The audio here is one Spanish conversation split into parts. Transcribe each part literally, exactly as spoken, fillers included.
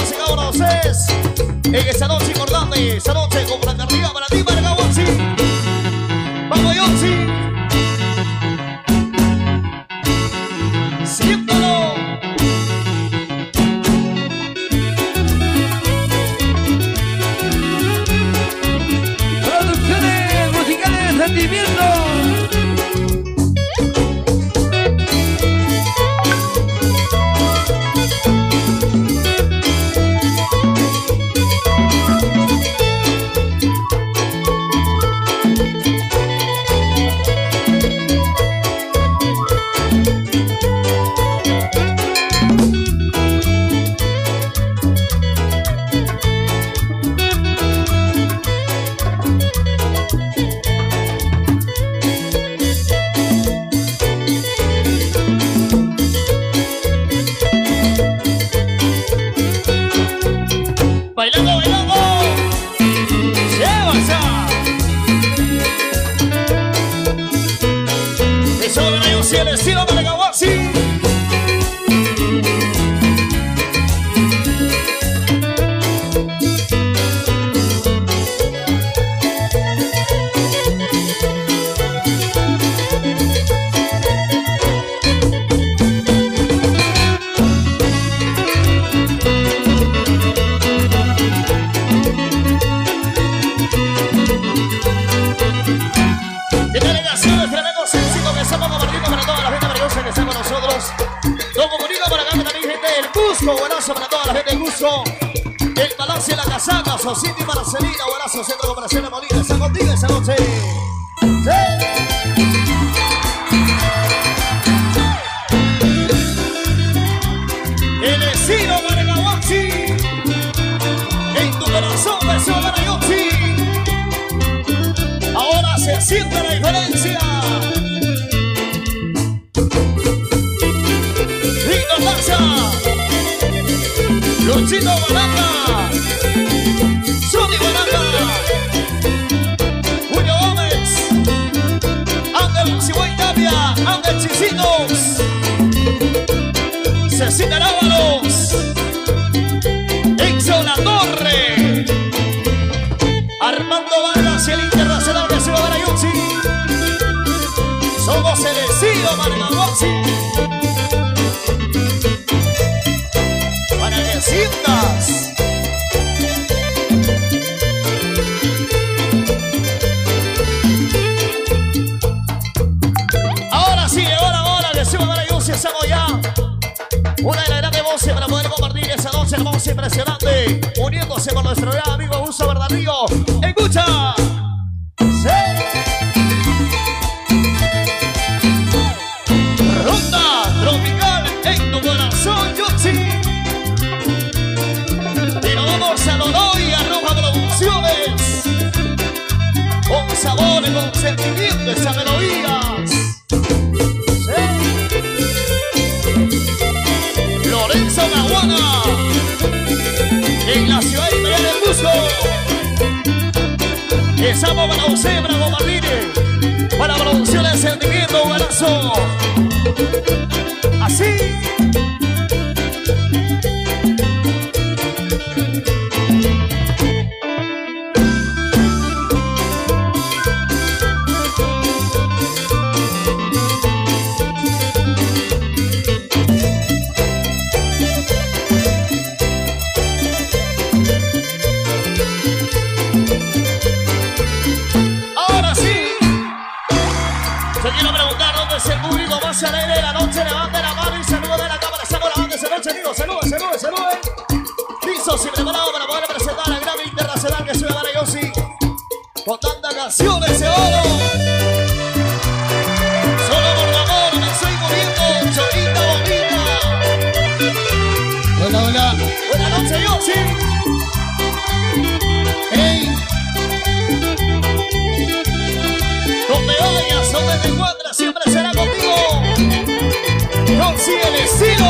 todos y cada uno de ustedes en esta noche importante, esta noche con la carrera para ti, Marcahuasi. Vamos, Yonsi. Siéntalo. Producciones musicales de sentimiento. Bailando, bailando. ¡Llévase! Eso de la Yonsi, el estilo Marcahuasi. Buenazo para toda la gente del Cusco. El balance de la casaca, Society Marcelina, buenazo, Centro de Cooperación de Molina. Está contigo esa noche. ¡Sí! El estilo Marcahuasi. En tu corazón, beso Marcahuasi. Ahora se siente la diferencia. ¡Lindo pasa! Luchito Baranda, Sony Baranda, Julio Gómez, Ángel Ciboy Tapia, Ángel Chisitos, Cecilia Návalos, Exo La Torre, Armando Vargas y el Internacional de Ciudad de Yonsi. Somos el estilo Marcahuasi. Sientas. Ahora sí, ahora, ahora, le subo a la Yonsi, estamos ya. Una de las grandes voces para poder compartir esa noche hermosa, impresionante, uniéndose con nuestro gran amigo Gusto Verdadero. ¡Escucha! ¡Sí! Ronda tropical en tu corazón, Yonsi. Salodó y Arroba Producciones, con sabores, con sentimientos, esas melodías. ¿Sí? Lorenzo Nahuana, en la ciudad imperial del Cusco. Estamos para usted, Bravo Martínez, para Producciones Sentimiento, buenazo. Así. Alegre de la noche, levante la mano y saludo de la cámara. Estamos grabando esa noche, amigos. Saluden, saluden, saluden. Listos y preparados para poder presentar al gran internacional que sube a Yonsi con tantas canciones de oro. Solo por tu amor me estoy moviendo, chorita bonita. Hola, hola. Buenas noches, Yonsi. Hey. Donde vayas, donde te encuentras, siempre será contigo. Yonsi, el estilo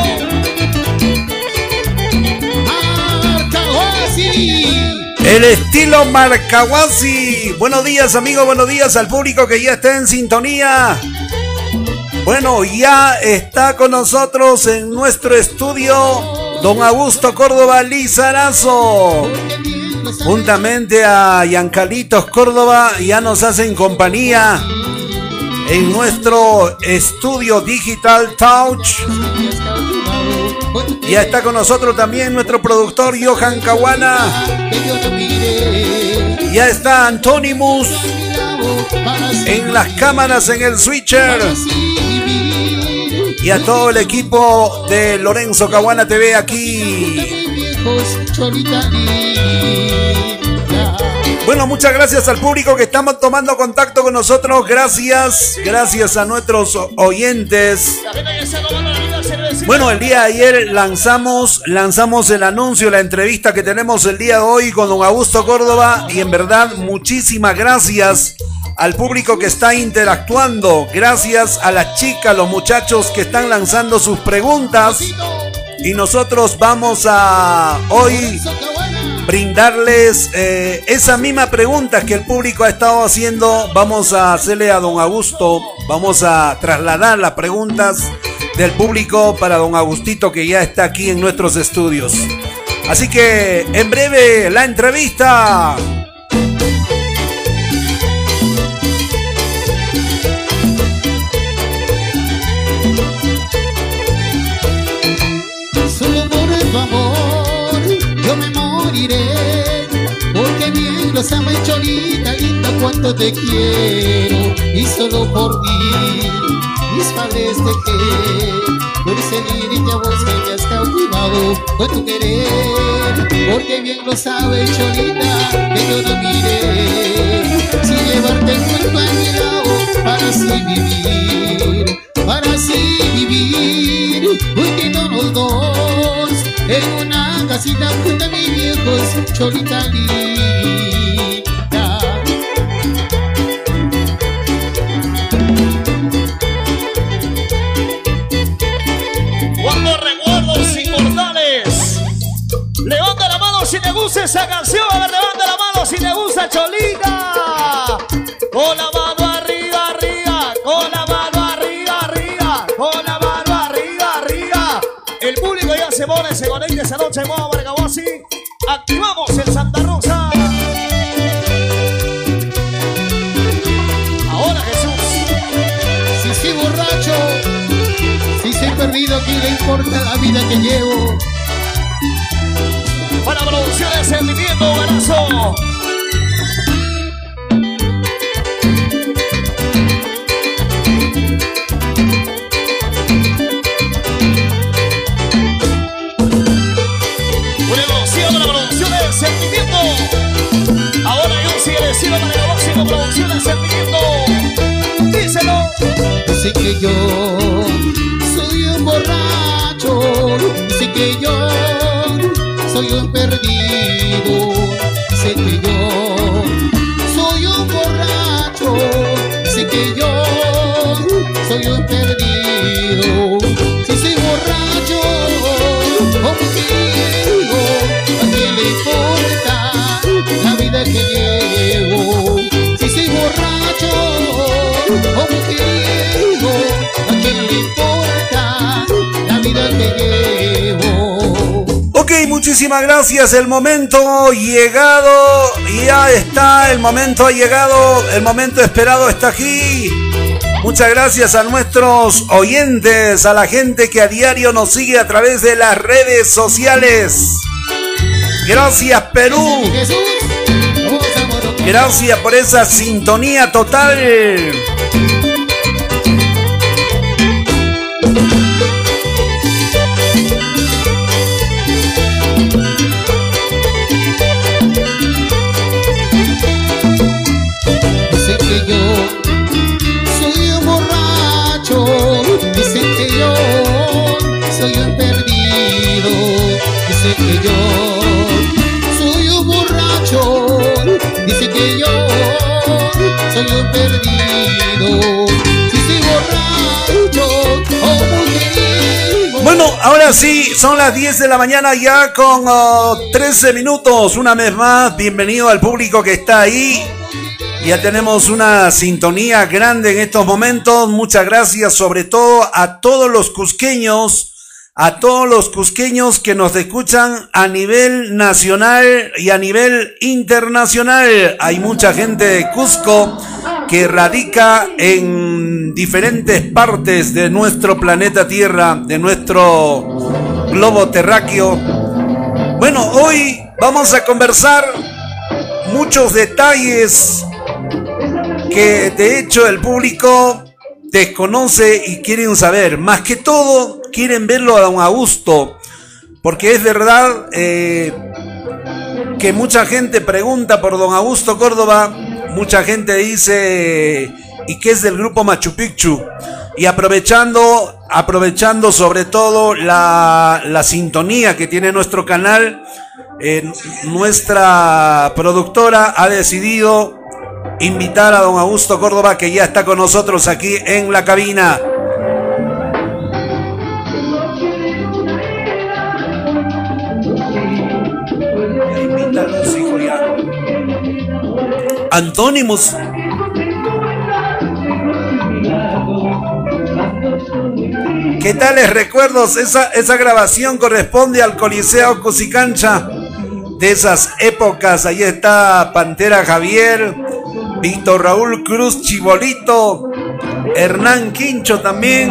Marcahuasi. El estilo Marcahuasi. Buenos días, amigos, buenos días al público que ya está en sintonía. Bueno, ya está con nosotros en nuestro estudio don Augusto Córdoba Lizarazo. Juntamente a Giancalitos Córdoba ya nos hacen compañía en nuestro estudio Digital Touch. Ya está con nosotros también nuestro productor Johan Caguana. Ya está Antonimus en las cámaras, en el switcher. Y a todo el equipo de Lorenzo Caguana T V aquí. Bueno, muchas gracias al público que estamos tomando contacto con nosotros. Gracias, gracias a nuestros oyentes. Bueno, el día de ayer lanzamos, lanzamos el anuncio, la entrevista que tenemos el día de hoy con don Augusto Córdoba. Y en verdad, muchísimas gracias al público que está interactuando. Gracias a las chicas, los muchachos que están lanzando sus preguntas. Y nosotros vamos a hoy brindarles eh, esa misma pregunta que el público ha estado haciendo. Vamos a hacerle a don Augusto, vamos a trasladar las preguntas del público para don Agustito, que ya está aquí en nuestros estudios. Así que en breve la entrevista. Solo por tu amor yo me moriré, porque bien lo sabes, Cholita linda, cuánto te quiero. Y solo por ti mis padres dejé, por ese lírica voz que me has cautivado con tu querer. Porque bien lo sabes, Cholita, que yo no miré sin llevarte junto a mi lado para así vivir, para así vivir, juntitos los dos en una casita junto a mis viejos, Cholita linda. Cuando recuerdos inmortales, levanta la mano si te gusta esa canción. A ver, levanta la mano si te gusta, Cholita. Con la mano arriba, arriba, con la mano arriba, arriba, con la mano arriba, arriba. El público ya se pone, se conecta esa noche en modo Marcahuasi. Activamos el Santa Rosa. Ahora Jesús. Si soy borracho, si soy perdido, ¿qué le importa la vida que llevo? Para producción de sentimiento, balazo. Una emoción para la producción de sentimiento. Ahora yo sí he decidido para el básico producción de sentimiento. Díselo. Dice que yo soy un borracho, dice que yo soy un perdido, dice que yo soy un borracho, dice que yo soy un perdido. Si soy borracho o mujeriego, ¿a quién le importa la vida que llevo? Si soy borracho o mujeriego, ¿a quién le importa la vida que llevo? Ok, muchísimas gracias. El momento llegado, ya está, el momento ha llegado, el momento esperado está aquí. Muchas gracias a nuestros oyentes, a la gente que a diario nos sigue a través de las redes sociales. Gracias, Perú. Gracias por esa sintonía total. Dice que yo soy un borracho, dice que yo soy un perdido, dice que yo soy un borracho, dice que yo soy un perdido. Si soy borracho o mujeriego. Bueno, ahora sí, son las diez de la mañana ya con uh, trece minutos. Una vez más, bienvenido al público que está ahí. Ya tenemos una sintonía grande en estos momentos. Muchas gracias sobre todo a todos los cusqueños, a todos los cusqueños que nos escuchan a nivel nacional y a nivel internacional. Hay mucha gente de Cusco que radica en diferentes partes de nuestro planeta Tierra, de nuestro globo terráqueo. Bueno, hoy vamos a conversar muchos detalles que de hecho el público desconoce y quieren saber. Más que todo quieren verlo a don Augusto, porque es verdad eh, que mucha gente pregunta por don Augusto Córdoba. Mucha gente dice y que es del grupo Machu Picchu, y aprovechando aprovechando sobre todo la, la sintonía que tiene nuestro canal, eh, nuestra productora ha decidido invitar a don Augusto Córdoba, que ya está con nosotros aquí en la cabina. Antónimos. ¿Qué tales recuerdos? Esa, esa grabación corresponde al Coliseo Cusicancha de esas épocas. Ahí está Pantera Javier, Víctor Raúl Cruz Chibolito, Hernán Quincho también.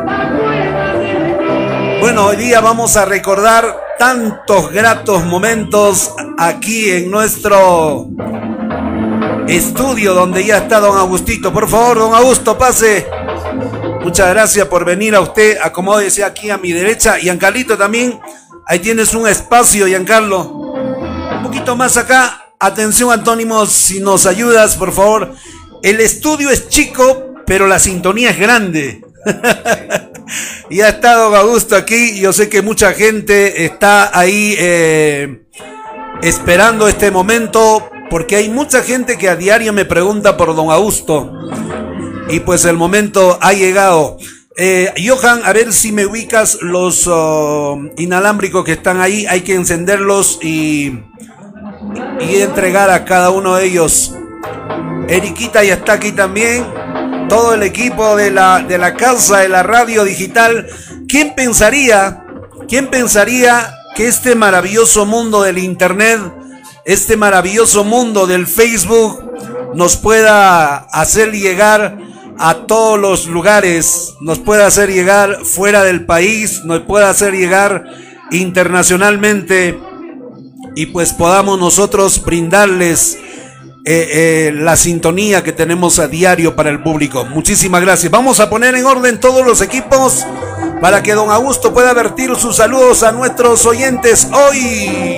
Bueno, hoy día vamos a recordar tantos gratos momentos aquí en nuestro estudio donde ya está don Augustito. Por favor, don Augusto, pase. Muchas gracias por venir. A usted, acomódese aquí a mi derecha. Giancarlito también, ahí tienes un espacio, Giancarlo. Un poquito más acá. Atención, Antónimos, si nos ayudas, por favor. El estudio es chico, pero la sintonía es grande. Ya está don Augusto aquí. Yo sé que mucha gente está ahí eh, esperando este momento, porque hay mucha gente que a diario me pregunta por don Augusto. Y pues el momento ha llegado. Eh, Johan, a ver si me ubicas los uh, inalámbricos que están ahí. Hay que encenderlos y... y entregar a cada uno de ellos. Eriquita ya está aquí también. Todo el equipo de la, de la casa de la radio digital. ¿Quién pensaría, quién pensaría que este maravilloso mundo del internet, este maravilloso mundo del Facebook, nos pueda hacer llegar a todos los lugares, nos pueda hacer llegar fuera del país, nos pueda hacer llegar internacionalmente? Y pues podamos nosotros brindarles eh, eh, la sintonía que tenemos a diario para el público. Muchísimas gracias. Vamos a poner en orden todos los equipos para que don Augusto pueda vertir sus saludos a nuestros oyentes hoy.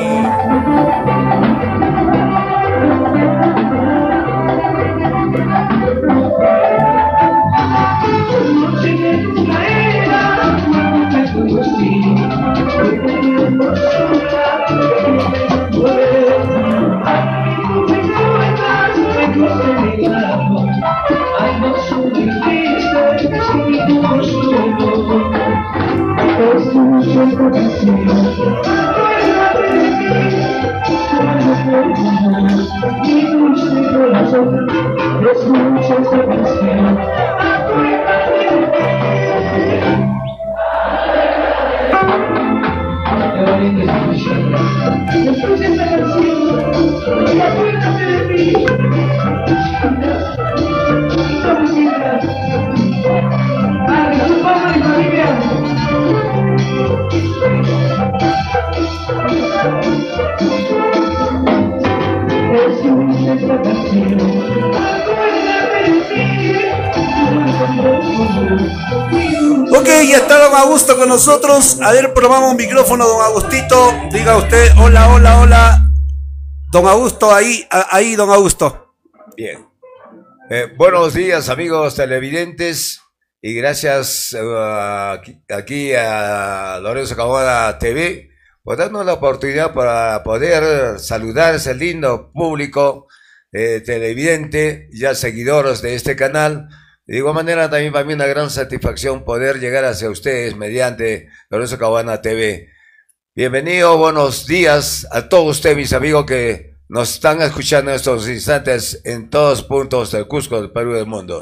Ok, ya está don Augusto con nosotros. A ver, probamos un micrófono, don Agustito. Diga usted, hola, hola, hola. Don Augusto, ahí, ahí, don Augusto. Bien. Eh, buenos días, amigos televidentes. Y gracias uh, aquí, aquí a Lorenzo Cabona T V por darnos la oportunidad para poder saludar a ese lindo público eh, televidente, ya seguidores de este canal. De igual manera, también para mí una gran satisfacción poder llegar hacia ustedes mediante Lorenzo Cabana T V. Bienvenido, buenos días a todos ustedes, mis amigos que nos están escuchando en estos instantes en todos puntos del Cusco, del Perú y del mundo.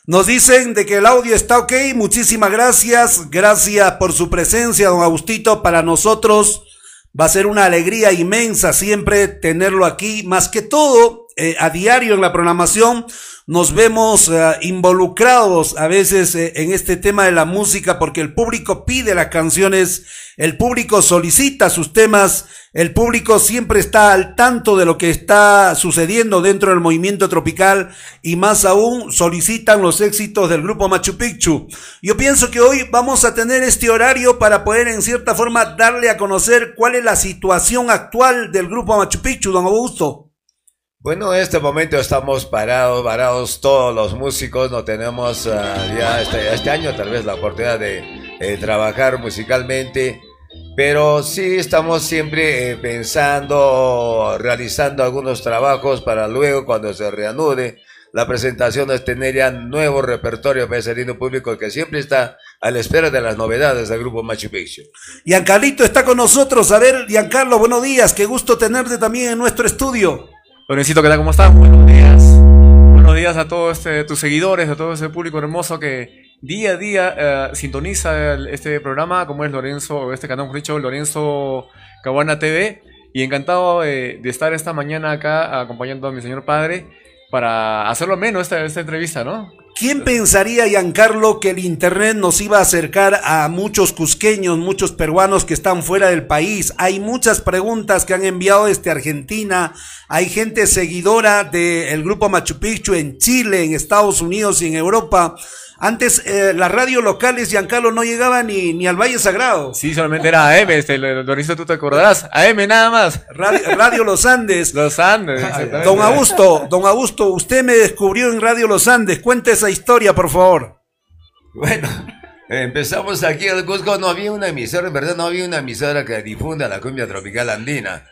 Nos dicen de que el audio está ok, muchísimas gracias, gracias por su presencia, don Agustito, para nosotros va a ser una alegría inmensa siempre tenerlo aquí, más que todo, eh, a diario en la programación, nos vemos uh, involucrados a veces eh, en este tema de la música porque el público pide las canciones, el público solicita sus temas, el público siempre está al tanto de lo que está sucediendo dentro del movimiento tropical y más aún solicitan los éxitos del grupo Machu Picchu. Yo pienso que hoy vamos a tener este horario para poder en cierta forma darle a conocer cuál es la situación actual del grupo Machu Picchu, don Augusto. Bueno, en este momento estamos parados, parados todos los músicos, no tenemos uh, ya este, este año tal vez la oportunidad de eh, trabajar musicalmente, pero sí estamos siempre eh, pensando, realizando algunos trabajos para luego cuando se reanude la presentación de tener ya nuevo repertorio para ese lindo público que siempre está a la espera de las novedades del grupo Machu Picchu. Giancarlito está con nosotros, a ver Giancarlo, buenos días, qué gusto tenerte también en nuestro estudio. Lorencito, ¿qué tal? ¿Cómo estás? Buenos días. Buenos días a todos este, tus seguidores, a todo ese público hermoso que día a día eh, sintoniza el, este programa, como es Lorenzo, este canal, mejor dicho, Lorenzo Caguana T V. Y encantado eh, de estar esta mañana acá acompañando a mi señor padre para hacerlo menos esta, esta entrevista, ¿no? ¿Quién pensaría, Giancarlo, que el internet nos iba a acercar a muchos cusqueños, muchos peruanos que están fuera del país? Hay muchas preguntas que han enviado desde Argentina, hay gente seguidora del grupo Machu Picchu en Chile, en Estados Unidos y en Europa. Antes eh, las radios locales, Giancarlo, no llegaba ni, ni al Valle Sagrado. Sí, solamente era A M, este, Lorenzo, tú te acordarás, A M nada más. Radio, Radio Los Andes. Los Andes. Don Augusto, don Augusto, usted me descubrió en Radio Los Andes, cuente esa historia, por favor. Bueno, empezamos aquí en el Cusco, no había una emisora, en verdad no había una emisora que difunda la cumbia tropical andina,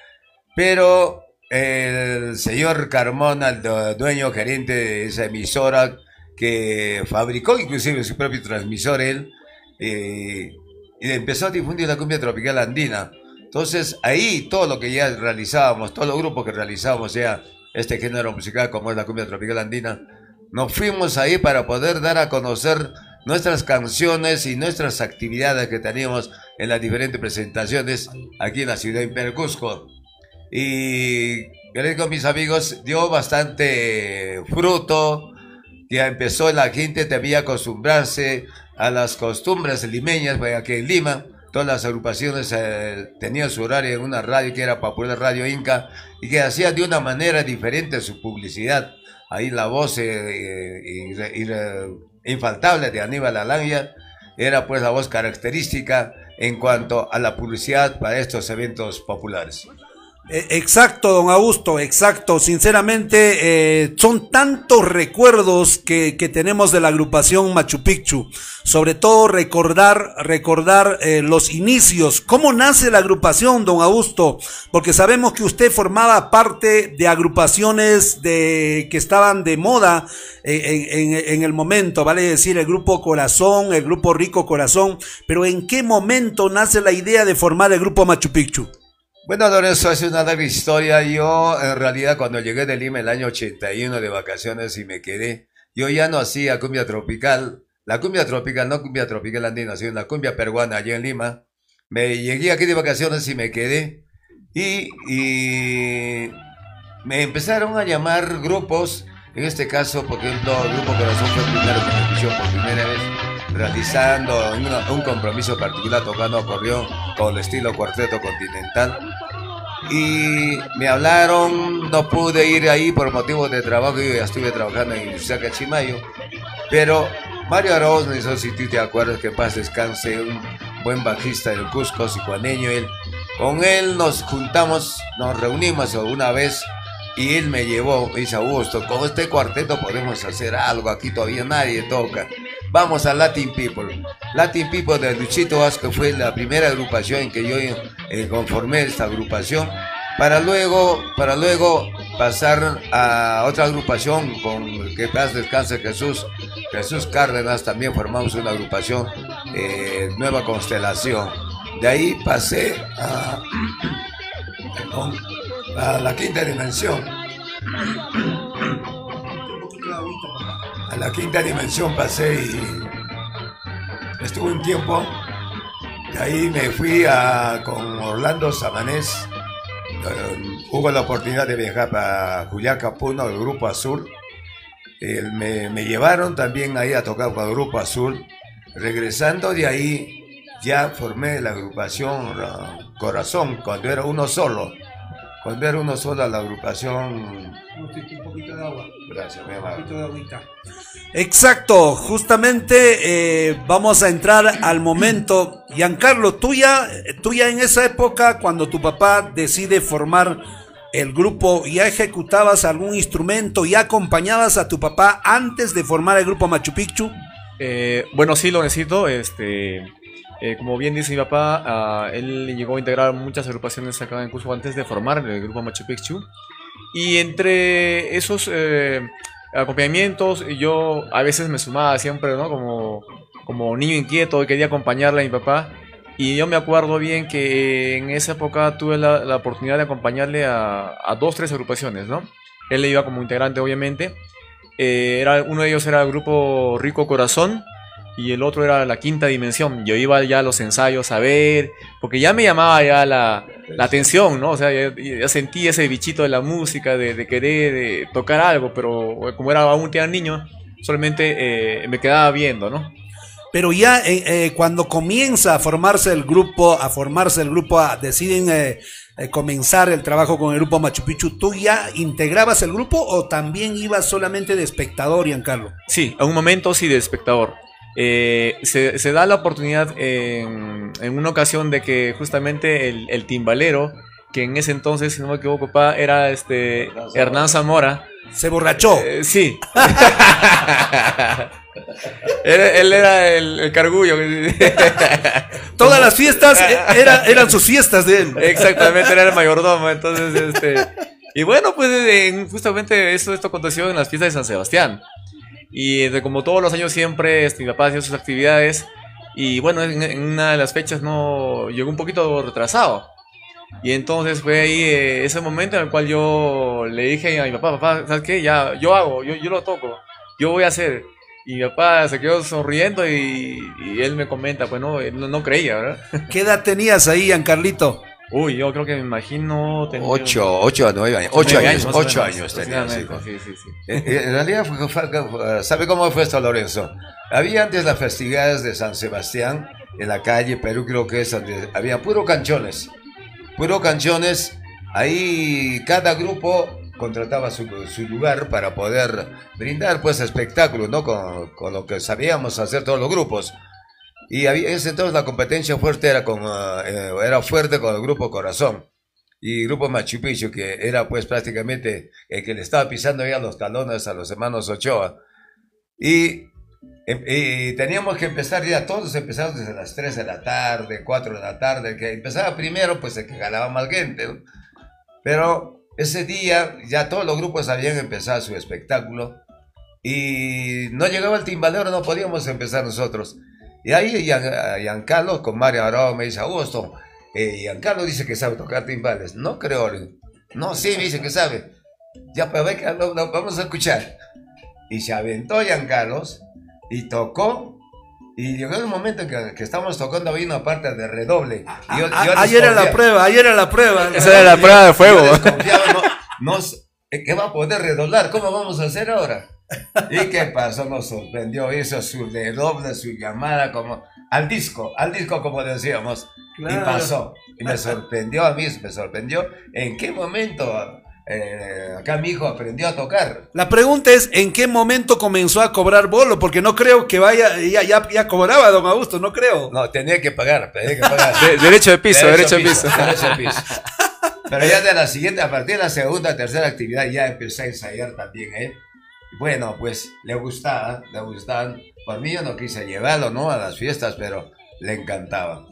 pero el señor Carmona, el dueño gerente de esa emisora, que fabricó inclusive su propio transmisor él, eh, y empezó a difundir la cumbia tropical andina. Entonces ahí todo lo que ya realizábamos, todos los grupos que realizábamos ya este género musical como es la cumbia tropical andina, nos fuimos ahí para poder dar a conocer nuestras canciones y nuestras actividades que teníamos en las diferentes presentaciones aquí en la ciudad de Cusco. Y yo con mis amigos dio bastante fruto. Ya empezó la gente debía acostumbrarse a las costumbres limeñas, porque aquí en Lima todas las agrupaciones eh, tenían su horario en una radio que era Popular Radio Inca y que hacía de una manera diferente su publicidad. Ahí la voz eh, eh, eh, infaltable de Aníbal Alanya era pues la voz característica en cuanto a la publicidad para estos eventos populares. Exacto, don Augusto, exacto. Sinceramente, eh, son tantos recuerdos que, que tenemos de la agrupación Machu Picchu. Sobre todo recordar, recordar eh, los inicios. ¿Cómo nace la agrupación, don Augusto? Porque sabemos que usted formaba parte de agrupaciones de que estaban de moda en, en, en el momento, vale decir, el grupo Corazón, el grupo Rico Corazón. Pero ¿en qué momento nace la idea de formar el grupo Machu Picchu? Bueno, Lorenzo, es una larga historia. Yo, en realidad, cuando llegué de Lima el año ochenta y uno de vacaciones y me quedé, yo ya no hacía cumbia tropical. La cumbia tropical, no cumbia tropical andina, sino la cumbia peruana allá en Lima. Me llegué aquí de vacaciones y me quedé. Y, y me empezaron a llamar grupos. En este caso, por ejemplo, el Grupo Corazón fue el primero que me escuchó por primera vez, realizando una, un compromiso particular, tocando acordeón con el estilo cuarteto continental. Y me hablaron, no pude ir ahí por motivos de trabajo, yo ya estuve trabajando en Yusaca, Chimayo, pero Mario Arauz, no sé si tú te acuerdas, que en paz descanse, un buen bajista del Cusco, sicuaneño, él, con él nos juntamos, nos reunimos una vez, y él me llevó, me dice: Augusto, con este cuarteto podemos hacer algo, aquí todavía nadie toca. Vamos a Latin People. Latin People de Luchito Vázquez fue la primera agrupación en que yo eh, conformé esta agrupación, para luego, para luego pasar a otra agrupación con que paz descanse Jesús, Jesús Cárdenas, también formamos una agrupación, eh, Nueva Constelación. De ahí pasé a... perdón, a la Quinta Dimensión. a la quinta dimensión pasé y estuve un tiempo. De ahí me fui a, con Orlando Samanés. Uh, hubo la oportunidad de viajar para Juliaca, Puno, el Grupo Azul. El, me, me llevaron también ahí a tocar con el Grupo Azul. Regresando de ahí, ya formé la agrupación uh, Corazón, cuando era uno solo. Cuando era uno solo la agrupación... Un poquito de agua. Gracias, mi amor. Un poquito de agüita. Exacto, justamente eh, vamos a entrar al momento. Giancarlo, tú ya, tú ya en esa época, cuando tu papá decide formar el grupo, ¿ya ejecutabas algún instrumento? ¿Ya acompañabas a tu papá antes de formar el grupo Machu Picchu? Eh, bueno, sí, lo necesito. Este, eh, como bien dice mi papá, uh, él llegó a integrar muchas agrupaciones acá en Cusco antes de formar el grupo Machu Picchu. Y entre esos eh, acompañamientos, yo a veces me sumaba siempre, ¿no? Como, como niño inquieto y quería acompañarle a mi papá. Y yo me acuerdo bien que en esa época tuve la, la oportunidad de acompañarle a, a dos, tres agrupaciones, ¿no? Él iba como integrante, obviamente. Eh, era, uno de ellos era el grupo Rico Corazón y el otro era la Quinta Dimensión. Yo iba ya a los ensayos a ver, porque ya me llamaba ya la, la atención, ¿no? O sea, ya, ya sentí ese bichito de la música, de, de querer de tocar algo, pero como era aún era niño, solamente eh, me quedaba viendo, ¿no? Pero ya eh, eh, cuando comienza a formarse el grupo, a formarse el grupo, a, deciden eh, eh, comenzar el trabajo con el grupo Machu Picchu, ¿tú ya integrabas el grupo o también ibas solamente de espectador, Giancarlo? Sí, a un momento sí de espectador. Eh, se, se da la oportunidad en, en una ocasión de que justamente el, el timbalero, que en ese entonces, si no me equivoco, pa, era este Hernán Zamora. ¿Se borrachó? Eh, sí. él, él era el, el cargullo. Todas las fiestas era, eran sus fiestas de él. Exactamente, era el mayordomo. Entonces, este. Y bueno, pues en, justamente esto, esto aconteció en las fiestas de San Sebastián. Y de, como todos los años siempre, este, mi papá hacía sus actividades. Y bueno, en, en una de las fechas no llegó un poquito retrasado. Y entonces fue ahí eh, ese momento en el cual yo le dije a mi papá, papá, ¿sabes qué? Ya, yo hago, yo, yo lo toco, yo voy a hacer. Y mi papá se quedó sonriendo y, y él me comenta, pues no, no, no creía, ¿verdad? ¿Qué edad tenías ahí, Giancarlito? Uy, yo creo que me imagino... Tenía ocho, ocho a nueve años. Ocho años, años ocho años tenía. Sí, sí, sí. En realidad, fue, fue, ¿sabe cómo fue esto, Lorenzo? Había antes las festividades de San Sebastián en la calle Perú, creo que es donde había puro canchones. Puro canciones, ahí cada grupo contrataba su, su lugar para poder brindar pues espectáculos, ¿no? Con, con lo que sabíamos hacer todos los grupos. Y había, en ese entonces la competencia fuerte era, con, uh, eh, era fuerte con el grupo Corazón y el grupo Machu Picchu, que era pues prácticamente el que le estaba pisando ya los talones a los hermanos Ochoa. Y... Y teníamos que empezar ya, todos empezamos desde las tres de la tarde, cuatro de la tarde. El que empezaba primero, pues el que ganaba más gente, ¿no? Pero ese día ya todos los grupos habían empezado su espectáculo y no llegaba el timbalero, no podíamos empezar nosotros. Y ahí Giancarlo con Mario Arao me dice, Augusto, eh, Giancarlo dice que sabe tocar timbales. No creo, no, sí, me dice que sabe. Ya, pero ve que lo, lo vamos a escuchar. Y se aventó Giancarlo y tocó, y llegó el momento en que, que estábamos tocando ahí una parte de redoble. Y yo, a, yo ayer era la prueba, ayer era la prueba. Esa era la prueba de fuego. No, no, ¿qué va a poder redoblar? ¿Cómo vamos a hacer ahora? ¿Y qué pasó? Nos sorprendió, hizo su redoble, su llamada como al disco, al disco como decíamos. Claro. Y pasó, y me sorprendió a mí, me sorprendió en qué momento... Eh, acá mi hijo aprendió a tocar. La pregunta es, ¿en qué momento comenzó a cobrar bolo? Porque no creo que vaya, ya, ya, ya cobraba don Augusto, no creo. No, tenía que pagar, tenía que pagar. De, derecho de piso, derecho, derecho de piso. piso. Derecho de piso. Pero ya de la siguiente, a partir de la segunda, tercera actividad, ya empecé a ensayar también, ¿eh? Bueno, pues le gustaba, le gustaban. Por mí yo no quise llevarlo, ¿no? A las fiestas, pero le encantaba.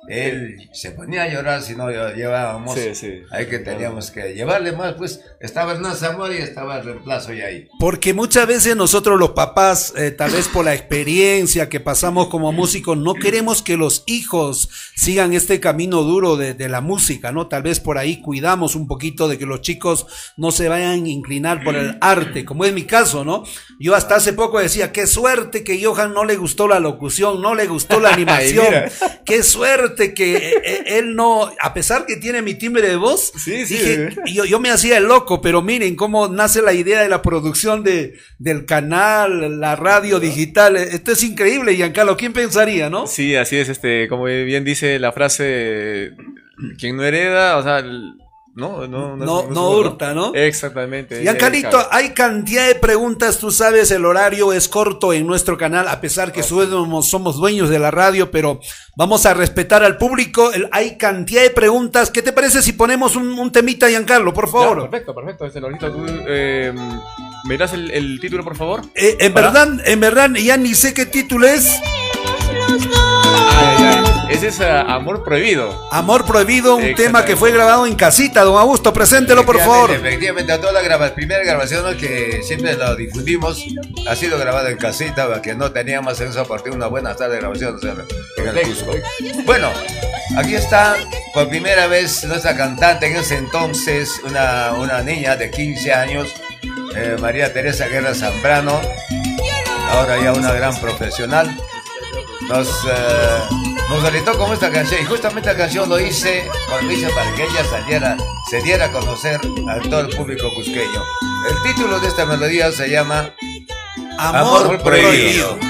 Él se ponía a llorar si no llevábamos. Sí, sí. Ahí que teníamos que llevarle más, pues estaba Hernán Zamora y estaba el reemplazo ya ahí. Porque muchas veces nosotros los papás, eh, tal vez por la experiencia que pasamos como músicos, no queremos que los hijos sigan este camino duro de, de la música, ¿no? Tal vez por ahí cuidamos un poquito de que los chicos no se vayan a inclinar por el arte, como es mi caso, ¿no? Yo hasta hace poco decía, qué suerte que Johan no le gustó la locución, no le gustó la animación, qué suerte que eh, él no, a pesar que tiene mi timbre de voz, sí, sí, dije, yo, yo me hacía el loco, pero miren cómo nace la idea de la producción de, del canal, la radio digital. Esto es increíble, Giancarlo, ¿quién pensaría, no? Sí, así es, este, como bien dice la frase, quien no hereda, o sea, no, no, no, no, no, no hurta, ¿no? Exactamente. Giancarlito, hay cantidad de preguntas, tú sabes, el horario es corto en nuestro canal, a pesar que somos, somos dueños de la radio, pero vamos a respetar al público. El, hay cantidad de preguntas. ¿Qué te parece si ponemos un, un temita, Giancarlo, por favor? Ya, perfecto, perfecto. Este, Lorito, tú, eh, ¿me das el, el título, por favor? Eh, en ¿Para? verdad, en verdad, ya ni sé qué título es. Ay, ay. Ese es uh, Amor Prohibido. Amor Prohibido, un tema que fue grabado en casita, don Augusto, preséntelo por favor. Efectivamente, a toda la graba primera grabación que siempre lo difundimos ha sido grabada en casita, porque no teníamos en esa partida una buena tarde de grabación, o sea, en el Cusco. Bueno, aquí está por primera vez nuestra cantante en ese entonces, una, una niña de quince años, eh, María Teresa Guerra Zambrano, ahora ya una gran profesional. Nos, eh, nos deleitó con esta canción y justamente la canción lo hice, lo hice para que ella saliera, se diera a conocer a todo el público cusqueño. El título de esta melodía se llama Amor, Amor Prohibido.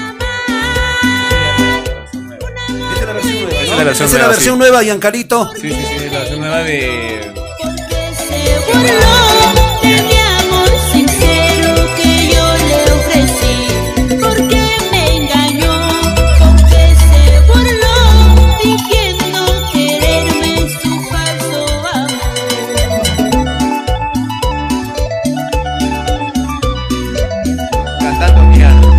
Esa es la versión nueva, ¿no? Esa es la versión Esa es la nueva, versión sí. nueva, Giancarito. Sí, sí, sí, la versión nueva de... Se burló de mi amor sincero que yo le ofrecí, porque me engañó, porque se burló fingiendo quererme su falso amor. Cantando piano.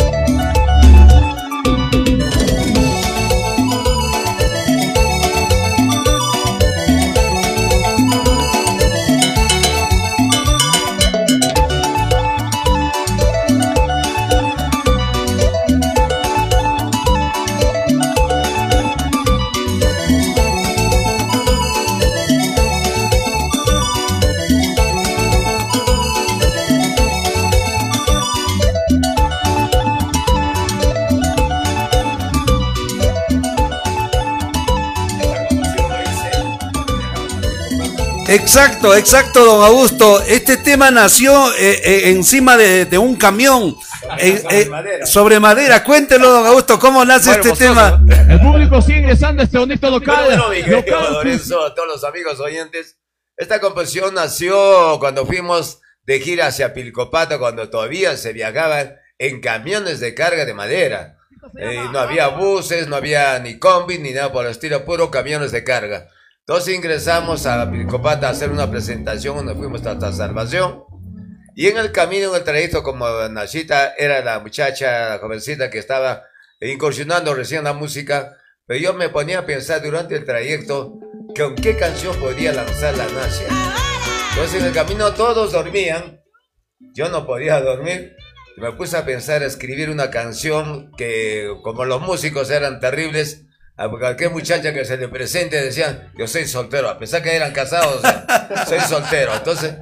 Exacto, exacto, don Augusto. Este tema nació eh, eh, encima de, de un camión eh, eh, madera. sobre madera. Cuéntelo, don Augusto, cómo nace Bueno, este mostoso. tema. El público sigue ingresando a este bonito local. Bueno, mi querido local Lorenzo, a todos los amigos oyentes, esta composición nació cuando fuimos de gira hacia Pilcopato, cuando todavía se viajaba en camiones de carga de madera. Eh, no había buses, no había ni combi, ni nada por el estilo, puro camiones de carga. Entonces ingresamos a Pilcopato a hacer una presentación donde fuimos hasta Salvación. Y en el camino, en el trayecto, como Nachita era la muchacha, la jovencita que estaba incursionando recién en la música, pero yo me ponía a pensar durante el trayecto que con qué canción podía lanzar la Nacia. Entonces en el camino todos dormían, yo no podía dormir, y me puse a pensar a escribir una canción que, como los músicos eran terribles, a cualquier muchacha que se le presente decían, yo soy soltero, a pesar que eran casados, o sea, soy soltero. Entonces,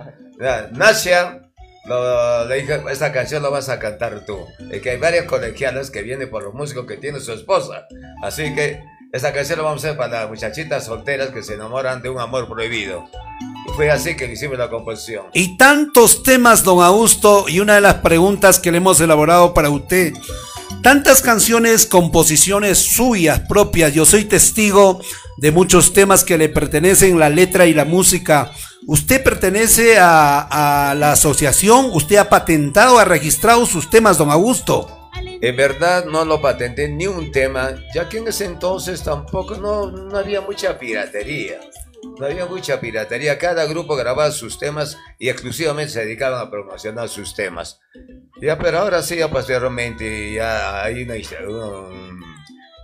Nacia, lo, le dije, esta canción la vas a cantar tú. Es que hay varias colegialas que vienen por los músicos que tiene su esposa. Así que esta canción la vamos a hacer para las muchachitas solteras que se enamoran de un amor prohibido. Y fue así que hicimos la composición. Y tantos temas, don Augusto, y una de las preguntas que le hemos elaborado para usted. Tantas canciones, composiciones suyas propias. Yo soy testigo de muchos temas que le pertenecen, la letra y la música. ¿Usted pertenece a, a la asociación? ¿Usted ha patentado, ha registrado sus temas, don Augusto? En verdad no lo patenté ni un tema, ya que en ese entonces tampoco no, no había mucha piratería. No había mucha piratería, cada grupo grababa sus temas y exclusivamente se dedicaban a promocionar sus temas. Ya, pero ahora sí, ya posteriormente, ya hay una, un,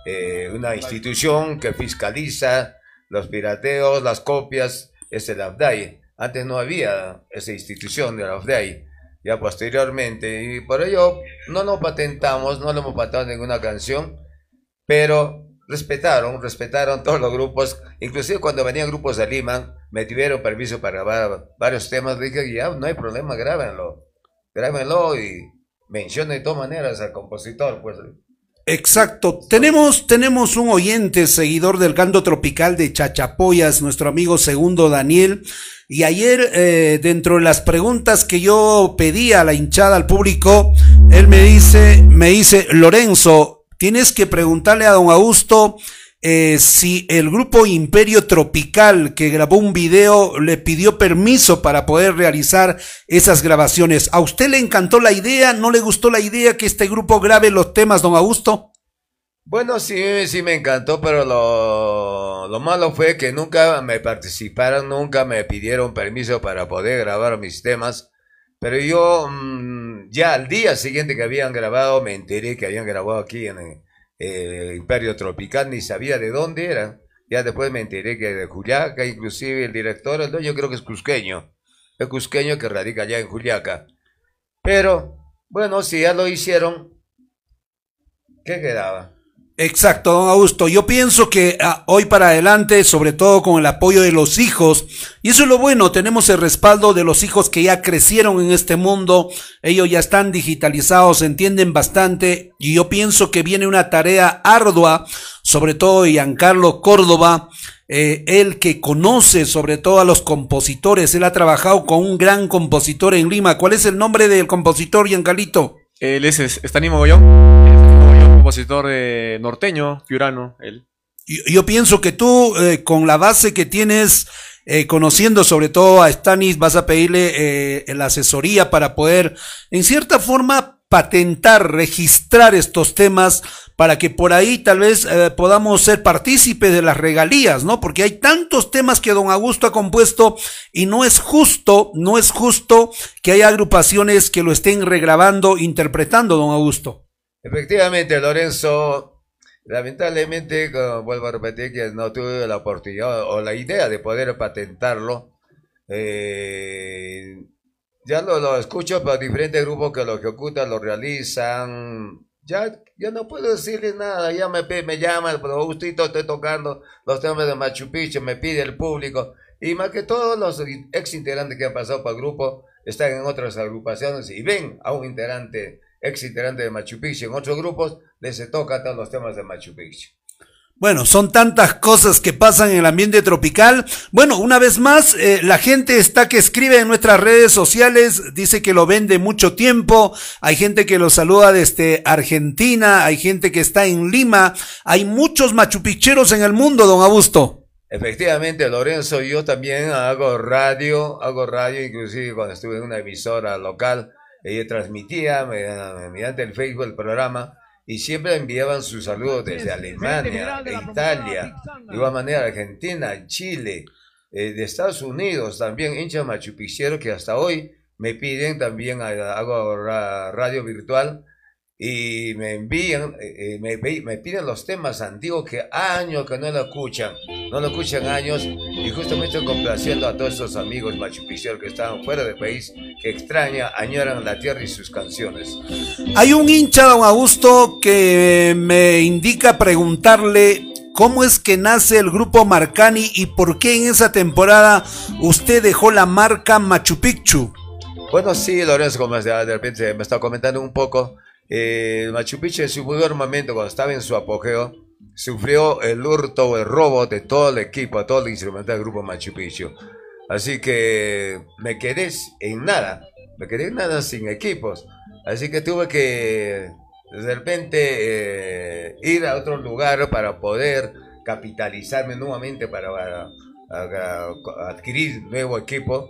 eh, una institución que fiscaliza los pirateos, las copias, es el A F D A I. Antes no había esa institución de la A F D A I, ya posteriormente, y por ello no lo patentamos, no lo hemos patentado en ninguna canción, pero respetaron, respetaron todos los grupos, inclusive cuando venían grupos de Lima, me tuvieron permiso para grabar varios temas, dije, ya no hay problema, grábenlo, grábenlo y mencionen de todas maneras al compositor, pues. Exacto, tenemos, tenemos un oyente, seguidor del canto tropical de Chachapoyas, nuestro amigo Segundo Daniel, y ayer eh, dentro de las preguntas que yo pedí a la hinchada, al público, él me dice, me dice, Lorenzo, tienes que preguntarle a don Augusto eh, si el grupo Imperio Tropical que grabó un video le pidió permiso para poder realizar esas grabaciones. ¿A usted le encantó la idea? ¿No le gustó la idea que este grupo grabe los temas, don Augusto? Bueno, sí, sí me encantó, pero lo, lo malo fue que nunca me participaron, nunca me pidieron permiso para poder grabar mis temas. Pero yo, mmm, ya al día siguiente que habían grabado, me enteré que habían grabado aquí en el eh, Imperio Tropical, ni sabía de dónde era. Ya después me enteré que de Juliaca, inclusive el director, el dueño creo que es cusqueño. Es cusqueño que radica allá en Juliaca. Pero, bueno, si ya lo hicieron, ¿qué quedaba? Exacto, don Augusto. Yo pienso que ah, hoy para adelante, sobre todo con el apoyo de los hijos, y eso es lo bueno, tenemos el respaldo de los hijos que ya crecieron en este mundo, ellos ya están digitalizados, entienden bastante, y yo pienso que viene una tarea ardua, sobre todo Giancarlo Córdoba, eh, él que conoce sobre todo a los compositores, él ha trabajado con un gran compositor en Lima. ¿Cuál es el nombre del compositor, Giancarlito? Él es Stanimo Goyón. Compositor eh, norteño, piurano, él. Yo, yo pienso que tú, eh, con la base que tienes, eh, conociendo sobre todo a Stanis, vas a pedirle eh, la asesoría para poder, en cierta forma, patentar, registrar estos temas, para que por ahí tal vez eh, podamos ser partícipes de las regalías, ¿no? Porque hay tantos temas que don Augusto ha compuesto y no es justo, no es justo que haya agrupaciones que lo estén regrabando, interpretando, don Augusto. Efectivamente, Lorenzo, lamentablemente, como vuelvo a repetir, que no tuve la oportunidad o la idea de poder patentarlo. Eh, ya lo, lo escucho por diferentes grupos que lo ejecutan, lo realizan. Ya, ya no puedo decirle nada, ya me, me llama, pero Agustito, estoy tocando los temas de Machu Picchu, me pide el público. Y más que todos los ex integrantes que han pasado por el grupo están en otras agrupaciones y ven a un integrante ex integrante de Machu Picchu en otros grupos, les toca todos los temas de Machu Picchu. Bueno, son tantas cosas que pasan en el ambiente tropical. Bueno, una vez más, eh, la gente está que escribe en nuestras redes sociales, dice que lo ven de mucho tiempo, hay gente que lo saluda desde Argentina, hay gente que está en Lima, hay muchos machupicheros en el mundo, don Augusto. Efectivamente, Lorenzo, yo también hago radio, hago radio, inclusive cuando estuve en una emisora local, ella transmitía mediante el Facebook el programa y siempre enviaban sus saludos desde Alemania, de Italia, de igual manera Argentina, Chile, eh, de Estados Unidos, también hinchas machupicheros que hasta hoy me piden, también hago radio virtual y me envían, eh, me, me piden los temas antiguos que años que no lo escuchan, no lo escuchan años, y justamente complaciendo a todos esos amigos machupicheros que están fuera del país, que extrañan, añoran la tierra y sus canciones. Hay un hincha, don Augusto, que me indica preguntarle cómo es que nace el grupo Marcani y por qué en esa temporada usted dejó la marca Machu Picchu. Bueno, sí, Lorenzo, como de repente me está comentando un poco, eh, Machu Picchu en su mejor momento, cuando estaba en su apogeo, sufrió el hurto o el robo de todo el equipo, todo el instrumento del grupo Machu Picchu. Así que me quedé en nada, me quedé en nada sin equipos. Así que tuve que de repente eh, ir a otro lugar para poder capitalizarme nuevamente para, para, para adquirir nuevo equipo.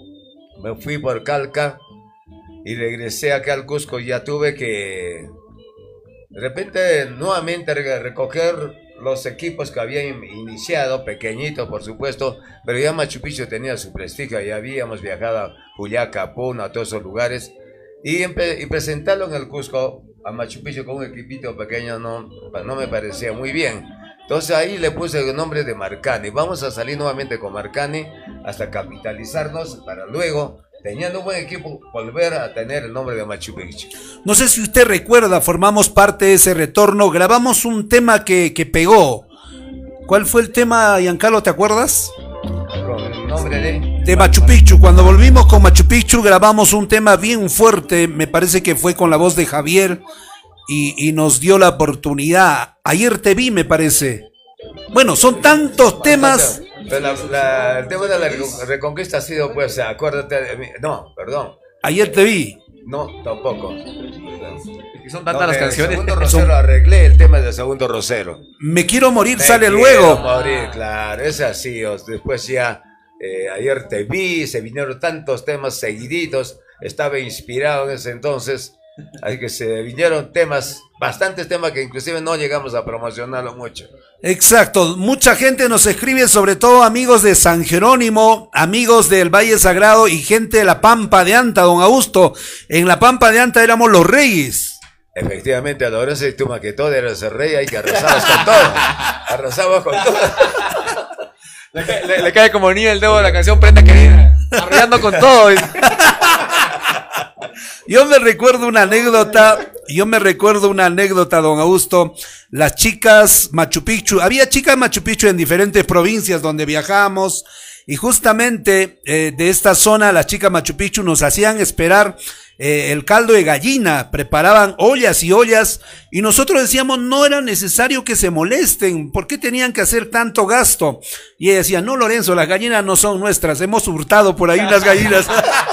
Me fui por Calca y regresé acá al Cusco y ya tuve que de repente nuevamente recoger los equipos que había iniciado, pequeñitos por supuesto, pero ya Machu Picchu tenía su prestigio, ya habíamos viajado a Juliaca, a Puno, a todos esos lugares, Y, y presentarlo en el Cusco a Machu Picchu con un equipito pequeño no, no me parecía muy bien. Entonces ahí le puse el nombre de Marcani. Vamos a salir nuevamente con Marcani hasta capitalizarnos para luego, teniendo un buen equipo, volver a tener el nombre de Machu Picchu. No sé si usted recuerda, formamos parte de ese retorno, grabamos un tema que, que pegó. ¿Cuál fue el tema, Giancarlo, te acuerdas? Con el nombre de... De Machu Picchu. Cuando volvimos con Machu Picchu grabamos un tema bien fuerte, me parece que fue con la voz de Javier y, y nos dio la oportunidad. Ayer te vi, me parece. Bueno, son tantos temas. Pero la, la, el tema de la Reconquista ha sido, pues, acuérdate de mí. No, perdón. Ayer te vi. No, tampoco. Son tantas no, las canciones. Segundo Rosero, son... arreglé el tema del Segundo Rosero. Me quiero morir, Me sale quiero luego. morir, claro, es así. Después ya, eh, ayer te vi, se vinieron tantos temas seguiditos. Estaba inspirado en ese entonces. Así que se vinieron temas, bastantes temas que inclusive no llegamos a promocionarlo mucho. Exacto, mucha gente nos escribe, sobre todo amigos de San Jerónimo, amigos del Valle Sagrado y gente de la Pampa de Anta, don Augusto. En la Pampa de Anta éramos los reyes. Efectivamente, a Lorenzo y tú, más que todo, eras el rey ahí que arrasabas con todo. Arrasabas con todo. Le, cae, le, le cae como niño el dedo de la canción Prenda Querida, arrollando con todo. Yo me recuerdo una anécdota, yo me recuerdo una anécdota, don Augusto, las chicas Machu Picchu, había chicas Machu Picchu en diferentes provincias donde viajamos, y justamente eh, de esta zona las chicas Machu Picchu nos hacían esperar eh, el caldo de gallina, preparaban ollas y ollas, y nosotros decíamos no era necesario que se molesten, ¿por qué tenían que hacer tanto gasto? Y ella decía, no Lorenzo, las gallinas no son nuestras, hemos hurtado por ahí unas gallinas.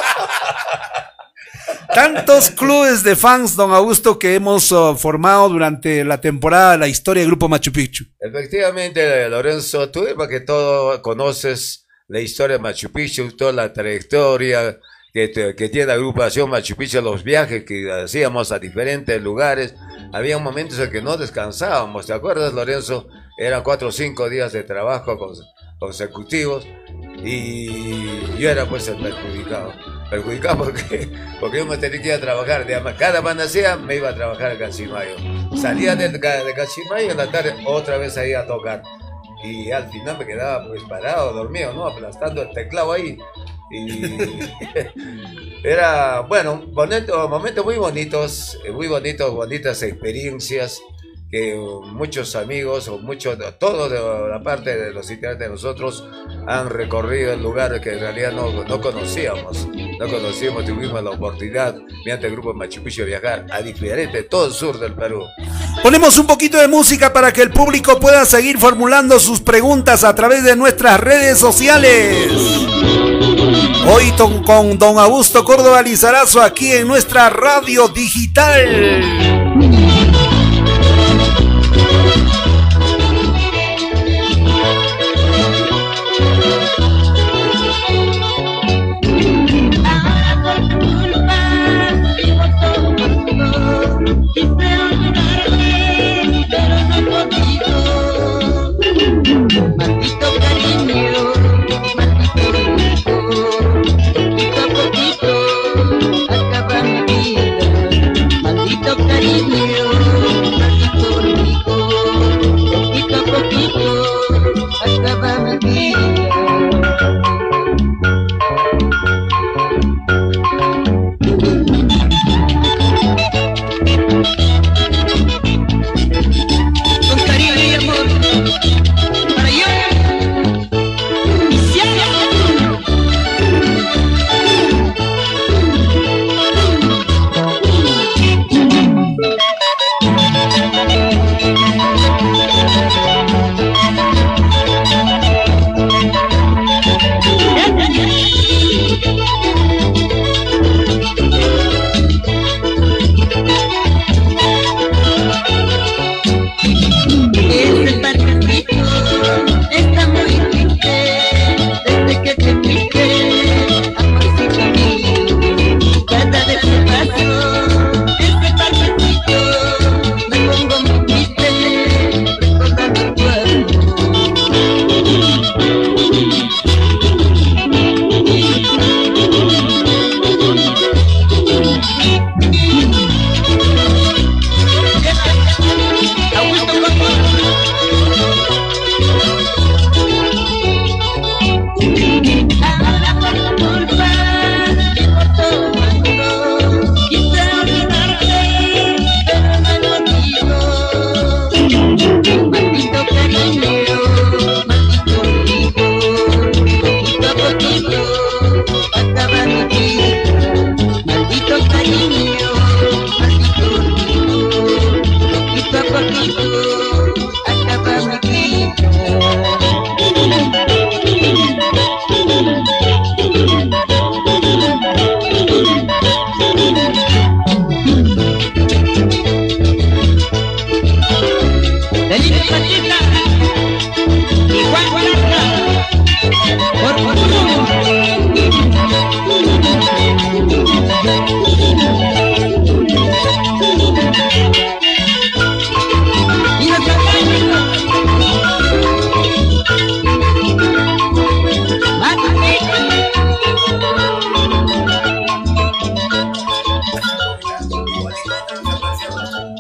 Tantos clubes de fans, don Augusto, que hemos uh, formado durante la temporada, la historia del Grupo Machu Picchu. Efectivamente, Lorenzo, tú más que todo conoces la historia de Machu Picchu, toda la trayectoria que, te, que tiene la agrupación Machu Picchu, los viajes que hacíamos a diferentes lugares. Había momentos en que no descansábamos, ¿te acuerdas, Lorenzo? Eran cuatro o cinco días de trabajo consecutivos y yo era pues el perjudicado. Perjudicado porque, porque yo me tenía que ir a trabajar. Cada amanecía me iba a trabajar a Cachimayo. Salía de, de Cachimayo en la tarde otra vez ahí a tocar. Y al final me quedaba pues parado, dormido, ¿no? Aplastando el teclado ahí. Y era, bueno, bonito, momentos muy bonitos, muy bonitos, bonitas experiencias que muchos amigos o muchos, todos de la parte de los integrantes de nosotros han recorrido el lugar que en realidad no, no conocíamos, no conocíamos, tuvimos la oportunidad mediante el Grupo Machu Picchu de viajar a diferente, todo el sur del Perú. Ponemos un poquito de música para que el público pueda seguir formulando sus preguntas a través de nuestras redes sociales. Hoy con, con don Augusto Córdoba Lizarazo aquí en nuestra radio digital. Maldito cariño, maldito poquito a poquito acaba mi vida. Maldito cariño.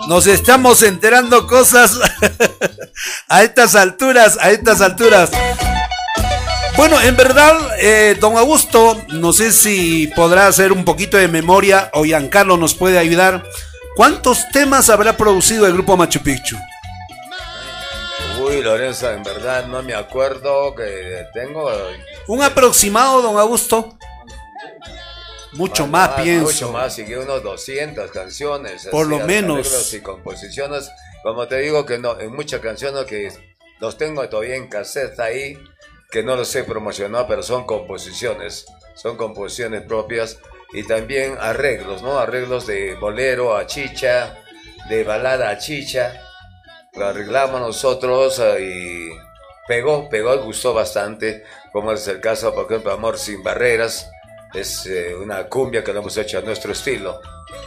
Nos estamos enterando cosas a estas alturas, a estas alturas. Bueno, en verdad, eh, don Augusto, no sé si podrá hacer un poquito de memoria o Giancarlo nos puede ayudar. ¿Cuántos temas habrá producido el grupo Machu Picchu? Uy, Lorenzo, en verdad no me acuerdo que tengo. Un aproximado, don Augusto. Mucho más, más, pienso. Mucho más, sigue unos doscientas canciones. Por lo menos. Y composiciones. Como te digo que no, en muchas canciones que los tengo todavía en cassette ahí, que no los he promocionado, pero son composiciones. Son composiciones propias. Y también arreglos, ¿no? Arreglos de bolero a chicha, de balada a chicha. Lo arreglamos nosotros y pegó, pegó, gustó bastante. Como es el caso, por ejemplo, Amor Sin Barreras. Es eh, una cumbia que lo hemos hecho a nuestro estilo.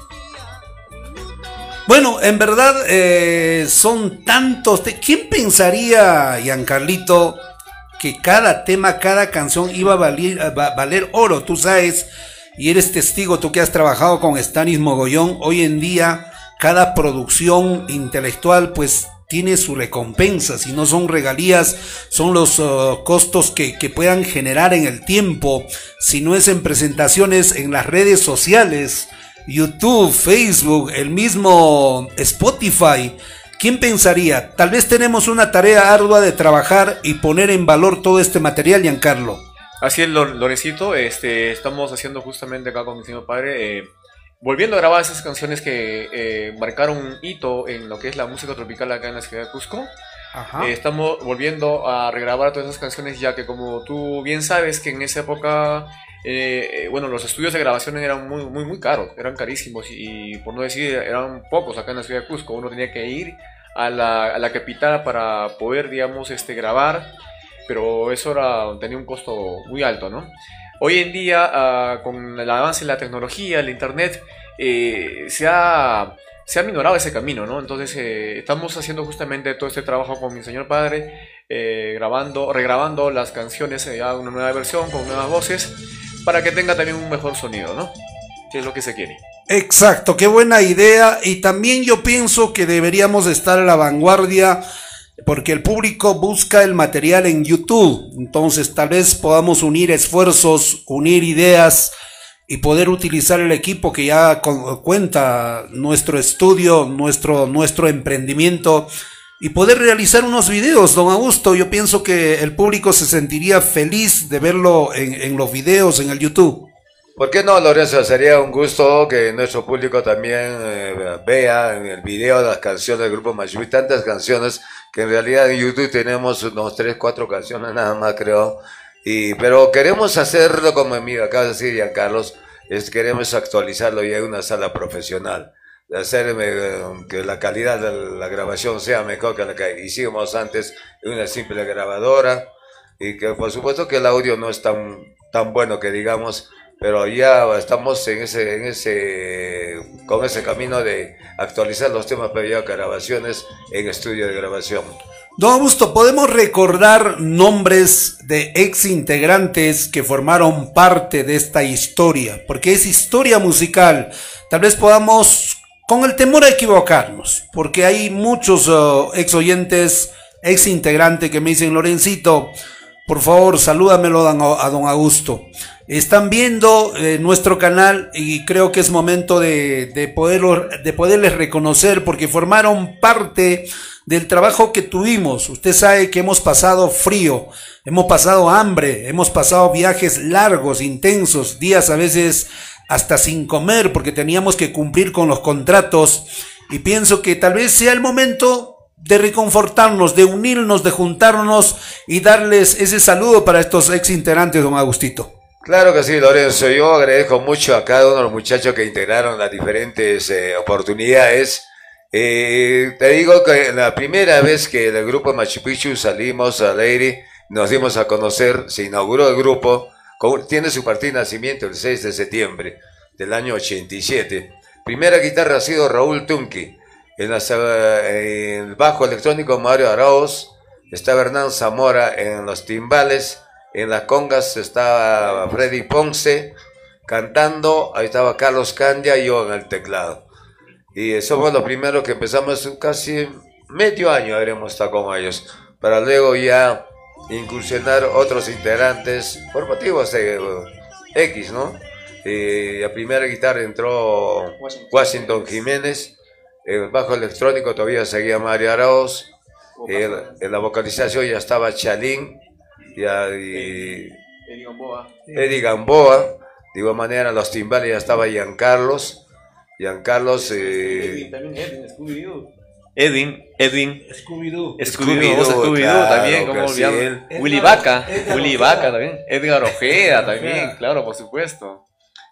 Bueno, en verdad eh, son tantos. ¿Quién pensaría, Giancarlito, que cada tema, cada canción iba a valer, a valer oro? Tú sabes, y eres testigo, tú que has trabajado con Stanis Mogollón, hoy en día cada producción intelectual pues tiene su recompensa. Si no son regalías, son los uh, costos que, que puedan generar en el tiempo. Si no es en presentaciones en las redes sociales, YouTube, Facebook, el mismo Spotify. ¿Quién pensaría? Tal vez tenemos una tarea ardua de trabajar y poner en valor todo este material, Giancarlo. Así es, Lorencito, este, estamos haciendo justamente acá con mi señor padre, eh, volviendo a grabar esas canciones que eh, marcaron un hito en lo que es la música tropical acá en la ciudad de Cusco. Ajá. Eh, estamos volviendo a regrabar todas esas canciones, ya que como tú bien sabes que en esa época, eh, bueno, los estudios de grabación eran muy, muy, muy caros, eran carísimos y, y por no decir eran pocos acá en la ciudad de Cusco. Uno tenía que ir a la, a la capital para poder, digamos, este, grabar, pero eso era, tenía un costo muy alto, ¿no? Hoy en día, uh, con el avance de la tecnología, el internet, eh, se, ha, se ha minorado ese camino, ¿no? Entonces, eh, estamos haciendo justamente todo este trabajo con mi señor padre, eh, grabando, regrabando las canciones, ya eh, una nueva versión, con nuevas voces, para que tenga también un mejor sonido, ¿no? Que es lo que se quiere. Exacto, qué buena idea. Y también yo pienso que deberíamos estar a la vanguardia, porque el público busca el material en YouTube. Entonces tal vez podamos unir esfuerzos, unir ideas y poder utilizar el equipo que ya con, cuenta nuestro estudio, nuestro, nuestro emprendimiento, y poder realizar unos videos, don Augusto. Yo pienso que el público se sentiría feliz de verlo en, en los videos, en el YouTube. ¿Por qué no, Lorenzo? Sería un gusto que nuestro público también eh, vea en el video las canciones del grupo Machu Picchu, tantas canciones que en realidad en YouTube tenemos unos tres, cuatro canciones nada más, creo. Y, pero queremos hacerlo como mi acaba de decir Giancarlos, es queremos actualizarlo y hay una sala profesional, de hacer eh, que la calidad de la grabación sea mejor que la que hicimos antes en una simple grabadora, y que por supuesto que el audio no es tan, tan bueno que digamos, pero ya estamos en ese, en ese, con ese camino de actualizar los temas, pero ya grabaciones en estudio de grabación. Don Augusto, ¿podemos recordar nombres de ex integrantes que formaron parte de esta historia? Porque es historia musical. Tal vez podamos, con el temor a equivocarnos, porque hay muchos uh, ex oyentes, ex integrantes que me dicen, Lorencito, por favor, salúdamelo a don Augusto. Están viendo eh, nuestro canal y creo que es momento de, de, poderlo, de poderles reconocer, porque formaron parte del trabajo que tuvimos. Usted sabe que hemos pasado frío, hemos pasado hambre, hemos pasado viajes largos, intensos, días a veces hasta sin comer, porque teníamos que cumplir con los contratos, y pienso que tal vez sea el momento de reconfortarnos, de unirnos, de juntarnos y darles ese saludo para estos ex integrantes, don Agustito. Claro que sí, Lorenzo. Yo agradezco mucho a cada uno de los muchachos que integraron las diferentes eh, oportunidades. Eh, te digo que la primera vez que el grupo Machu Picchu salimos al aire, nos dimos a conocer, se inauguró el grupo, con, tiene su partida de nacimiento el seis de septiembre del año ochenta y siete. Primera guitarra ha sido Raúl Tunqui. En, la, en el bajo electrónico Mario Arauz, estaba Hernán Zamora en los timbales. En las congas estaba Freddy Ponce cantando, ahí estaba Carlos Candia y yo en el teclado. Y somos los primeros que empezamos casi medio año, habremos estado con ellos, para luego ya incursionar otros integrantes por motivos de X, ¿no? Y la primera guitarra entró Washington Jiménez, el bajo electrónico todavía seguía Mario Arauz, el, en la vocalización ya estaba Chalín, ya, y Eddie Gamboa. Eddie Gamboa, de igual manera los timbales ya estaba Giancarlos, Giancarlos eh, Edwin, también Edwin, Scooby-Doo. Edwin, Edwin, Scooby-Doo. Scooby-Doo, Scooby-Doo claro, también, como que sí, olvidamos. él. Willy Vaca, Willy Vaca también, Edgar Ojeda también, claro, por supuesto.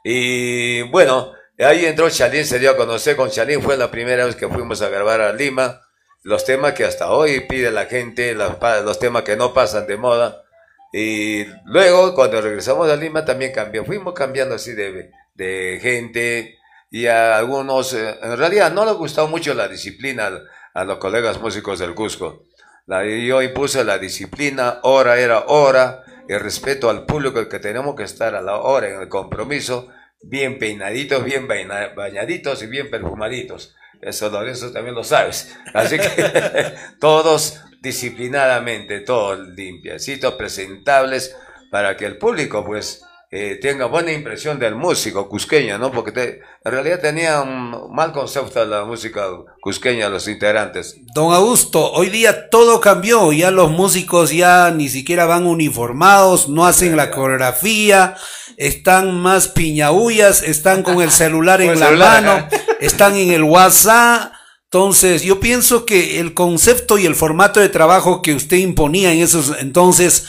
Y bueno, ahí entró Chalín, se dio a conocer con Chalín, fue la primera vez que fuimos a grabar a Lima, los temas que hasta hoy pide la gente, los, los temas que no pasan de moda. Y luego cuando regresamos a Lima también cambió, fuimos cambiando así de, de gente, y a algunos, en realidad no les gustó mucho la disciplina a, a los colegas músicos del Cusco. La, yo impuse la disciplina, hora era hora, el respeto al público, el que tenemos que estar a la hora, en el compromiso, bien peinaditos, bien bañaditos y bien perfumaditos. Eso Lorenzo también lo sabes. Así que todos disciplinadamente, todos limpiecitos, presentables, para que el público pues eh, tenga buena impresión del músico cusqueño, ¿no? Porque te, en realidad tenía un mal concepto de la música cusqueña los integrantes. Don Augusto, hoy día todo cambió, ya los músicos ya ni siquiera van uniformados, no hacen la coreografía, están más piñaullas, están con el celular en la celular, mano, están en el WhatsApp. Entonces, yo pienso que el concepto y el formato de trabajo que usted imponía en esos entonces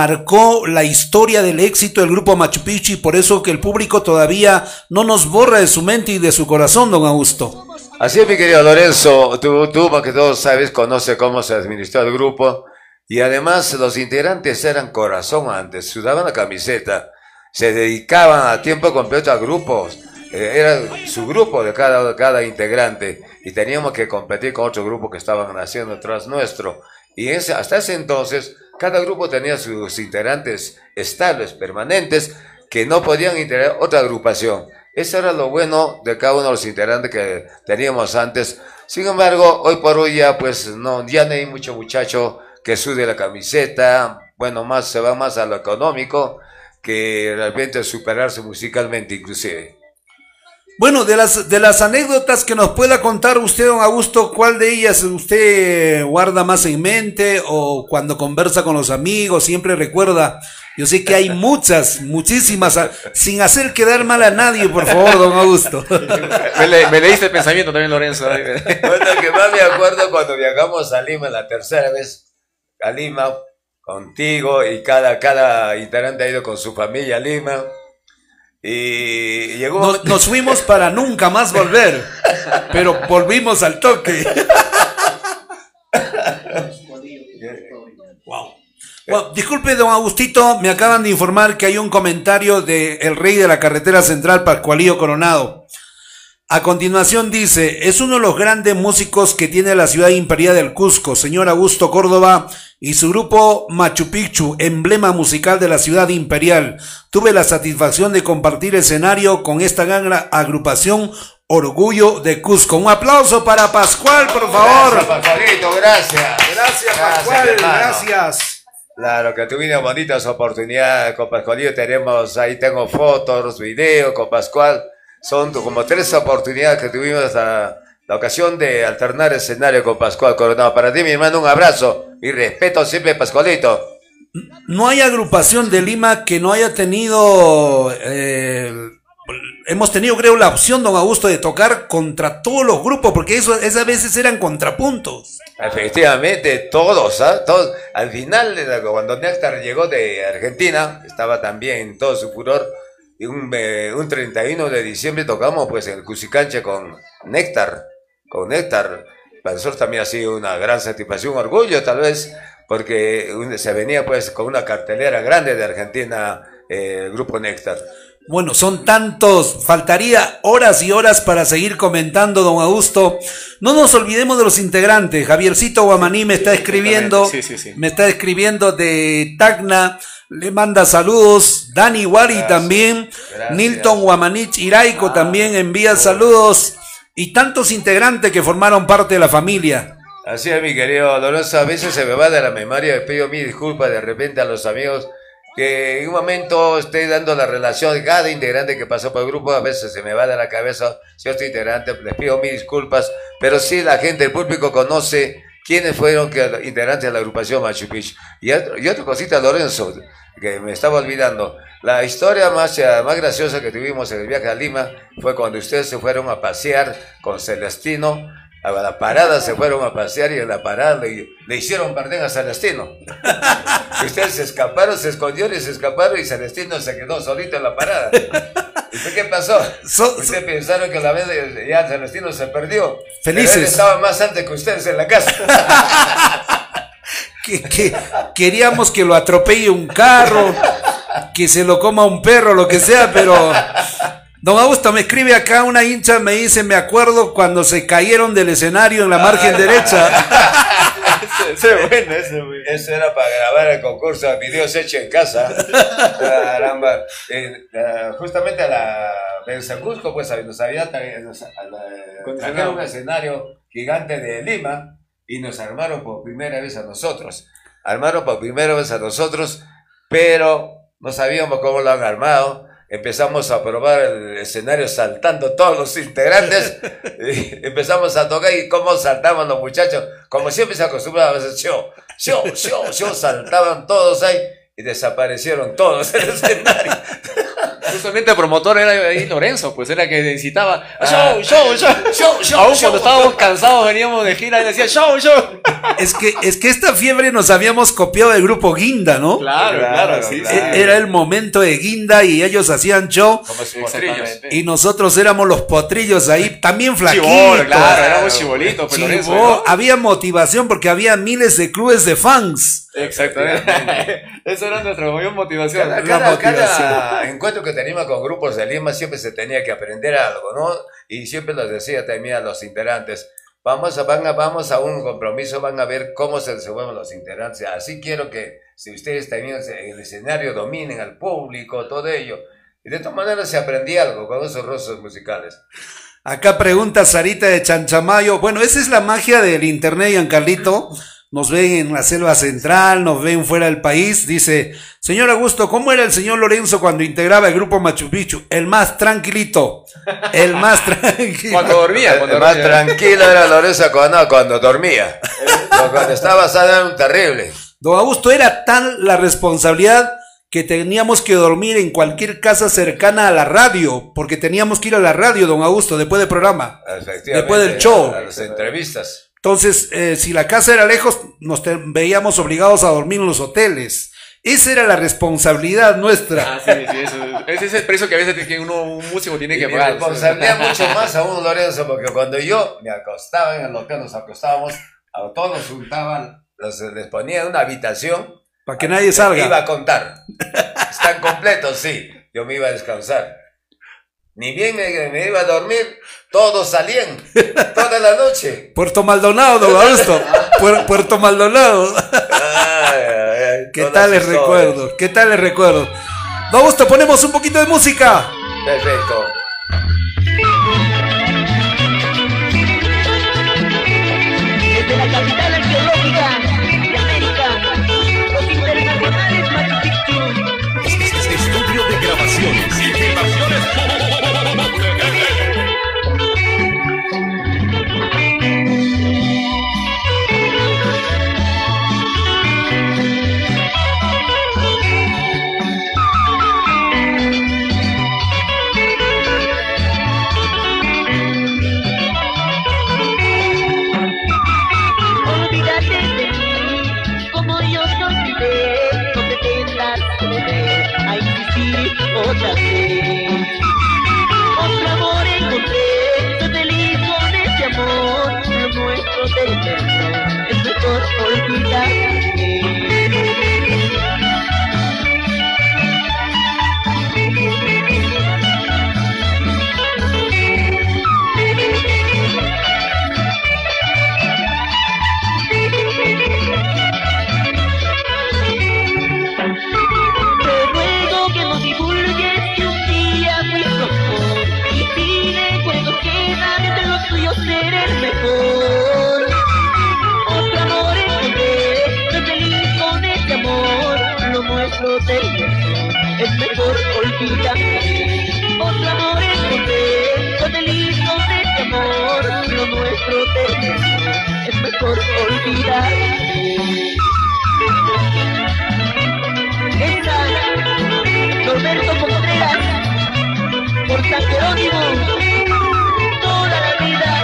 marcó la historia del éxito del grupo Machu Picchu, y por eso que el público todavía no nos borra de su mente y de su corazón, don Augusto. Así es, mi querido Lorenzo, tú, tú más que todos sabes, conoce cómo se administró el grupo, y además los integrantes eran corazón antes, sudaban la camiseta, se dedicaban a tiempo completo a grupos. Era su grupo de cada, de cada integrante, y teníamos que competir con otros grupos que estaban naciendo tras nuestro, y ese, hasta ese entonces cada grupo tenía sus integrantes estables, permanentes, que no podían integrar otra agrupación. Eso era lo bueno de cada uno de los integrantes que teníamos antes. Sin embargo, hoy por hoy ya pues no, ya no hay mucho muchacho que sude la camiseta, bueno, más se va más a lo económico que realmente superarse musicalmente inclusive. Bueno, de las, de las anécdotas que nos pueda contar usted, don Augusto, ¿cuál de ellas usted guarda más en mente, o cuando conversa con los amigos siempre recuerda? Yo sé que hay muchas, muchísimas, sin hacer quedar mal a nadie, por favor, don Augusto. Me, le, me leíste el pensamiento también, Lorenzo. Bueno, que más me acuerdo cuando viajamos a Lima la tercera vez, a Lima, contigo, y cada, cada integrante ha ido con su familia a Lima. Y llegó nos, nos fuimos para nunca más volver, pero volvimos al toque. Wow. Bueno, disculpe, don Agustito, me acaban de informar que hay un comentario de el rey de la carretera central, Pascualillo Coronado. A continuación dice: es uno de los grandes músicos que tiene la ciudad imperial del Cusco, señor Augusto Córdoba, y su grupo Machu Picchu, emblema musical de la ciudad imperial. Tuve la satisfacción de compartir escenario con esta gran agrupación, Orgullo de Cusco. Un aplauso para Pascual, por favor. Gracias, Pascualito, gracias. Gracias, Pascual, hermano. gracias. Claro, que tuvimos bonitas oportunidades con Pascualito. Tenemos, ahí tengo fotos, videos con Pascual. Son como tres oportunidades que tuvimos la, la ocasión de alternar escenario con Pascual Coronado. Para ti, mi hermano, un abrazo y respeto siempre, Pascualito. No hay agrupación de Lima que no haya tenido, eh, hemos tenido, creo, la opción, don Augusto, de tocar contra todos los grupos, porque eso, esas veces eran contrapuntos. Efectivamente, todos, ¿ah? Todos. Al final, cuando Néctar llegó de Argentina, estaba también en todo su furor. Y un, eh, un treinta y uno de diciembre tocamos pues en el Cusicanche con Néctar, con Néctar. Para nosotros también ha sido una gran satisfacción, un orgullo tal vez, porque se venía pues con una cartelera grande de Argentina, eh, el grupo Néctar. Bueno, son tantos, faltaría horas y horas para seguir comentando, don Augusto. No nos olvidemos de los integrantes. Javiercito Guamaní me está escribiendo, sí, sí, sí. me está escribiendo de Tacna, le manda saludos. Dani Wari también, Gracias. Nilton Guamanich Iraico ah, también envía saludos. y tantos integrantes que formaron parte de la familia. Así es, mi querido Lorenzo, a veces se me va de la memoria, le pido mil disculpas de repente a los amigos que en un momento estoy dando la relación de cada integrante que pasó por el grupo, a veces se me va de la cabeza si yo estoy integrante, les pido mil disculpas, pero sí la gente, el público conoce quiénes fueron que, integrantes de la agrupación Machu Picchu. Y, y otra cosita, Lorenzo, que me estaba olvidando, la historia más, más graciosa que tuvimos en el viaje a Lima fue cuando ustedes se fueron a pasear con Celestino, a la parada se fueron a pasear y en la parada le, le hicieron perder a Celestino. Y ustedes se escaparon, se escondieron y se escaparon y Celestino se quedó solito en la parada. ¿Y qué pasó? So, ustedes so, pensaron que la vez de, ya Celestino se perdió. Felices. Pero él estaba más antes que ustedes en la casa. que, que queríamos que lo atropelle un carro, que se lo coma un perro, lo que sea, pero... Don Augusto me escribe acá una hincha, me dice, me acuerdo cuando se cayeron del escenario en la margen ah, derecha. Ese, ese, bueno, ese, eso era para grabar el concurso de videos hechos en casa. Caramba. Eh, uh, justamente a la del Cusco, pues nos había traído un escenario gigante de Lima y nos armaron por primera vez a nosotros. Armaron por primera vez a nosotros, pero no sabíamos cómo lo han armado. Empezamos a probar el escenario saltando todos los integrantes, y empezamos a tocar y cómo saltaban los muchachos, como siempre se acostumbraba a hacer show, show, show, show, saltaban todos ahí y desaparecieron todos en el escenario. Justamente el promotor era ahí Lorenzo, pues era que necesitaba show, ah, show, show, show, show. Aún show, cuando estábamos cansados veníamos de gira y decía show, show. Es que, es que esta fiebre nos habíamos copiado del grupo Guinda, ¿no? Claro, claro, claro, sí, claro. Era el momento de Guinda y ellos hacían show. Como potrillos. Y nosotros éramos los potrillos ahí, también flaquitos. Chibolo, claro, éramos chibolitos. Pues Chibol, Lorenzo, ¿no? Había motivación porque había miles de clubes de fans. Exactamente. Eso era nuestra mayor motivación. Cada, cada, motivación. Cada encuentro que teníamos con grupos de Lima siempre se tenía que aprender algo, ¿no? Y siempre les decía también a los integrantes, vamos a, van a, vamos a un compromiso, van a ver cómo se desenvuelven los integrantes. Así quiero que si ustedes también en el escenario dominen al público, todo ello. Y de todas maneras se aprendía algo con esos rostros musicales. Acá pregunta Sarita de Chanchamayo. Bueno, esa es la magia del internet, Giancarlito. Nos ven en la selva central, nos ven fuera del país. Dice, señor Augusto, ¿cómo era el señor Lorenzo cuando integraba el grupo Machu Picchu? El más tranquilito. El más tranquilo. Cuando dormía. Cuando el dormía. más tranquilo era Lorenzo cuando, no, cuando dormía. Cuando estaba basado era un terrible. Don Augusto, era tan la responsabilidad que teníamos que dormir en cualquier casa cercana a la radio, porque teníamos que ir a la radio, don Augusto, después del programa. Después del show. A las entrevistas. Entonces, eh, si la casa era lejos, nos te, veíamos obligados a dormir en los hoteles. Esa era la responsabilidad nuestra. Ah, sí, sí, eso, ese es el precio que a veces que uno, un músico tiene y que mi pagar. responsabilidad mucho más aún, Lorenzo, porque cuando yo me acostaba en el hotel, nos acostábamos, a todos nos juntaban, los, les ponía en una habitación. Para que nadie salga. Iba a contar. Están completos, sí. Yo me iba a descansar. Ni bien me, me iba a dormir, todos salían, toda la noche. Puerto Maldonado, don Augusto. Puer, Puerto Maldonado. Ay, ay, ay, ¿Qué tal les recuerdo? ¿Qué tal les recuerdo? Don Augusto, ponemos un poquito de música. Perfecto. Desde la capital arqueológica de América, los internacionales Machu Picchu. Estudio de grabaciones y filmaciones. Otra vez, otro amor encontré, soy feliz con ese amor, lo nuestro se eterno, es mejor olvidarte. es mejor olvidarme. Otro amor encontré, con el hijo de este amor, lo nuestro terminó, es mejor olvidarme. Esta, Norberto Contreras, por San Jerónimo, toda la vida.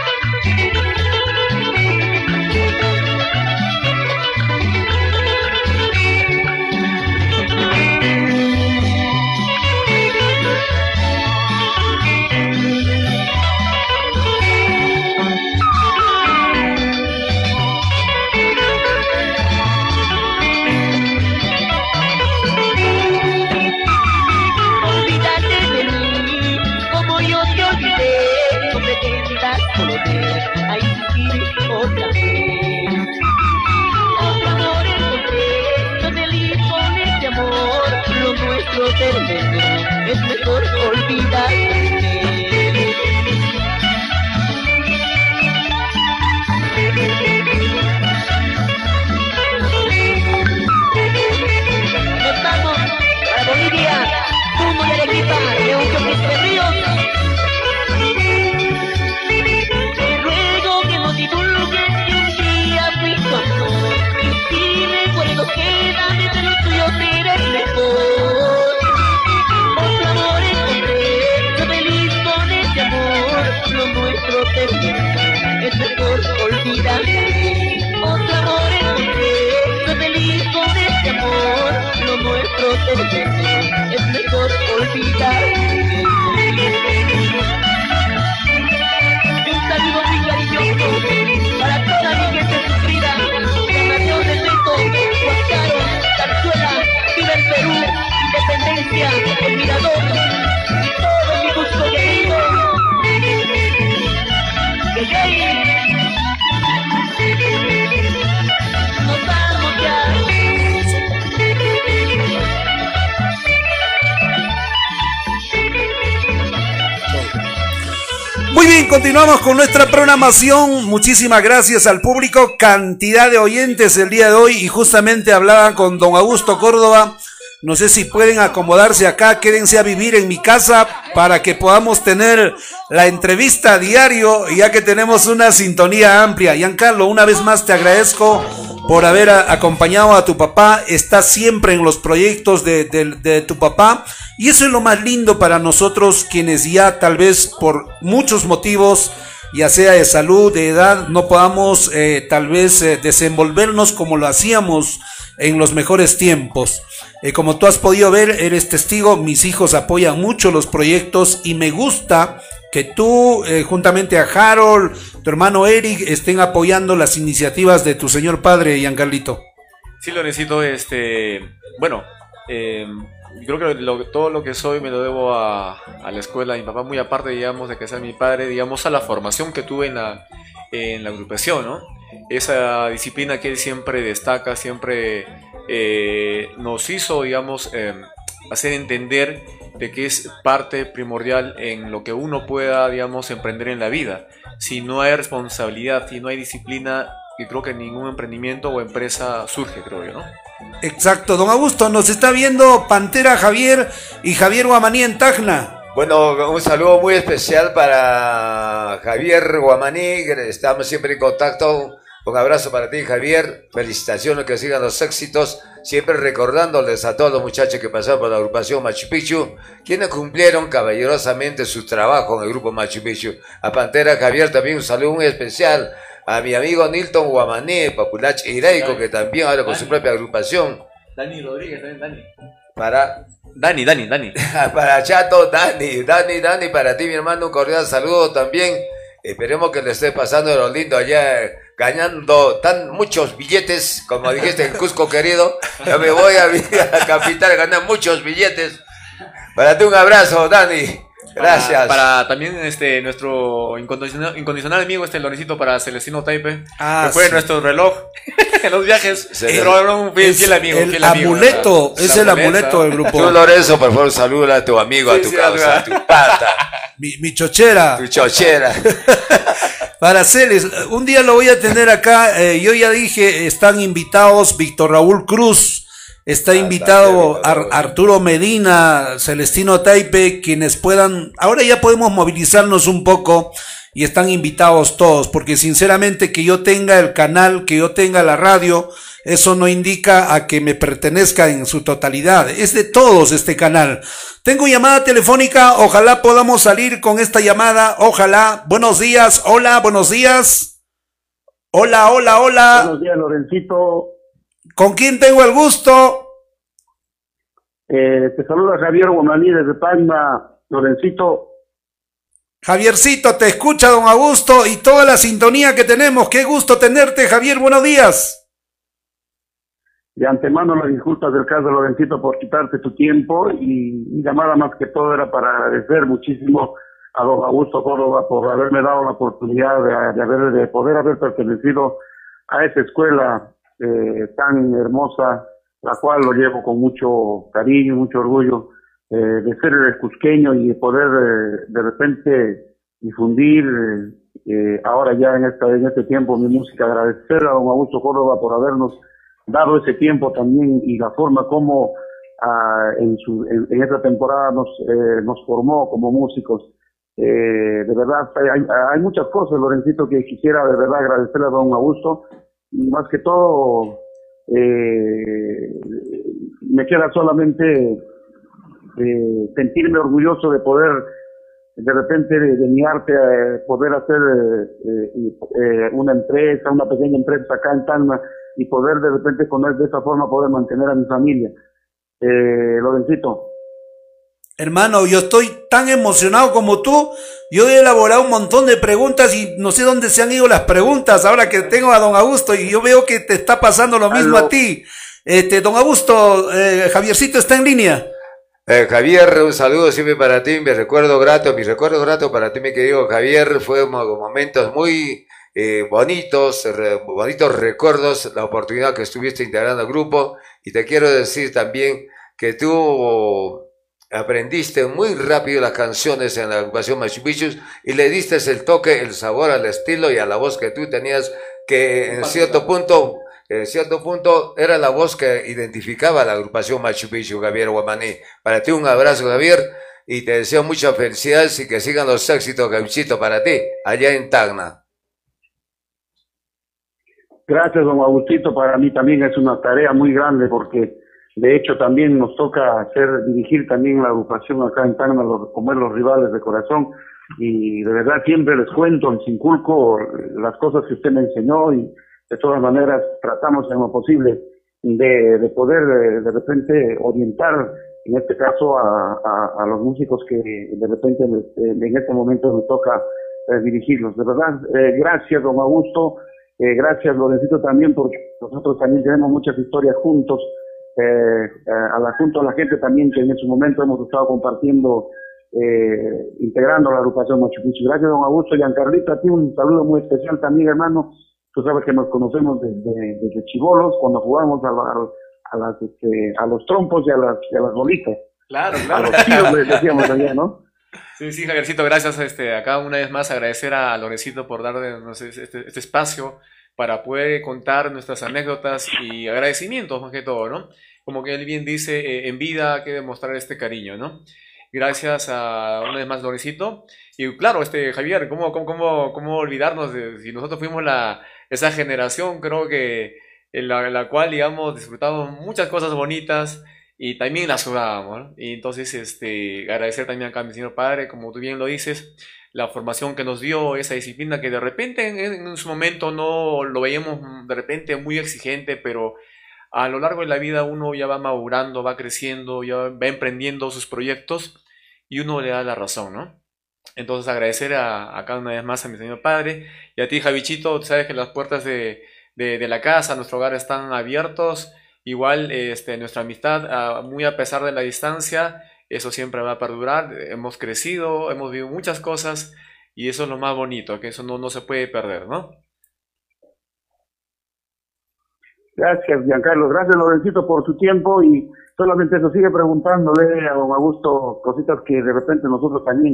A insistir otra vez. Otro amor encontré, con el hijo de este amor, lo nuestro terminó, es mejor olvidarme. Nos vamos para Bolivia, rumbo de Arequipa, de un choque de ríos. Quédame entre los tuyos, eres mejor. Otro amor encontré, yo feliz con este amor, lo nuestro terminó, es mejor olvidarme. Otro amor encontré, yo feliz con este amor, lo nuestro terminó, es mejor olvidarme. Un saludo muy cariñoso para toda mi gente sufrida, San de Seco, Huascaro, Zarzuela, viva el Perú, Independencia, el Mirador, y todo mi gusto querido. Que llegue, nos vamos ya. Muy bien, continuamos con nuestra programación. Muchísimas gracias al público, cantidad de oyentes el día de hoy, y justamente hablaba con don Augusto Córdoba. No sé si pueden acomodarse acá, quédense a vivir en mi casa para que podamos tener la entrevista a diario, ya que tenemos una sintonía amplia. Giancarlo, una vez más te agradezco por haber a, acompañado a tu papá. Estás siempre en los proyectos de, de, de tu papá, y eso es lo más lindo para nosotros, quienes ya tal vez por muchos motivos, ya sea de salud, de edad, no podamos eh, tal vez eh, desenvolvernos como lo hacíamos en los mejores tiempos. Eh, como tú has podido ver, eres testigo, mis hijos apoyan mucho los proyectos, y me gusta que tú, eh, juntamente a Harold, tu hermano Eric, estén apoyando las iniciativas de tu señor padre, Giancarlito. Sí, Lorencito, este, bueno, eh, creo que lo, todo lo que soy me lo debo a, a la escuela. Mi papá, muy aparte, digamos, de que sea mi padre, digamos, a la formación que tuve en la, en la agrupación, ¿no? Esa disciplina que él siempre destaca, siempre eh, nos hizo, digamos, eh, hacer entender de que es parte primordial en lo que uno pueda, digamos, emprender en la vida. Si no hay responsabilidad, si no hay disciplina, y creo que ningún emprendimiento o empresa surge, creo yo, ¿no? Exacto, don Augusto, nos está viendo Pantera Javier y Javier Guamaní en Tacna. Bueno, un saludo muy especial para Javier Guamaní, estamos siempre en contacto. Un abrazo para ti, Javier, felicitaciones, que sigan los éxitos, siempre recordándoles a todos los muchachos que pasaron por la agrupación Machu Picchu, quienes cumplieron caballerosamente su trabajo en el grupo Machu Picchu. A Pantera Javier también un saludo muy especial. A mi amigo Nilton Guamaní, Populach Iraico, que también habla con Dani, su propia agrupación. Dani Rodríguez, también Dani. Para... Dani, Dani, Dani. Para Chato, Dani, Dani, Dani, para ti, mi hermano, un cordial saludo también. Esperemos que le esté pasando de lo lindo allá, ganando tan muchos billetes, como dijiste en Cusco, querido. Yo me voy a, a la capital a ganar muchos billetes. Para ti un abrazo, Dani. Gracias. Para, para también este nuestro incondicional, incondicional amigo este Lorencito, para Celestino Taipe, ah, que fue sí. nuestro reloj en los viajes. Sí. Pero era un fiel, fiel amigo. El fiel amuleto, amigo, es el amuleto del grupo. Tú, Lorenzo, por favor, saluda a tu amigo, sí, a tu sí, causa, a tu pata. Mi, mi chochera. Tu chochera. Para Celes, un día lo voy a tener acá. Eh, yo ya dije, están invitados Víctor Raúl Cruz, Está Ah, invitado está bien, Ar- Arturo Medina, Celestino Taipe, quienes puedan, ahora ya podemos movilizarnos un poco y están invitados todos, porque sinceramente que yo tenga el canal, que yo tenga la radio, eso no indica a que me pertenezca en su totalidad, es de todos este canal. Tengo llamada telefónica, ojalá podamos salir con esta llamada, ojalá. Buenos días, hola, buenos días. Hola, hola, hola. Buenos días, Lorencito. ¿Con quién tengo el gusto? Eh, te saluda Javier Guamaní desde Palma, Lorencito. Javiercito, te escucha don Augusto y toda la sintonía que tenemos. Qué gusto tenerte, Javier, buenos días. De antemano las disculpas del caso, Lorencito, por quitarte tu tiempo, y mi llamada más que todo era para agradecer muchísimo a don Augusto Córdoba por haberme dado la oportunidad de, de, haber, de poder haber pertenecido a esa escuela eh, tan hermosa, la cual lo llevo con mucho cariño, mucho orgullo, eh, de ser el cusqueño y de poder eh, de repente difundir eh, eh, ahora ya en, esta, en este tiempo mi música. Agradecer a don Augusto Córdoba por habernos dado ese tiempo también y la forma como ah, en, su, en, en esta temporada nos, eh, nos formó como músicos. Eh, de verdad, hay, hay muchas cosas, Lorencito, que quisiera de verdad agradecerle a don Augusto, y más que todo eh, me queda solamente eh, sentirme orgulloso de poder de repente de, de mi arte eh, poder hacer eh, eh, una empresa, una pequeña empresa acá en Tacna, y poder de repente con él de esa forma poder mantener a mi familia. eh, Lorencito, Hermano, yo estoy tan emocionado como tú. Yo he elaborado un montón de preguntas y no sé dónde se han ido las preguntas ahora que tengo a don Augusto, y yo veo que te está pasando lo mismo Aló. a ti. Este, don Augusto, eh, Javiercito está en línea. Eh, Javier, un saludo siempre para ti, mi recuerdo grato, mi recuerdo grato para ti, mi querido Javier. Fue mo- momentos muy eh, bonitos, re- bonitos recuerdos, la oportunidad que estuviste integrando el grupo, y te quiero decir también que tú aprendiste muy rápido las canciones en la agrupación Machu Picchu y le diste el toque, el sabor al estilo y a la voz que tú tenías, que en cierto punto, en cierto punto era la voz que identificaba a la agrupación Machu Picchu, Javier Guamaní. Para ti un abrazo, Javier, y te deseo muchas felicidades y que sigan los éxitos, Gauchito, para ti, allá en Tacna. gracias don Agustito. Para mí también es una tarea muy grande, porque de hecho también nos toca hacer, dirigir también la agrupación acá en Tacna, los, como es los rivales de corazón, y de verdad siempre les cuento, les inculco las cosas que usted me enseñó, y de todas maneras tratamos en lo posible de, de poder de, de repente orientar, en este caso a, a, a los músicos que de repente les, en este momento me toca eh, dirigirlos. De verdad, eh, gracias don Augusto, eh, gracias Lorencito también, porque nosotros también tenemos muchas historias juntos. Eh, a la, junto a la gente también que en su momento hemos estado compartiendo, eh, integrando la agrupación Machu Picchu. Gracias don Augusto. Giancarlito, a ti un saludo muy especial también, hermano. Tú sabes que nos conocemos desde, desde chibolos, cuando jugamos a, la, a, las, este, a los trompos y a las, y a las bolitas. Claro, A claro. los tiros les decíamos allá, ¿no? Sí, sí, Javiercito, gracias. Este, acá una vez más agradecer a Lorencito por darnos este, este espacio para poder contar nuestras anécdotas y agradecimientos más que todo, ¿no? Como que él bien dice, eh, en vida hay que demostrar este cariño, ¿no? Gracias a una vez más Lorencito. Y claro, este Javier, ¿cómo, cómo, cómo, cómo olvidarnos de si nosotros fuimos la, esa generación, creo que en la, en la cual, digamos, disfrutamos muchas cosas bonitas y también las sudábamos, ¿no? Y entonces, este, agradecer también acá a mi señor padre, como tú bien lo dices, la formación que nos dio, esa disciplina que de repente en, en su momento no lo veíamos de repente muy exigente, pero a lo largo de la vida uno ya va madurando, va creciendo, ya va emprendiendo sus proyectos y uno le da la razón, ¿no? Entonces agradecer a, acá una vez más a mi señor padre y a ti, Javichito. Tú sabes que las puertas de, de, de la casa, nuestro hogar, están abiertos. Igual este, nuestra amistad, a, muy a pesar de la distancia, eso siempre va a perdurar. Hemos crecido, hemos vivido muchas cosas y eso es lo más bonito, que eso no, no se puede perder, ¿no? Gracias, Giancarlo. Gracias, Lorencito, por tu tiempo, y solamente eso, sigue preguntándole a don Augusto cositas que de repente nosotros también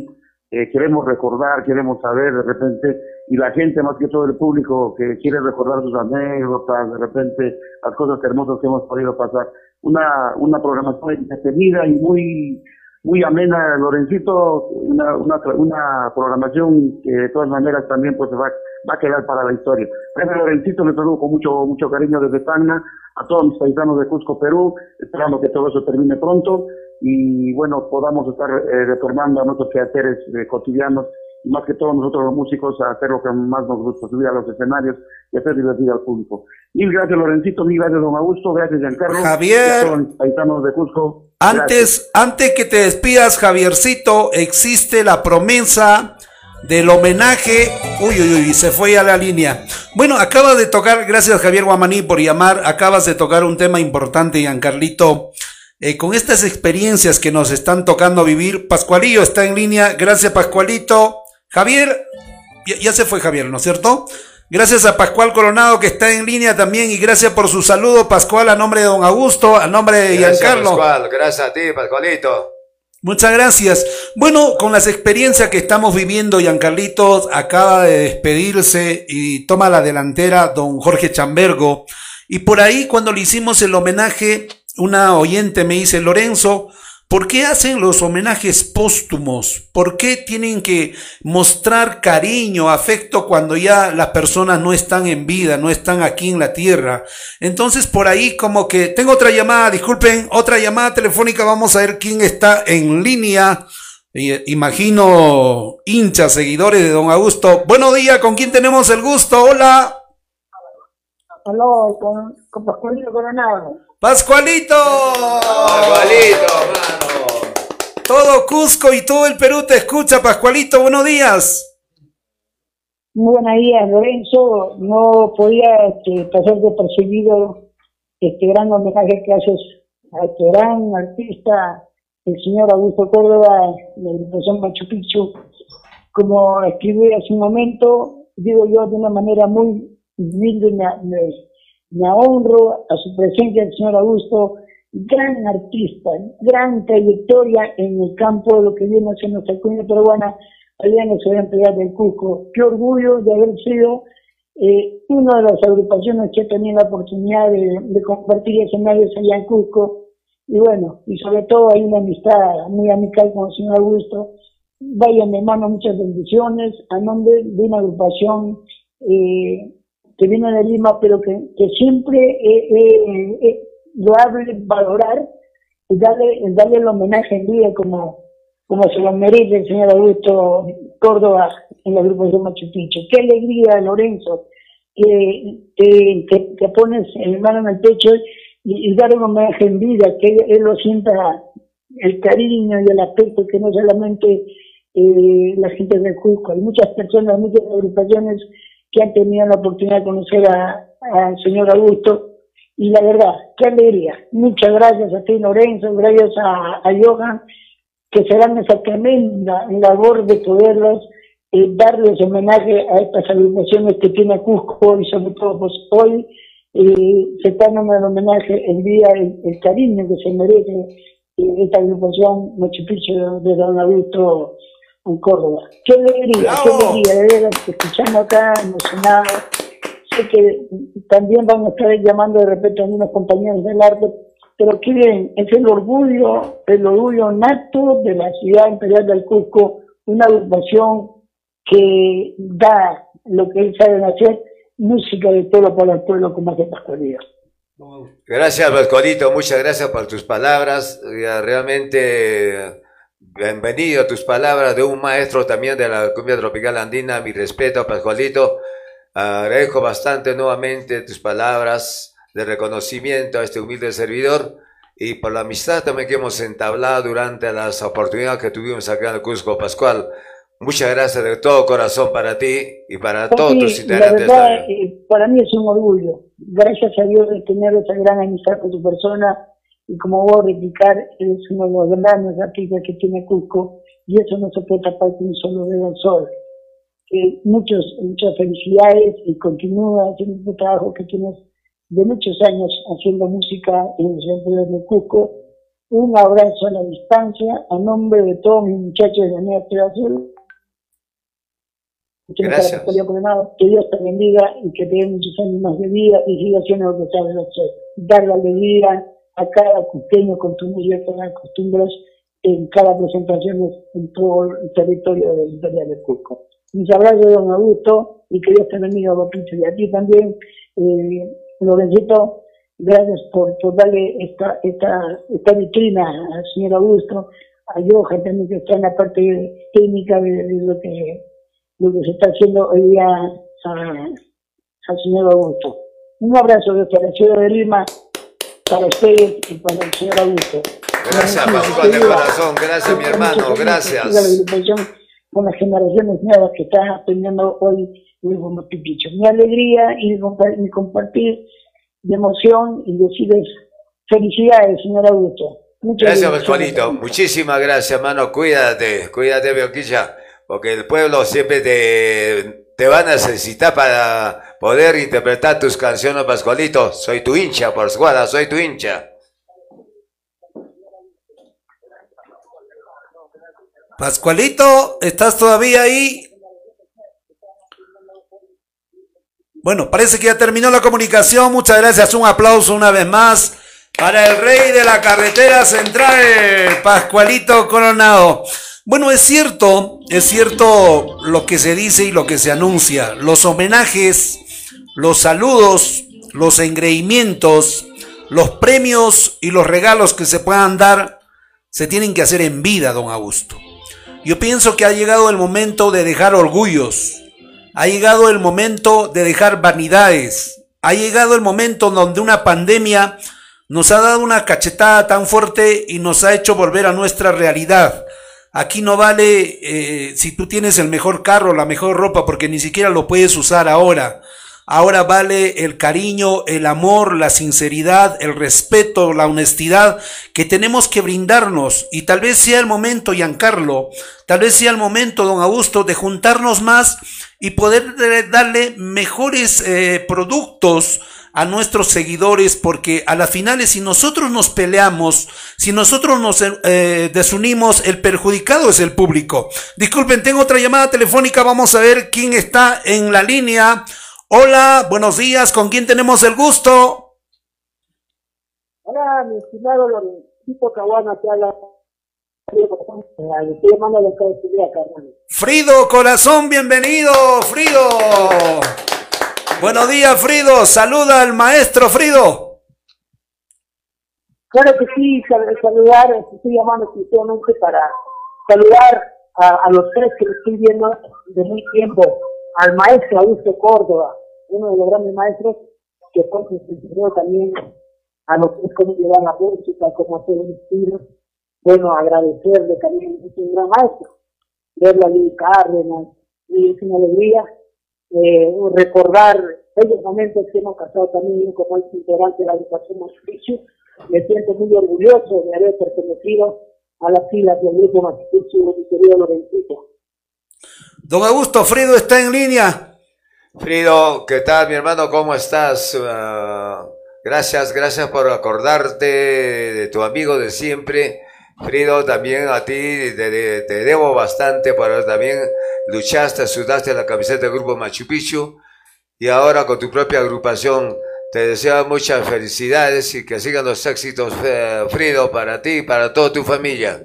eh, queremos recordar, queremos saber de repente, y la gente, más que todo el público, que quiere recordar sus anécdotas, de repente las cosas hermosas que hemos podido pasar. Una, una programación entretenida y muy, muy amena, Lorencito, una, una, una programación que de todas maneras también pues va, va a quedar para la historia. Bueno, Lorencito, le saludo con mucho, mucho cariño desde Tacna, a todos mis paisanos de Cusco, Perú, esperando que todo eso termine pronto y bueno, podamos estar eh, retornando a nuestros quehaceres eh, cotidianos y más que todo nosotros los músicos a hacer lo que más nos gusta, subir a los escenarios y hacer divertir al público. Mil gracias, Lorencito, mil gracias, don Augusto, gracias, Giancarlo. Javier, a todos los paisanos de Cusco. Antes, antes que te despidas, Javiercito, existe la promesa del homenaje. Uy, uy, uy, se fue a la línea. Bueno, acabas de tocar, gracias Javier Guamaní por llamar, acabas de tocar un tema importante, Giancarlito. Eh, con estas experiencias que nos están tocando vivir, Pascualillo está en línea, gracias Pascualito. Javier, ya, ya se fue Javier, ¿no es cierto? Gracias a Pascual Coronado que está en línea también y gracias por su saludo, Pascual, a nombre de don Augusto, a nombre de Giancarlo. Pascual, gracias a ti, Pascualito. Muchas gracias. Bueno, con las experiencias que estamos viviendo, Giancarlitos acaba de despedirse y toma la delantera don Jorge Chambergo. Y por ahí cuando le hicimos el homenaje, una oyente me dice, Lorenzo, ¿por qué hacen los homenajes póstumos? ¿Por qué tienen que mostrar cariño, afecto cuando ya las personas no están en vida, no están aquí en la tierra? Entonces por ahí como que tengo otra llamada, disculpen, otra llamada telefónica, vamos a ver quién está en línea. Eh, imagino hinchas, seguidores de don Augusto. Buenos días, ¿con quién tenemos el gusto? Hola. Aló, con, con Pascualito Coronado. ¡Pascualito! ¡Pascualito, mano! Todo Cusco y todo el Perú te escucha, Pascualito, buenos días. Muy buenos días, Lorenzo. No podía este, pasar desapercibido este gran homenaje que haces a este gran artista, el señor Augusto Córdoba, de la agrupación Machu Picchu. Como escribí hace un momento, digo yo de una manera muy humilde, me, me, me honro a su presencia, el señor Augusto, gran artista, gran trayectoria en el campo de lo que viene haciendo nuestra comunidad peruana, allá en la ciudad imperial del Cusco. Qué orgullo de haber sido eh, una de las agrupaciones que he tenido la oportunidad de, de compartir escenarios allá en Cusco. Y bueno, y sobre todo hay una amistad muy amical con el señor Augusto. Vaya, mi hermano, muchas bendiciones a nombre de una agrupación eh, que viene de Lima, pero que, que siempre eh, eh, eh, lo hable, valorar y darle, darle el homenaje en vida como, como se lo merece el señor Augusto Córdoba en la agrupación Machu Picchu. Qué alegría, Lorenzo, que, que, que, que pones el mano en el pecho y, y dar un homenaje en vida, que él, él lo sienta el cariño y el afecto que no solamente eh, la gente de Cusco, hay muchas personas, muchas agrupaciones que han tenido la oportunidad de conocer al señor Augusto, y la verdad, qué alegría. Muchas gracias a ti, Lorenzo, gracias a, a Johan, que serán esa tremenda labor de poderlos eh, darles homenaje a estas agrupaciones que tiene Cusco, y sobre todo pues hoy eh, se está dando el homenaje el día, el, el cariño que se merece eh, esta agrupación Machu Picchu de don Augusto en Córdoba. Qué alegría, qué alegría, de verdad, escuchando acá, emocionado. Sé que también van a estar llamando de repente a unos compañeros del arte, pero qué bien, es el orgullo, el orgullo nato de la ciudad imperial del Cusco, una agrupación que da lo que él sabe hacer, música de pueblo para el pueblo, como hace Pascualito. Gracias, Pascualito, muchas gracias por tus palabras, realmente... Bienvenido a tus palabras de un maestro también de la cumbia tropical andina. Mi respeto, Pascualito. Agradezco bastante nuevamente tus palabras de reconocimiento a este humilde servidor y por la amistad también que hemos entablado durante las oportunidades que tuvimos acá en el Cusco, Pascual. Muchas gracias de todo corazón para ti y para Papi, todos tus integrantes. La verdad, eh, para mí es un orgullo. Gracias a Dios de tener esa gran amistad con tu persona. Y como voy a replicar, es uno de los grandes artistas que tiene Cusco, y eso no se puede tapar con un solo dedo al sol. Eh, muchos, muchas felicidades y continúa haciendo este trabajo que tienes de muchos años haciendo música en el centro de Cusco. Un abrazo a la distancia, a nombre de todos mis muchachos de Nueva Azul, Gracias. Que Dios te bendiga y que te dé muchos años más de vida y siga haciendo lo que sabes hacer. Dar alegría a cada cuqueño con tu música, que acostumbras en cada presentación en todo el territorio de la historia del Cusco. Mis abrazos, don Augusto, y que Dios te bendiga, Boquito. Y a ti también, eh, Lorencito, gracias por, por darle esta, esta, esta vitrina al señor Augusto, a Johan también, que está en la parte técnica de, de lo que lo que se está haciendo hoy día al señor Augusto. Un abrazo desde la ciudad de Lima para ustedes y para el señor Augusto. Gracias, Pascual, de corazón. Gracias, mi hermano. Gracias. Con las generaciones nuevas que están aprendiendo hoy el Bombo Pipicho. Mi alegría y mi compartir de emoción y decirles felicidades, señor Augusto. Muchas gracias, Pascualito. Muchísimas gracias, hermano. Cuídate, cuídate, Bioquilla, porque el pueblo siempre te, te va a necesitar para poder interpretar tus canciones, Pascualito. Soy tu hincha, por escuadra, soy tu hincha. Pascualito, ¿estás todavía ahí? Bueno, parece que ya terminó la comunicación. Muchas gracias. Un aplauso una vez más para el rey de la carretera central, Pascualito Coronado. Bueno, es cierto, es cierto lo que se dice y lo que se anuncia. Los homenajes, los saludos, los engreimientos, los premios y los regalos que se puedan dar se tienen que hacer en vida, don Augusto. Yo pienso que ha llegado el momento de dejar orgullos, ha llegado el momento de dejar vanidades, ha llegado el momento donde una pandemia nos ha dado una cachetada tan fuerte y nos ha hecho volver a nuestra realidad. Aquí no vale eh, si tú tienes el mejor carro, la mejor ropa, porque ni siquiera lo puedes usar ahora. Ahora vale el cariño, el amor, la sinceridad, el respeto, la honestidad que tenemos que brindarnos. Y tal vez sea el momento, Giancarlo, tal vez sea el momento, don Augusto, de juntarnos más y poder darle mejores eh, productos a nuestros seguidores, porque a las finales, si nosotros nos peleamos, si nosotros nos eh, desunimos, el perjudicado es el público. Disculpen, tengo otra llamada telefónica, vamos a ver quién está en la línea. Hola, buenos días, ¿con quién tenemos el gusto? Hola, mi estimado Lorencito Caguana, que habla. Estoy llamando de Caucilia, carnal. Frido, corazón, bienvenido, Frido. Buenos días, Frido, saluda al maestro Frido. Claro que sí, saludar, estoy llamando exclusivamente para saludar a, a los tres que estoy viendo de muy tiempo. Al maestro Augusto Córdoba, uno de los grandes maestros que fue enseñó también a los que es como llevar la música, cómo hacer un estilo. Bueno, agradecerle también, es un gran maestro. Verlo a Luis Cárdenas, y es una alegría eh, recordar esos momentos que hemos pasado también yo como ex integrante de la agrupación Machu Picchu. Me siento muy orgulloso de haber pertenecido a las filas del grupo Machu Picchu, mi querido Lorencito. Don Augusto, Frido está en línea. Frido, ¿qué tal, mi hermano? ¿Cómo estás? Uh, gracias, gracias por acordarte de tu amigo de siempre. Frido, también a ti te, te, te debo bastante, pero también luchaste, sudaste la camiseta del grupo Machu Picchu y ahora con tu propia agrupación. Te deseo muchas felicidades y que sigan los éxitos, eh, Frido, para ti y para toda tu familia.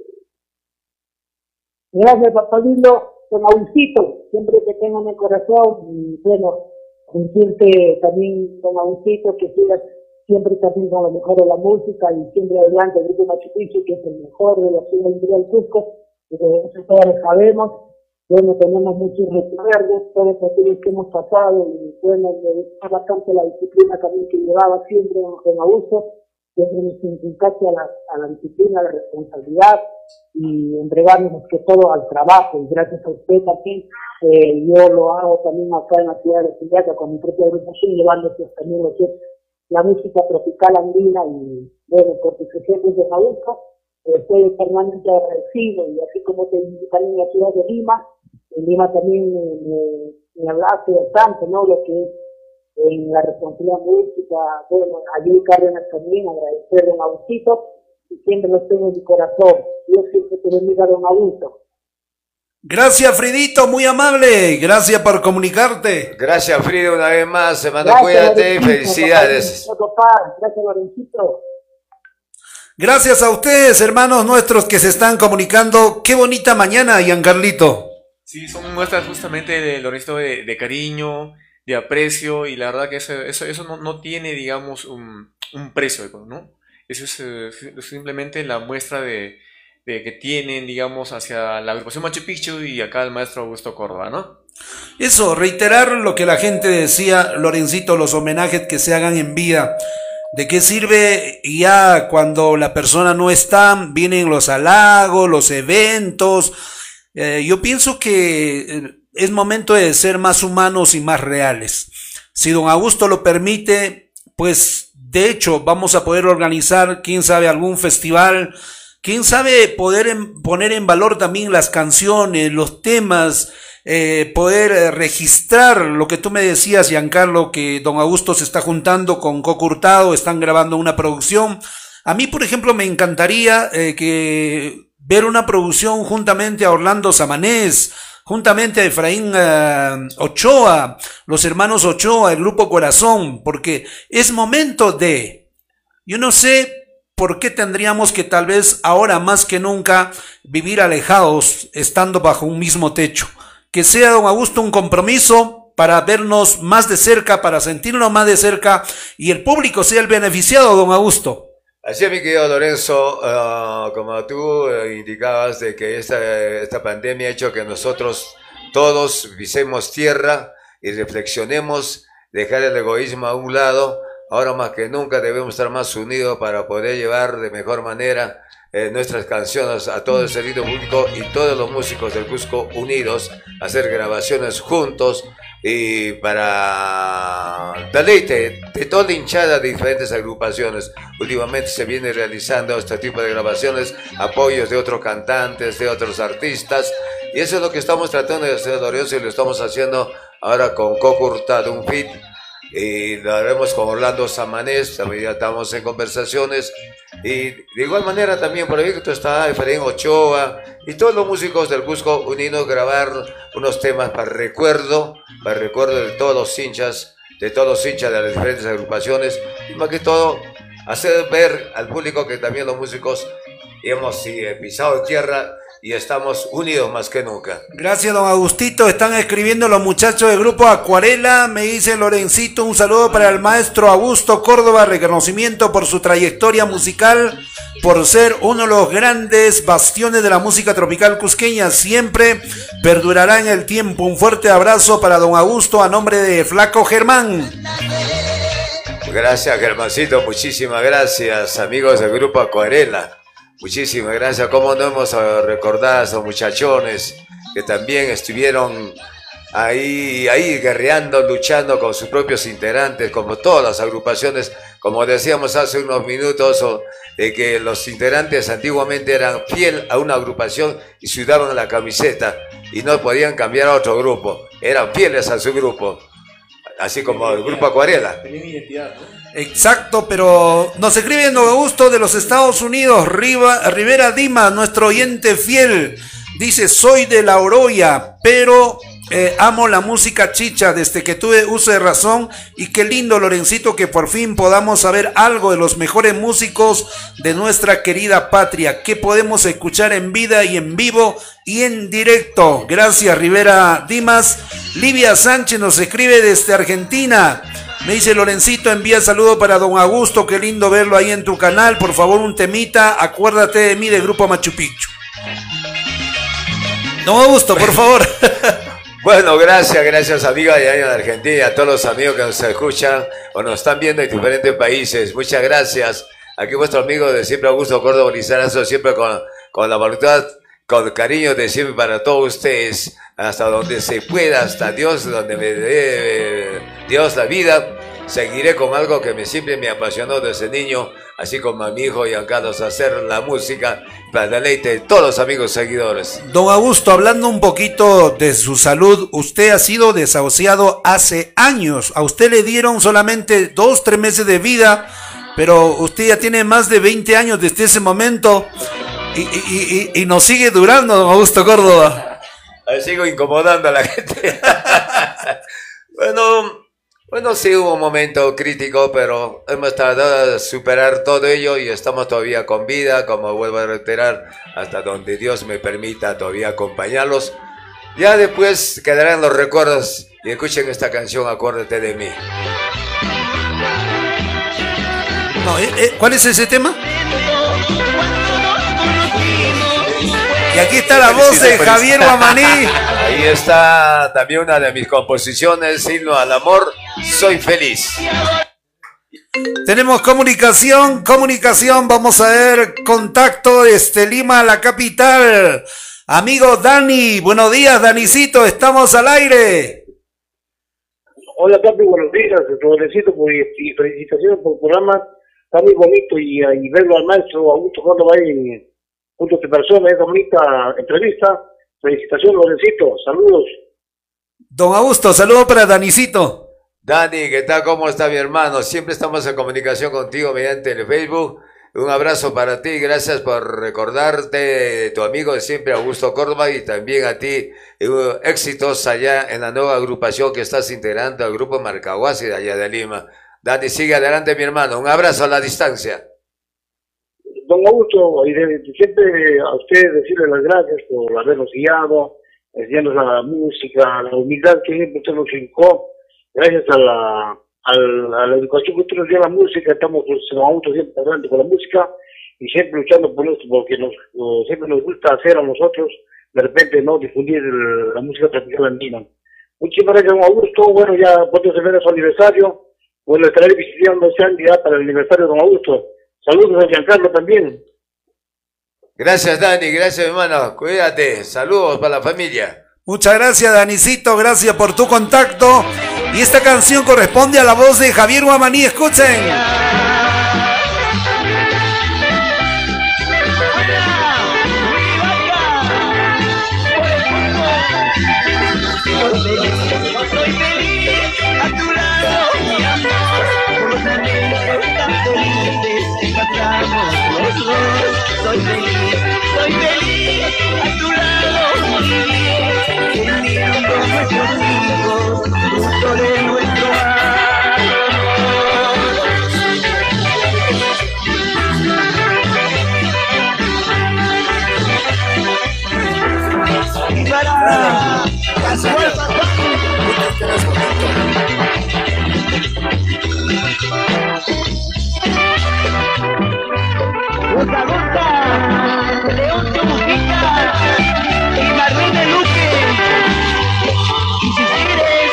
Gracias, papá lindo. Don Agustito, siempre te tengo en el corazón y bueno, decirte también, don Agustito, que sigas siempre también con lo mejor de la música y siempre adelante el grupo Machu Picchu, que es el mejor de la ciudad del Cusco, y de eso todos lo sabemos. Bueno, tenemos muchos recuerdos, todos aquellos que hemos pasado, y bueno, me gusta bastante la disciplina también que llevaba siempre don Augusto, siempre nos inculcaste a la, a la disciplina, a la responsabilidad y entregarnos que todo al trabajo, y gracias a usted también, eh, yo lo hago también acá en la ciudad de Quillaca con mi propia agrupación, llevándose también lo que es la música tropical andina, y bueno, porque se siente de Augusto, eh, estoy eternamente agradecido, y así como te también en la ciudad de Lima, en Lima también me, me, me hablaste bastante, ¿no?, lo que es en la responsabilidad música. Bueno, a Luis Cárdenas también, agradecerle a don Agustito, y siempre lo tengo en mi corazón. Yo siempre te bendiga, don Augusto. Gracias, Fridito, muy amable. Gracias por comunicarte. Gracias, Frida, una vez más. Hermano, cuídate y felicidades. Gracias, Lorencito. Gracias a ustedes, hermanos nuestros que se están comunicando. Qué bonita mañana, Giancarlito. Sí, son muestras justamente de Lorenzo de, de cariño, de aprecio, y la verdad que eso, eso, eso no, no tiene, digamos, un, un precio, ¿no? Eso es eh, simplemente la muestra de, de que tienen, digamos, hacia la agrupación Machu Picchu y acá el maestro Augusto Córdoba, ¿no? Eso, reiterar lo que la gente decía, Lorencito, los homenajes que se hagan en vida. ¿De qué sirve ya cuando la persona no está? Vienen los halagos, los eventos. Eh, yo pienso que es momento de ser más humanos y más reales. Si don Augusto lo permite, pues de hecho vamos a poder organizar, quién sabe, algún festival. Quién sabe poder en, poner en valor también las canciones, los temas, eh, poder eh, registrar lo que tú me decías, Giancarlo, que don Augusto se está juntando con Coco Hurtado, están grabando una producción. A mí, por ejemplo, me encantaría eh, que ver una producción juntamente a Orlando Samanés, juntamente a Efraín uh, Ochoa, los hermanos Ochoa, el Grupo Corazón, porque es momento de, yo no sé por qué tendríamos que tal vez ahora más que nunca vivir alejados, estando bajo un mismo techo. Que sea, don Augusto, un compromiso para vernos más de cerca, para sentirnos más de cerca y el público sea el beneficiado, don Augusto. Así es, mi querido Lorenzo, uh, como tú uh, indicabas de que esta, esta pandemia ha hecho que nosotros todos pisemos tierra y reflexionemos, dejar el egoísmo a un lado. Ahora más que nunca debemos estar más unidos para poder llevar de mejor manera eh, nuestras canciones a todo el servicio público y todos los músicos del Cusco unidos, hacer grabaciones juntos y para deleite de toda la hinchada de diferentes agrupaciones. Últimamente se viene realizando este tipo de grabaciones, apoyos de otros cantantes, de otros artistas, y eso es lo que estamos tratando de hacer, Lorenzo, y lo estamos haciendo ahora con Coco Hurtado, un feat, y lo haremos con Orlando Samanés, también ya estamos en conversaciones, y de igual manera también por ahí está Efraín Ochoa y todos los músicos del Cusco unidos, grabar unos temas para recuerdo, para recuerdo de todos los hinchas, de todos los hinchas de las diferentes agrupaciones, y más que todo hacer ver al público que también los músicos hemos sí, pisado tierra y estamos unidos más que nunca. Gracias, don Agustito. Están escribiendo los muchachos del Grupo Acuarela. Me dice Lorencito, un saludo para el maestro Augusto Córdoba, reconocimiento por su trayectoria musical, por ser uno de los grandes bastiones de la música tropical cusqueña. Siempre perdurará en el tiempo. Un fuerte abrazo para don Augusto a nombre de Flaco Germán. Gracias, Germancito. Muchísimas gracias, amigos del Grupo Acuarela. Muchísimas gracias. Cómo no hemos recordado a esos muchachones que también estuvieron ahí, ahí guerreando, luchando con sus propios integrantes, como todas las agrupaciones, como decíamos hace unos minutos, de que los integrantes antiguamente eran fiel a una agrupación y sudaban la camiseta y no podían cambiar a otro grupo, eran fieles a su grupo, así como el Grupo Acuarela. Tenían identidad, ¿no? Exacto, pero nos escribe don Augusto de los Estados Unidos, Riva, Rivera Dimas, nuestro oyente fiel, dice: soy de La Oroya, pero eh, amo la música chicha desde que tuve uso de razón, y qué lindo, Lorencito, que por fin podamos saber algo de los mejores músicos de nuestra querida patria, que podemos escuchar en vida y en vivo y en directo. Gracias, Rivera Dimas. Livia Sánchez nos escribe desde Argentina. Me dice: Lorencito, envía saludo para don Augusto, qué lindo verlo ahí en tu canal, por favor un temita, acuérdate de mí, del Grupo Machu Picchu. Don Augusto, por favor. Bueno, gracias, gracias amiga de allá en Argentina, a todos los amigos que nos escuchan o nos están viendo en diferentes países, muchas gracias. Aquí vuestro amigo de siempre, Augusto Córdoba Lizarazo, siempre con, con la voluntad, con cariño de siempre para todos ustedes, hasta donde se pueda, hasta Dios, donde me dé Dios la vida. Seguiré con algo que me, siempre me apasionó desde niño, así como a mi hijo Giancarlo, hacer la música para deleite de todos los amigos seguidores. Don Augusto, hablando un poquito de su salud, usted ha sido desahuciado hace años. A usted le dieron solamente dos, tres meses de vida, pero usted ya tiene más de veinte años desde ese momento y, y, y, y nos sigue durando, don Augusto Córdoba. Sigo incomodando a la gente. Bueno, bueno, sí hubo un momento crítico, pero hemos tratado de superar todo ello y estamos todavía con vida, como vuelvo a reiterar, hasta donde Dios me permita todavía acompañarlos. Ya después quedarán los recuerdos y escuchen esta canción, Acuérdate de mí. No, ¿eh, eh, ¿cuál es ese tema? Y aquí está la voz de Javier Guamaní. Ahí está también una de mis composiciones, Himno al Amor, Soy Feliz. Tenemos comunicación, comunicación, vamos a ver, contacto desde Lima, la capital. Amigo Dani, buenos días, Danicito, estamos al aire. Hola, Capi, buenos días, Lorencito, y felicitaciones por el programa, está muy bonito, y, y verlo al maestro Augusto Córdoba ahí junto a tu persona, esa bonita entrevista. Felicitaciones, Lorencito, saludos. Don Augusto, saludos para Danicito. Dani, ¿qué tal? ¿Cómo está mi hermano? Siempre estamos en comunicación contigo mediante el Facebook. Un abrazo para ti, gracias por recordarte de tu amigo de siempre, Augusto Córdoba, y también a ti, éxitos allá en la nueva agrupación que estás integrando, el grupo Marcahuasi de allá de Lima. Dani, sigue adelante mi hermano, un abrazo a la distancia. Don Augusto, y de, de siempre a usted decirle las gracias por habernos guiado, enseñarnos la música, la humildad que siempre usted nos inculcó, gracias a la... Al, a la educación que usted nos dio a la música, estamos pues, Augusto siempre adelante con la música y siempre luchando por esto, porque nos, uh, siempre nos gusta hacer a nosotros, de repente, no difundir el, la música tropical andina. Muchísimas gracias, don Augusto. Bueno, ya pronto se viene su aniversario. Bueno, estaré visitando ese año ya para el aniversario de don Augusto. Saludos a Giancarlo también. Gracias, Dani, gracias, hermano. Cuídate. Saludos para la familia. Muchas gracias, Danicito, gracias por tu contacto. Y esta canción corresponde a la voz de Javier Guamaní, escuchen. Soy feliz a tu lado, mi amor, por los momentos tan felices que pasamos los dos. Soy feliz, soy feliz a tu lado, mi bien, teniendo nuestros hijos, fruto de nuestro amor. Y para Rosa Gonza, León Mujica y Marlene Luque. Y si quieres,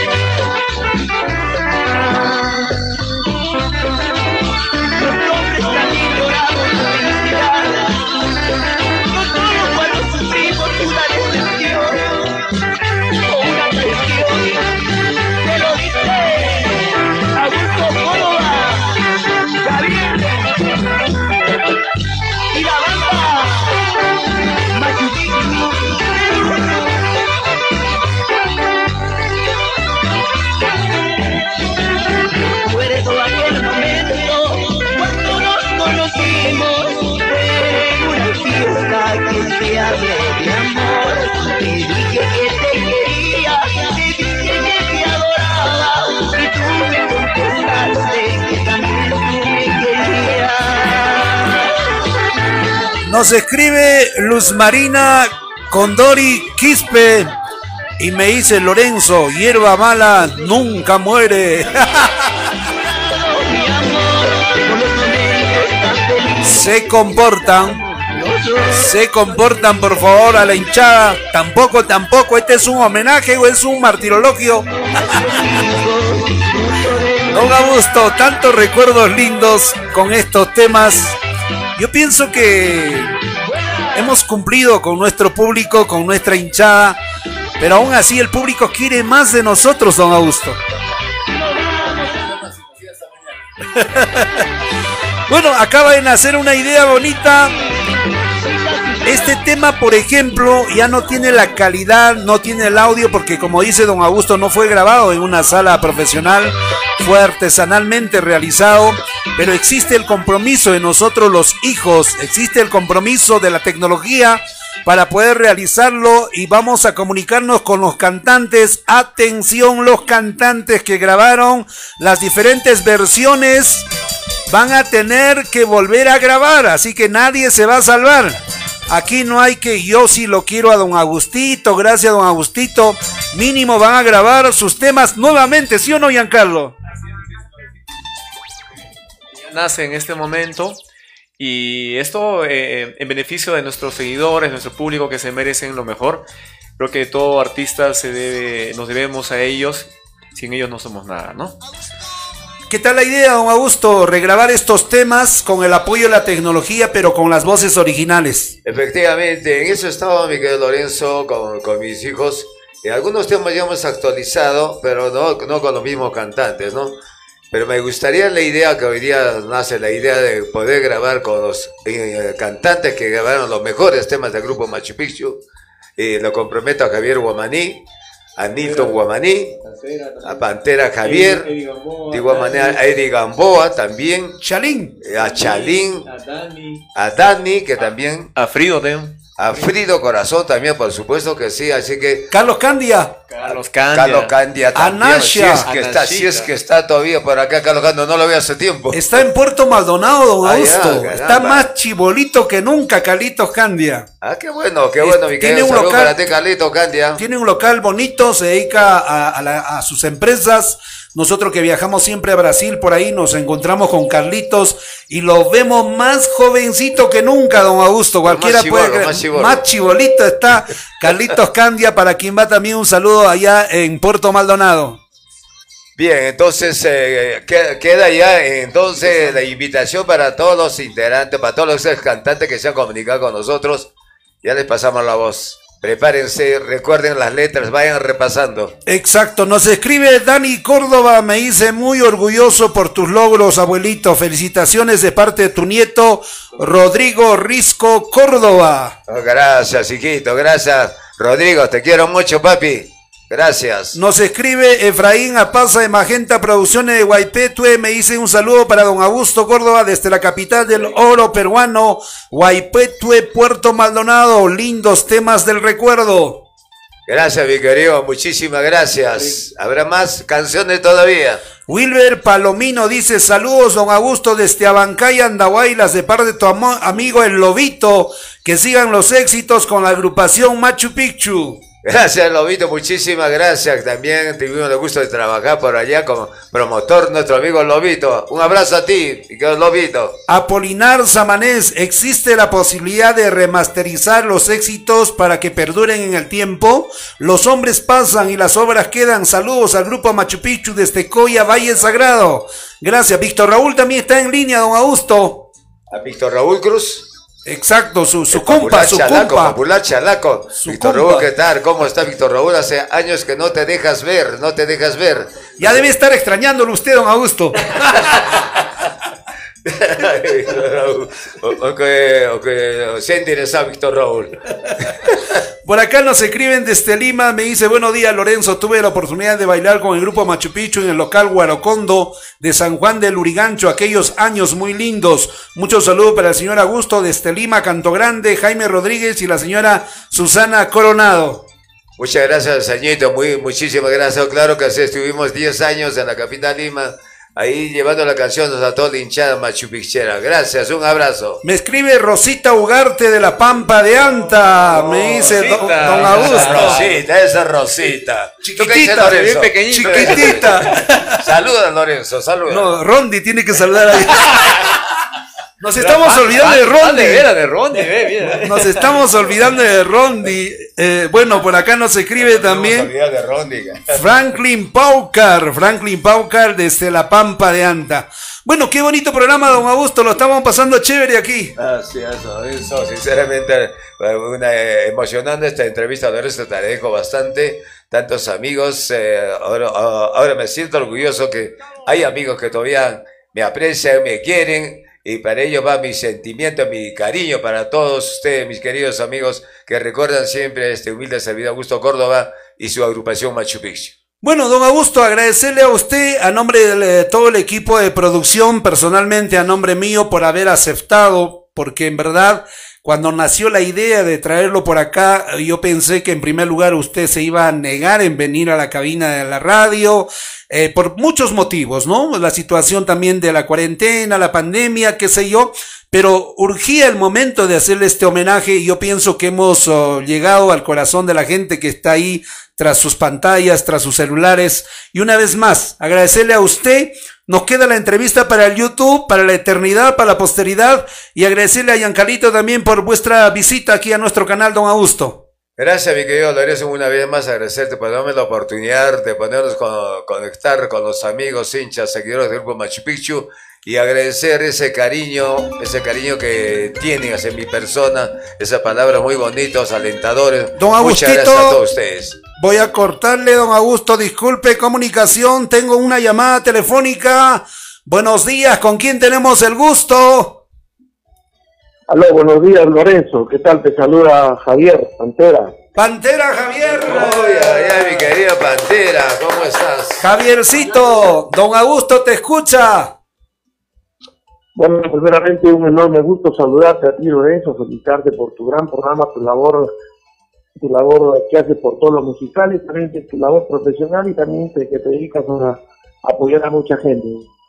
los hombres también lloramos de felicidad. No solo cuando sufrimos una decepción o una traición. Te lo dice Augusto Córdoba, Javier y la banda Machuquísimo. Recuerdo aquel momento cuando nos conocimos en una fiesta que te hablé de amor. Te dije que te quería, te dije que te adoraba y tú me contestaste que también tú me querías. Nos escribe Luz Marina Condori Quispe y me dice: Lorenzo, hierba mala nunca muere. Se comportan, se comportan por favor a la hinchada. Tampoco, tampoco, este es un homenaje o es un martirologio. Don Augusto, tantos recuerdos lindos con estos temas. Yo pienso que hemos cumplido con nuestro público, con nuestra hinchada, pero aún así el público quiere más de nosotros, don Augusto. Bueno, acaba de nacer una idea bonita. Este tema, por ejemplo, ya no tiene la calidad, no tiene el audio, porque como dice don Augusto, no fue grabado en una sala profesional, fue artesanalmente realizado, pero existe el compromiso de nosotros los hijos, existe el compromiso de la tecnología para poder realizarlo y vamos a comunicarnos con los cantantes. Atención, los cantantes que grabaron las diferentes versiones van a tener que volver a grabar, así que nadie se va a salvar. Aquí no hay que yo sí lo quiero a don Agustito, gracias don Agustito. Mínimo van a grabar sus temas nuevamente, ¿sí o no, Giancarlo? Nace en este momento y esto eh, en beneficio de nuestros seguidores, nuestro público que se merecen lo mejor. Creo que todo artista se debe, nos debemos a ellos, sin ellos no somos nada, ¿no? ¿Qué tal la idea, don Augusto? Regrabar estos temas con el apoyo de la tecnología, pero con las voces originales. Efectivamente, en eso estaba mi querido Lorenzo con, con mis hijos. En algunos temas ya hemos actualizado, pero no, no con los mismos cantantes, ¿no? Pero me gustaría la idea que hoy día nace, la idea de poder grabar con los eh, cantantes que grabaron los mejores temas del grupo Machu Picchu. Y lo comprometo a Javier Guamaní, a Nilton Guamaní, a Pantera Javier, de igual manera a Eddie Gamboa también, Chalín, a Chalín, a Dani, a Dani que también, a Frido también. A Frido Corazón también, por supuesto que sí, así que... Carlos Candia. Carlos Candia. Carlos Candia también. Anasha. Si es que está, si es que está todavía por acá, Carlos Candia, no lo veo hace tiempo. Está en Puerto Maldonado, don Augusto. Allá, está más chibolito que nunca, Carlitos Candia. Ah, qué bueno, qué bueno, mi querido. Tiene un local, para ti, Carlitos Candia. Tiene un local bonito, se dedica a, a, la, a sus empresas. Nosotros que viajamos siempre a Brasil, por ahí nos encontramos con Carlitos y lo vemos más jovencito que nunca, don Augusto. Cualquiera más chibolo, puede más, chibolo. más chibolito está Carlitos Candia, para quien va también un saludo allá en Puerto Maldonado. Bien, entonces eh, queda ya entonces la invitación para todos los integrantes, para todos los cantantes que se han comunicado con nosotros. Ya les pasamos la voz. Prepárense, recuerden las letras, vayan repasando. Exacto, nos escribe Dani Córdoba, me dice muy orgulloso por tus logros, abuelito. Felicitaciones de parte de tu nieto Rodrigo Risco Córdoba. Oh, gracias, hijito, gracias. Rodrigo, te quiero mucho, papi. Gracias. Nos escribe Efraín Apaza de Magenta Producciones de Guaipetue. Me dice un saludo para don Augusto Córdoba desde la capital del oro peruano, Guaipetue, Puerto Maldonado. Lindos temas del recuerdo. Gracias, mi querido. Muchísimas gracias. ¿Habrá más canciones todavía? Wilber Palomino dice saludos, don Augusto, desde Abancay, Andahuaylas, de parte de tu am amigo el Lobito. Que sigan los éxitos con la agrupación Machu Picchu. Gracias, Lobito, muchísimas gracias. También tuvimos el gusto de trabajar por allá como promotor, nuestro amigo Lobito. Un abrazo a ti, mi querido Lobito. Apolinar Samanés, ¿existe la posibilidad de remasterizar los éxitos para que perduren en el tiempo? Los hombres pasan y las obras quedan. Saludos al grupo Machu Picchu desde Coya, Valle Sagrado. Gracias. Víctor Raúl también está en línea, don Augusto. A Víctor Raúl Cruz. Exacto, su, su compa, su chalaco, compa. Popular chalaco. Su Víctor compa. Raúl, ¿qué tal? ¿Cómo está Víctor Raúl? Hace años que no te dejas ver, no te dejas ver. Ya debe estar extrañándolo usted, don Augusto. o, o que, o que se interesa Víctor Raúl. Por acá nos escriben desde Lima, me dice buenos días Lorenzo, tuve la oportunidad de bailar con el grupo Machu Picchu en el local Guarocondo de San Juan del Lurigancho, aquellos años muy lindos. Muchos saludos para el señor Augusto desde Lima, Canto Grande, Jaime Rodríguez y la señora Susana Coronado. Muchas gracias, señorito, muy, muchísimas gracias. Claro que sí, estuvimos diez años en la capital Lima, ahí llevando la canción a toda la hinchada Machu Picchera. Gracias, un abrazo. Me escribe Rosita Ugarte de la Pampa de Anta. Oh, me dice don, don Augusto. Esa Rosita, esa Rosita. Chiquitita, bien pequeñita. Chiquitita. Saluda, Lorenzo, saluda. No, Rondi tiene que saludar ahí. Nos estamos ah, olvidando ah, de Rondi. Ah, de veras, de Rondi, ve, mira. Nos estamos olvidando de Rondi. Eh, bueno, por acá nos escribe también de Rondi. Franklin Paucar. Franklin Paucar desde la Pampa de Anta. Bueno, qué bonito programa, don Augusto. Lo estamos pasando chévere aquí. Así es, Lorenzo. Sinceramente, una eh, emocionante esta entrevista, Lorenzo. Te dejo bastante. Tantos amigos. Eh, ahora, ahora me siento orgulloso que hay amigos que todavía me aprecian, me quieren. Y para ello va mi sentimiento, mi cariño para todos ustedes, mis queridos amigos, que recuerdan siempre este humilde servidor Augusto Córdoba y su agrupación Machu Picchu. Bueno, don Augusto, agradecerle a usted, a nombre de todo el equipo de producción, personalmente a nombre mío, por haber aceptado porque en verdad, cuando nació la idea de traerlo por acá, yo pensé que en primer lugar usted se iba a negar en venir a la cabina de la radio, eh, por muchos motivos, ¿no? La situación también de la cuarentena, la pandemia, qué sé yo, pero urgía el momento de hacerle este homenaje y yo pienso que hemos oh, llegado al corazón de la gente que está ahí tras sus pantallas, tras sus celulares. Y una vez más, agradecerle a usted. Nos queda la entrevista para el YouTube, para la eternidad, para la posteridad, y agradecerle a Giancarlito también por vuestra visita aquí a nuestro canal, don Augusto. Gracias, mi querido Lorenzo, una vez más agradecerte por darme la oportunidad de ponernos con, conectar con los amigos, hinchas, seguidores del grupo Machu Picchu, y agradecer ese cariño, ese cariño que tienen hacia mi persona, esas palabras muy bonitas, alentadores. Don Agustito, muchas gracias a todos ustedes. Voy a cortarle, don Augusto, disculpe, comunicación, tengo una llamada telefónica. Buenos días, ¿con quién tenemos el gusto? Aló, buenos días, Lorenzo, ¿qué tal? Te saluda Javier Pantera. Pantera, Javier. Oye, ay, mi querida Pantera, ¿cómo estás? Javiercito, don Augusto te escucha. Bueno, primeramente un enorme gusto saludarte a ti, Lorenzo, felicitarte por tu gran programa, tu labor, tu labor que haces por todos los musicales, también tu labor profesional y también te, que te dedicas a apoyar a mucha gente.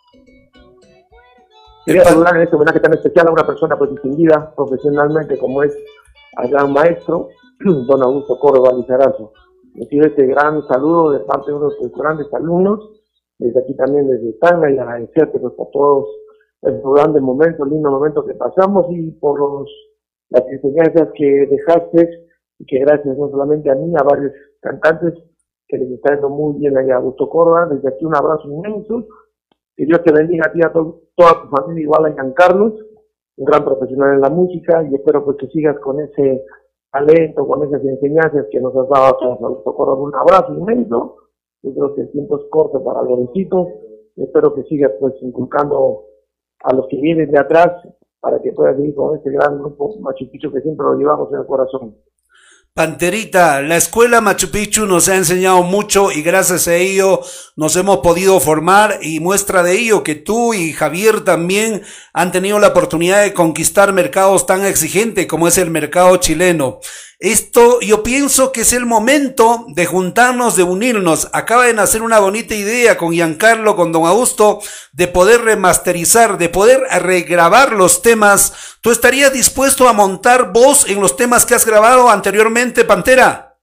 Quería saludar en este homenaje tan especial a una persona pues distinguida profesionalmente como es al gran maestro, don Augusto Córdoba Lizarazo. Recibe este gran saludo de parte de uno de tus grandes alumnos, desde aquí también desde Tacna, y agradecerte pues, por todos estos grandes momentos, lindos momentos que pasamos y por los, las enseñanzas que dejaste y que gracias no solamente a mí, a varios cantantes que les está yendo muy bien allá a Augusto Córdoba. Desde aquí un abrazo inmenso, que Dios te bendiga a ti, a to toda tu familia, igual a Giancarlos, un gran profesional en la música, y espero pues que sigas con ese talento, con esas enseñanzas que nos has dado a todos. Augusto Córdoba, un abrazo inmenso. Yo creo que el tiempo es corto para Lorencito, espero que sigas pues inculcando a los que vienen de atrás para que puedas seguir con este gran grupo Machu Picchu que siempre lo llevamos en el corazón. Panterita, la escuela Machu Picchu nos ha enseñado mucho y gracias a ello nos hemos podido formar, y muestra de ello que tú y Javier también han tenido la oportunidad de conquistar mercados tan exigentes como es el mercado chileno. Esto yo pienso que es el momento de juntarnos, de unirnos. Acaba de nacer una bonita idea con Giancarlo, con don Augusto, de poder remasterizar, de poder regrabar los temas. ¿Tú estarías dispuesto a montar voz en los temas que has grabado anteriormente, Pantera?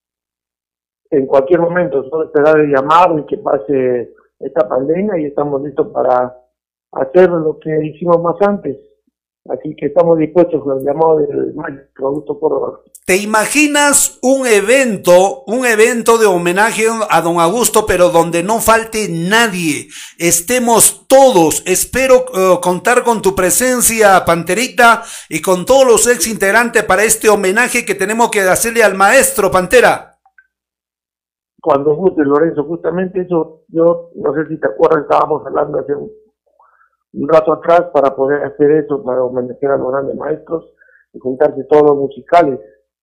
En cualquier momento, solo esperar el llamado y que pase esta pandemia y estamos listos para hacer lo que hicimos más antes. Así que estamos dispuestos con el llamado del maestro Augusto Córdoba. ¿Te imaginas un evento, un evento de homenaje a don Augusto, pero donde no falte nadie? Estemos todos. Espero uh, contar con tu presencia, Panterita, y con todos los ex integrantes para este homenaje que tenemos que hacerle al maestro, Pantera. Cuando guste, Lorenzo, justamente eso, yo no sé si te acuerdas, estábamos hablando hace un, un rato atrás para poder hacer eso, para homenajear a los grandes maestros y juntarse todos los musicales.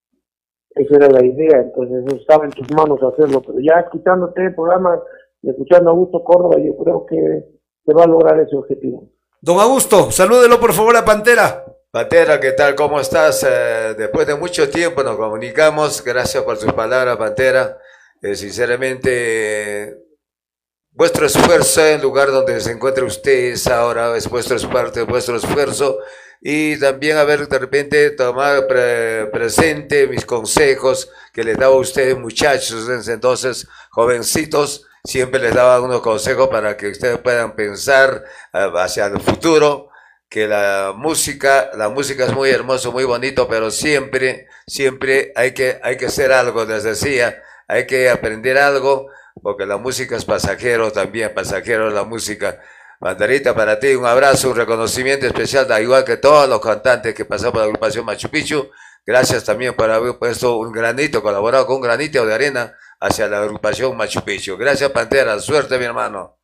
Esa era la idea, entonces eso estaba en tus manos hacerlo, pero ya escuchándote el programa y escuchando a Augusto Córdoba, yo creo que se va a lograr ese objetivo. Don Augusto, salúdelo por favor a Pantera. Pantera, ¿qué tal? ¿Cómo estás? Eh, después de mucho tiempo nos comunicamos, gracias por sus palabras, Pantera. Eh, sinceramente, eh, vuestro esfuerzo en el lugar donde se encuentra ustedes ahora es vuestro esfuerzo, vuestro esfuerzo. Y también haber de repente tomado pre presente mis consejos que les daba a ustedes, muchachos, entonces jovencitos, siempre les daba unos consejos para que ustedes puedan pensar uh, hacia el futuro, que la música, la música es muy hermoso, muy bonito, pero siempre, siempre hay que, hay que hacer algo, les decía, hay que aprender algo, porque la música es pasajero también, pasajero la música. Panterita, para ti un abrazo, un reconocimiento especial, da igual que todos los cantantes que pasaron por la agrupación Machu Picchu. Gracias también por haber puesto un granito, colaborado con un granito de arena hacia la agrupación Machu Picchu. Gracias, Pantera, suerte, mi hermano.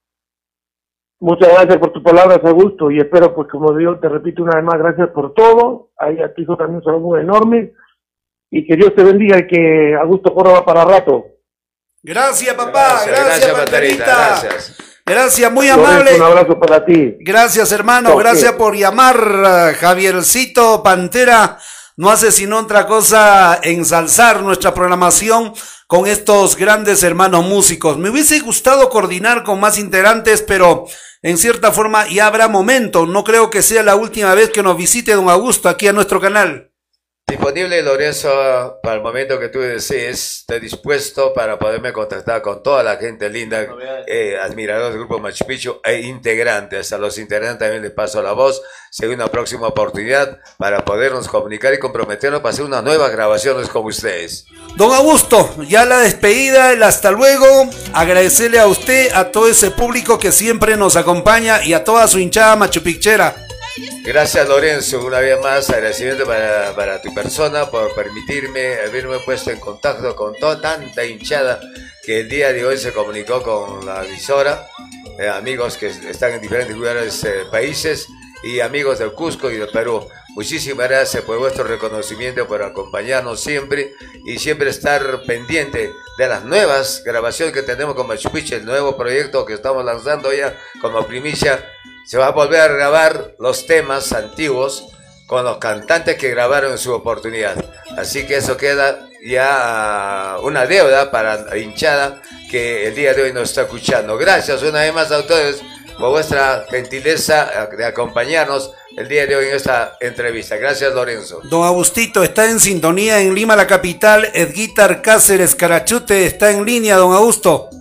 Muchas gracias por tus palabras, Augusto, y espero, pues como digo, te repito una vez más, gracias por todo. Ahí a ti también un saludo enorme, y que Dios te bendiga y que Augusto Córdoba para rato. Gracias, papá, Gracias, gracias, gracias Panterita, gracias. Gracias, muy amable. Lorenzo, un abrazo para ti. Gracias, hermano. Okay. Gracias por llamar, Javiercito Pantera. No hace sino otra cosa ensalzar nuestra programación con estos grandes hermanos músicos. Me hubiese gustado coordinar con más integrantes, pero en cierta forma ya habrá momento. No creo que sea la última vez que nos visite don Augusto aquí a nuestro canal. Disponible, Lorenzo, para el momento que tú desees. Estoy dispuesto para poderme contactar con toda la gente linda, eh, admiradores del grupo Machu Picchu e integrantes. A los integrantes también les paso la voz. Será una próxima oportunidad para podernos comunicar y comprometernos para hacer unas nuevas grabaciones con ustedes. Don Augusto, ya la despedida, el hasta luego. Agradecerle a usted, a todo ese público que siempre nos acompaña y a toda su hinchada machupichera. Gracias, Lorenzo, una vez más agradecimiento para, para tu persona por permitirme haberme puesto en contacto con toda tanta hinchada que el día de hoy se comunicó con la emisora, eh, amigos que están en diferentes lugares, eh, países y amigos del Cusco y del Perú. Muchísimas gracias por vuestro reconocimiento, por acompañarnos siempre y siempre estar pendiente de las nuevas grabaciones que tenemos con Machu Picchu, el nuevo proyecto que estamos lanzando ya como primicia. Se va a volver a grabar los temas antiguos con los cantantes que grabaron en su oportunidad. Así que eso queda ya una deuda para la hinchada que el día de hoy nos está escuchando. Gracias una vez más a ustedes por vuestra gentileza de acompañarnos el día de hoy en esta entrevista. Gracias, Lorenzo. Don Agustito está en sintonía en Lima, la capital. Edguitar Cáceres Carachute está en línea, don Augusto.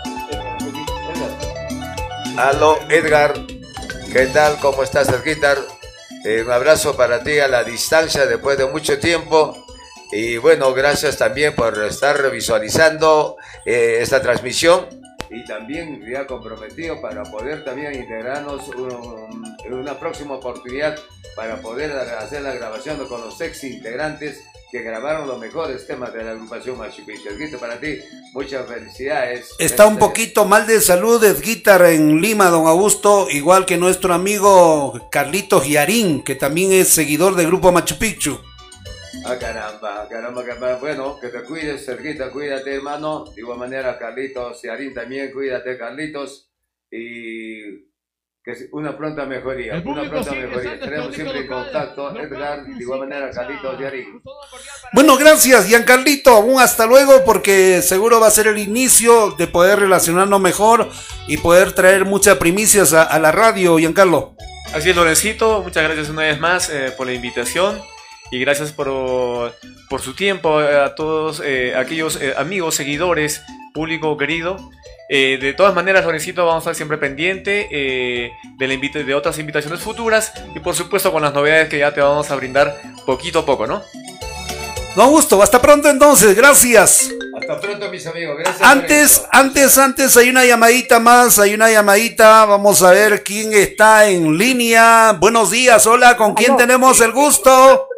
Aló, Edgar. ¿Qué tal? ¿Cómo estás, Edguitar? Eh, un abrazo para ti a la distancia después de mucho tiempo. Y bueno, gracias también por estar visualizando eh, esta transmisión. Y también ya comprometido para poder también integrarnos un, en una próxima oportunidad para poder hacer la grabación con los ex integrantes que grabaron los mejores temas de la agrupación Machu Picchu. Edguitar, para ti, muchas felicidades. Está un poquito mal de salud Edguitar en Lima, don Augusto, igual que nuestro amigo Carlitos Yarín, que también es seguidor del grupo Machu Picchu. Ah, caramba, caramba, caramba. Bueno, que te cuides, Edguitar, cuídate, hermano. De igual manera, Carlitos Yarín también, cuídate, Carlitos. Y que una pronta mejoría, una pronta mejoría. Estaremos siempre en contacto, Edgar, de igual manera, Carlitos Yarín. Bueno, gracias, Giancarlito. Un hasta luego, porque seguro va a ser el inicio de poder relacionarnos mejor y poder traer muchas primicias a, a la radio, Giancarlo. Así es, Lorencito. Muchas gracias una vez más eh, por la invitación. Y gracias por, por su tiempo a todos eh, aquellos eh, amigos, seguidores, público querido. Eh, de todas maneras, Lorencito, vamos a estar siempre pendiente eh, de, la invita de otras invitaciones futuras y por supuesto con las novedades que ya te vamos a brindar poquito a poco, ¿no? Don Augusto, hasta pronto entonces, gracias. Hasta pronto, mis amigos, gracias. Antes, antes, antes hay una llamadita más, hay una llamadita, vamos a ver quién está en línea. Buenos días, hola, ¿con quién tenemos el gusto?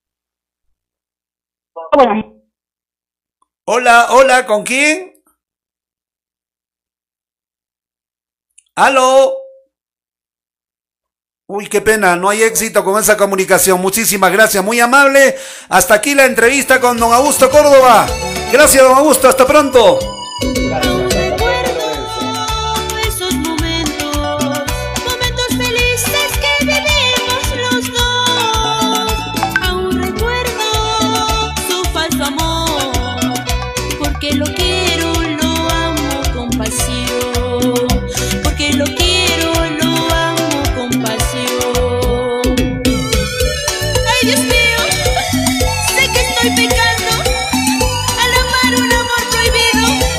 Hola, hola, ¿con quién? ¿Aló? Uy, qué pena, no hay éxito con esa comunicación. Muchísimas gracias, muy amable. Hasta aquí la entrevista con don Augusto Córdoba. Gracias, don Augusto, hasta pronto. Gracias. Estoy pecando al amar un amor prohibido.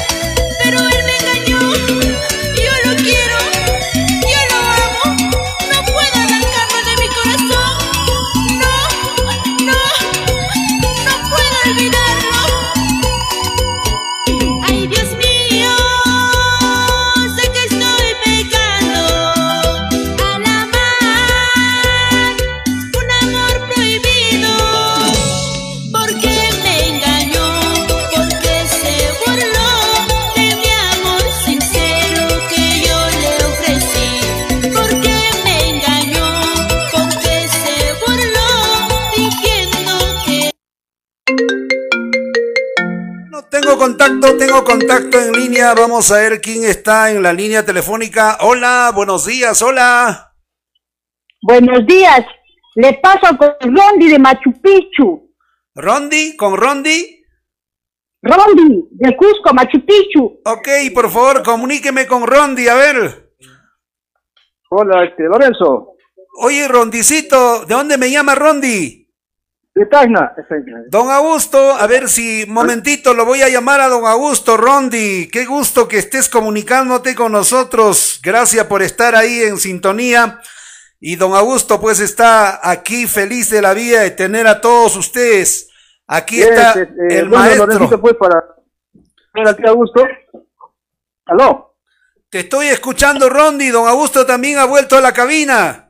tengo contacto, tengo contacto en línea. Vamos a ver quién está en la línea telefónica. Hola, buenos días, hola. Buenos días. Le paso con Rondi de Machu Picchu. ¿Rondi? ¿Con Rondi? Rondi, de Cusco, Machu Picchu. Ok, por favor, comuníqueme con Rondi, a ver. Hola, este, Lorenzo. Oye, Rondicito, ¿de dónde me llama Rondi? De Tacna. Don Augusto, a ver si, momentito, lo voy a llamar a don Augusto. Rondi, qué gusto que estés comunicándote con nosotros. Gracias por estar ahí en sintonía. Y don Augusto, pues, está aquí feliz de la vida de tener a todos ustedes. Aquí está Este, eh, el bueno, maestro. Lorencito, pues, para... Mira, aquí Augusto. ¿Aló? Te estoy escuchando, Rondi. Don Augusto también ha vuelto a la cabina.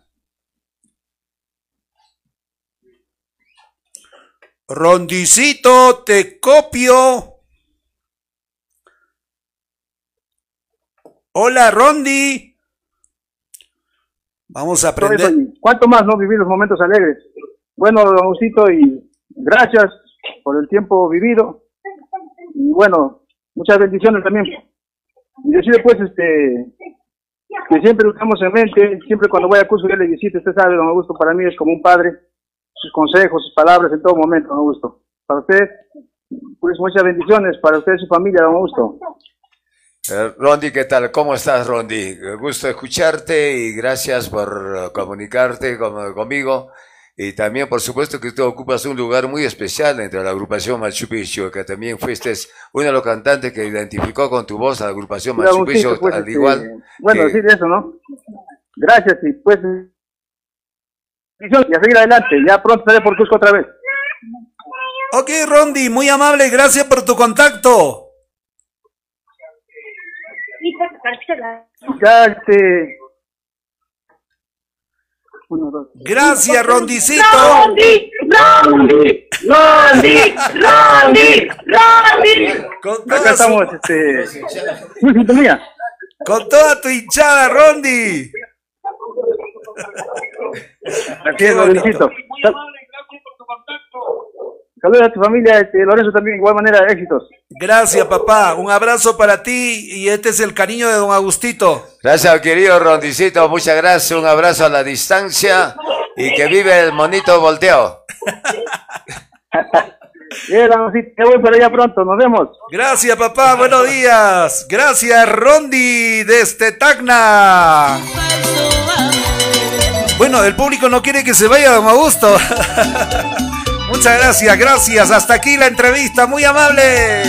Rondicito, te copio. Hola, Rondi. Vamos a aprender. ¿Cuánto más no vivir los momentos alegres? Bueno, don Augustito, y gracias por el tiempo vivido. Y bueno, muchas bendiciones también. Y decirle pues este que siempre lo tenemos en mente, siempre cuando voy a curso yo le visito, usted sabe, don Augusto, para mí es como un padre, sus consejos, sus palabras en todo momento, don Augusto. Para usted, pues muchas bendiciones, para usted y su familia, don Augusto. Eh, Rondi, ¿qué tal? ¿Cómo estás, Rondi? Gusto escucharte y gracias por uh, comunicarte con, conmigo. Y también, por supuesto, que tú ocupas un lugar muy especial entre la agrupación Machu Picchu, que también fuiste uno de los cantantes que identificó con tu voz a la agrupación Mira, Machu Picchu, pues, al este, igual bueno, que... decir eso, ¿no? Gracias, y pues, y a seguir adelante, ya pronto estaré por Cusco otra vez. Ok, Rondi, muy amable, gracias por tu contacto. Ya, este... Gracias, Rondicito. Rondi, Rondi, Rondi, Rondi, Rondi. Acá estamos, este... Muy sintonía. Con toda tu hinchada, Rondi. Así es, Lorencito. Saludos a tu familia, este, Lorenzo también, de igual manera, éxitos. Gracias, papá. Un abrazo para ti y este es el cariño de don Agustito. Gracias, querido Rondicito, muchas gracias, un abrazo a la distancia y que vive el monito volteo. Bien, Ramoncito, ya voy para allá pronto, nos vemos. Gracias, papá, buenos días. Gracias, Rondi, desde Tacna. Bueno, el público no quiere que se vaya, don Augusto. Muchas gracias, gracias. Hasta aquí la entrevista, muy amable.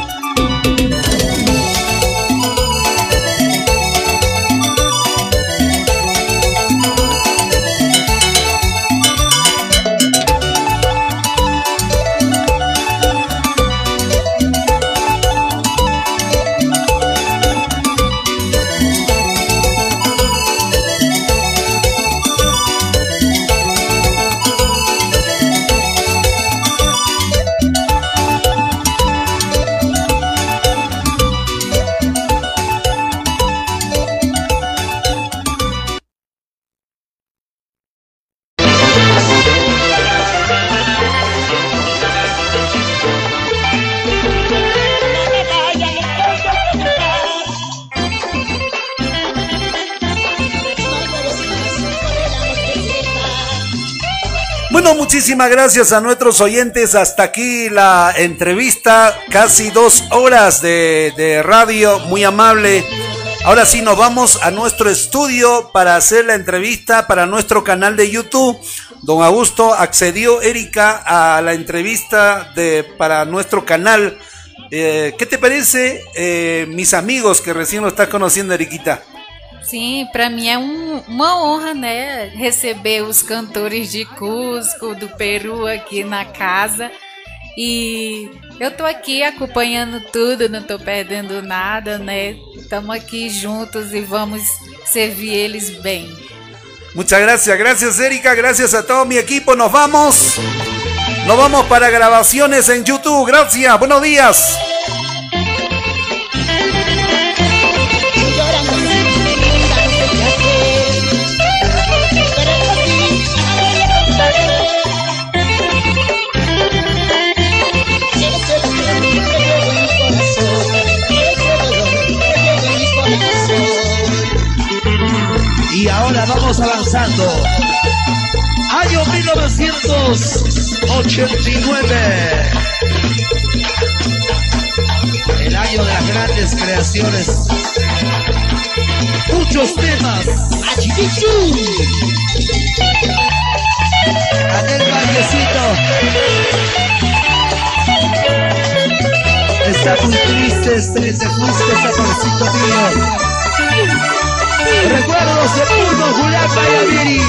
Bueno, muchísimas gracias a nuestros oyentes. Hasta aquí la entrevista, casi dos horas de, de radio, muy amable. Ahora sí nos vamos a nuestro estudio para hacer la entrevista para nuestro canal de YouTube. Don Augusto accedió, Erika, a la entrevista de, para nuestro canal. Eh, ¿Qué te parece, eh, mis amigos que recién lo estás conociendo, Eriquita? Sim, para mim é um, uma honra, né, receber os cantores de Cusco, do Peru aqui na casa. E eu tô aqui acompanhando tudo, não tô perdendo nada, né? Estamos aqui juntos e vamos servir eles bem. Muchas gracias, gracias Erika, gracias a todo mi equipo. Nos vamos, nos vamos para grabaciones en YouTube. Gracias, buenos días. Thank you. comenzando. Año mil novecientos ochenta y nueve. El año de las grandes creaciones. Muchos temas. Anel Vallecito está muy triste, este, te fuiste, saborcito mío. Recuerdos de Pulmo, Julián Mayaviri.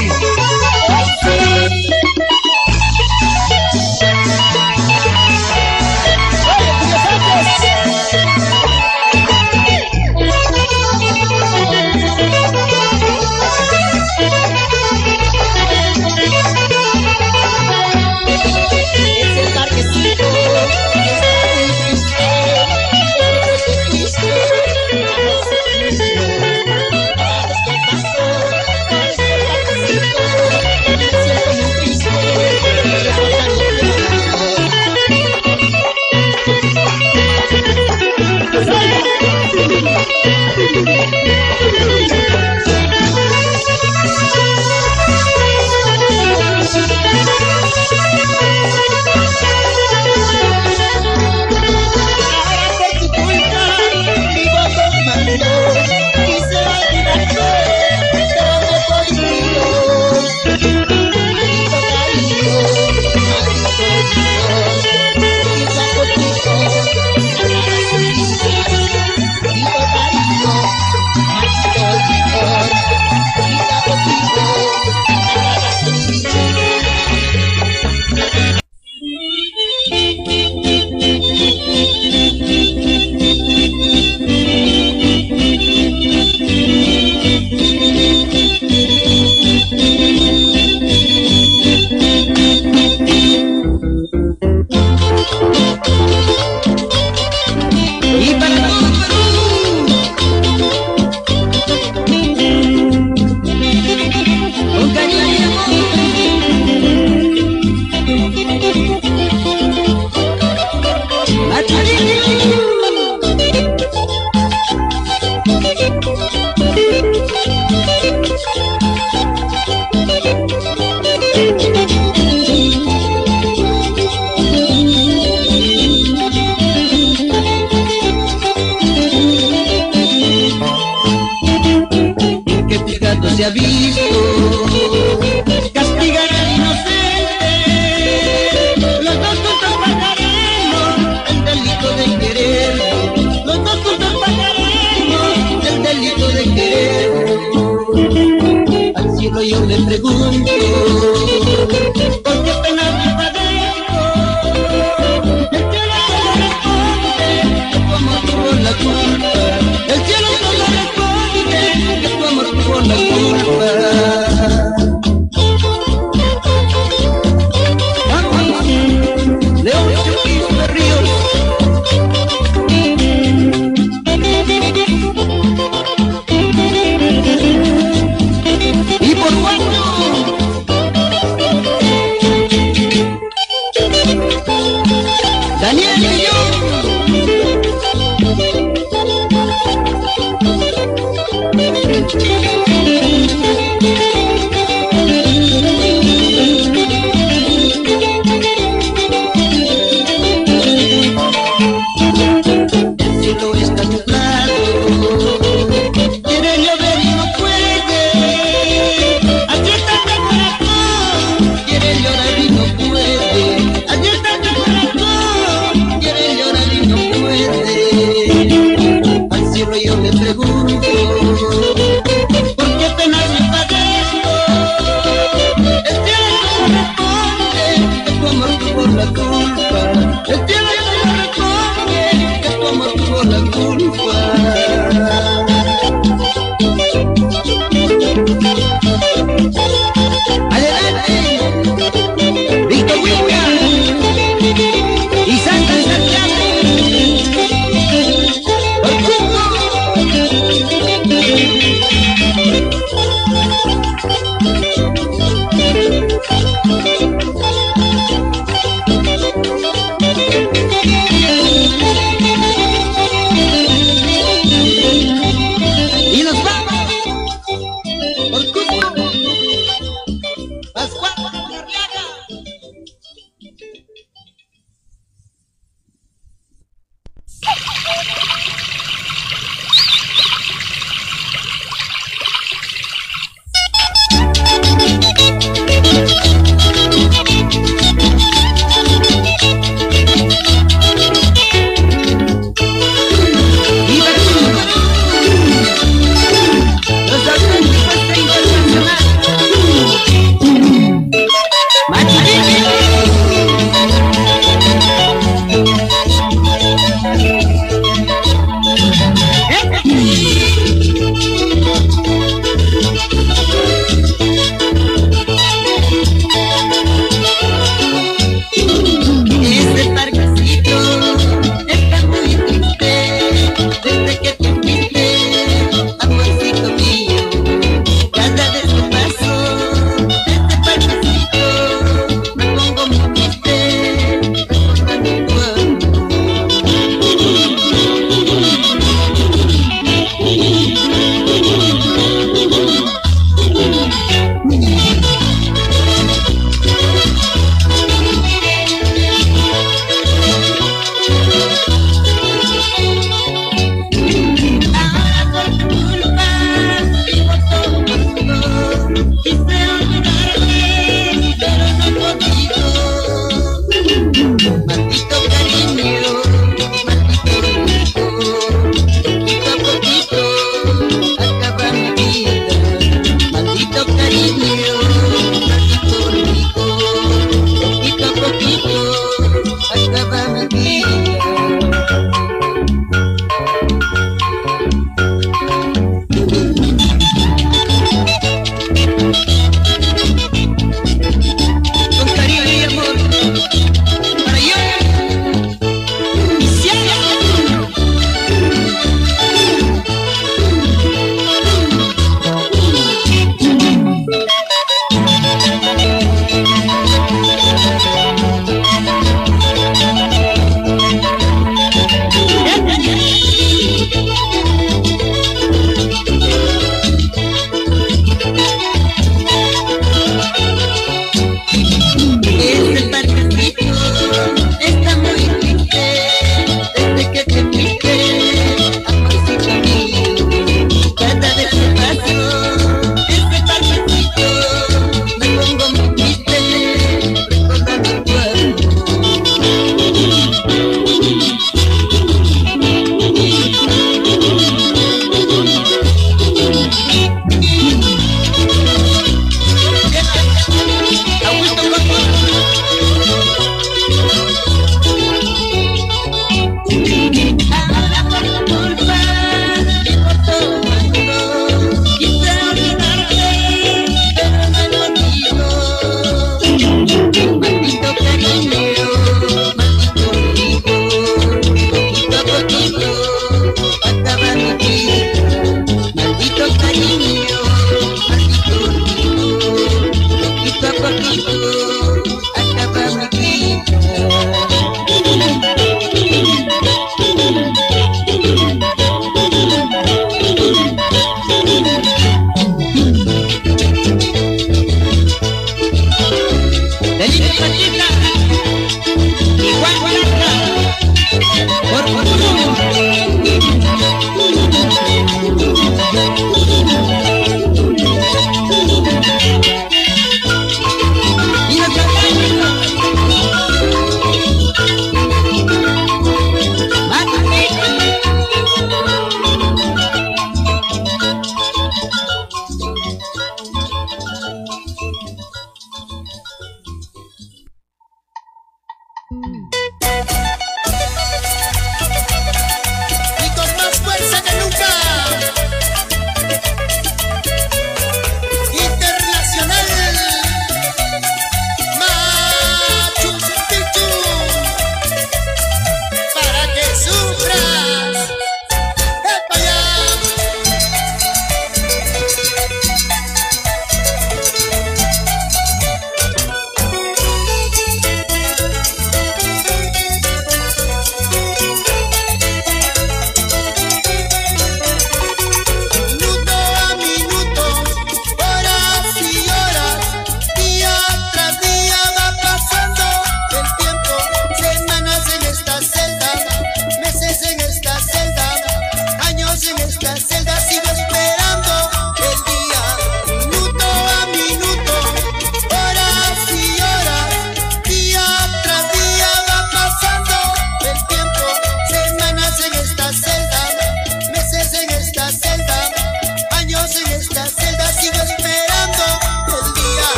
Se ha visto castigar al inocente, los dos juntos pagaremos el delito de querer, los dos juntos pagaremos el delito de querer. Al cielo yo le pregunto, ¿por qué pena me padezco? El cielo no lo responde, que tu amor tuvo la culpa. El cielo no lo responde, que tu amor tuvo la culpa. Y por cuanto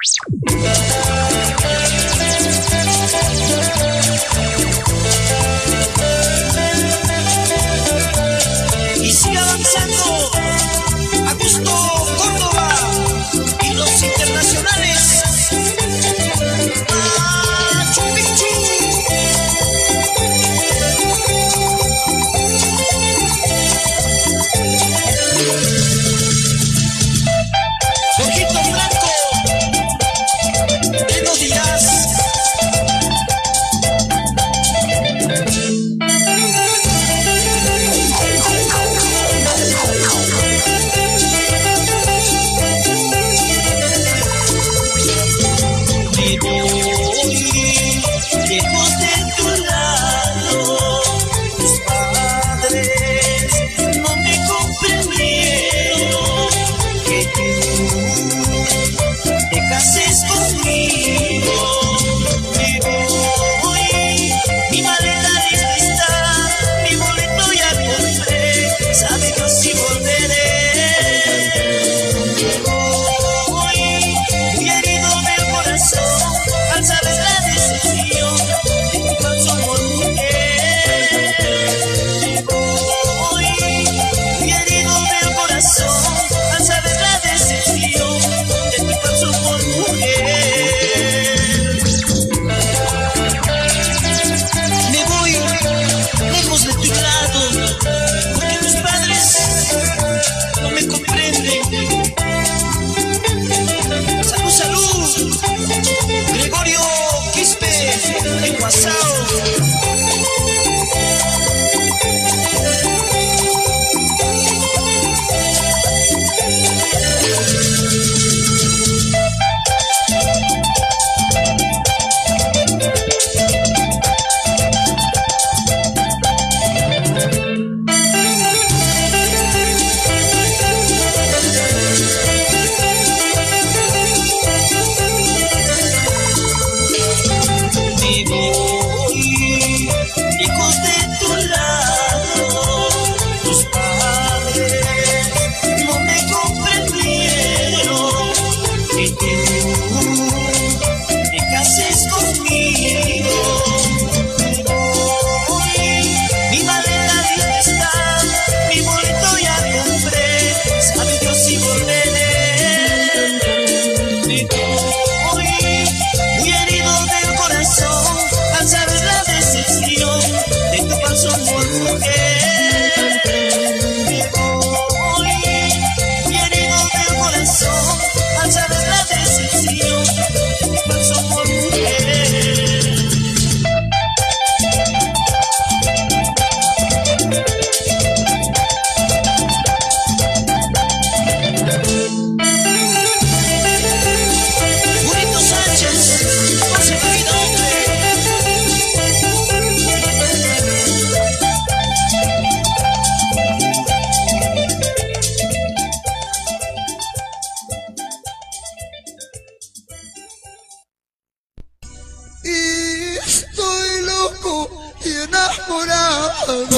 Y sigue avanzando Augusto Córdoba y los internacionales Machu Picchu. Ojito Blanco, buenos días. Me voy lejos de tu lado, tus padres no me comprendieron que tú te cases conmigo. Me voy, mi maleta lista está, mi boleto ya compré, sabe Dios si volveré. Me voy, muy herido del corazón, al saber la decisión de tu falso amor, mujer. Me voy, muy herido del corazón, al saber la decisión de tu falso amor, mujer. Me voy lejos de tu lado, porque tus padres no me comprenden. Salud, salud, Gregorio Quispe en Guasao. Me voy lejos de tu lado, tus padres no me comprendieron que tú te cases conmigo. Me voy, mi maleta lista está, mi boleto ya compré, sabe Dios si volveré. Me voy, muy herido del corazón, al saber la decisión de tu falso amor, mujer. Me voy, muy herido del corazón, al saber la decisión de tu falso amor, mujer. Julito Sánchez, no se me olvida, hombre. Y estoy loco y enamorado,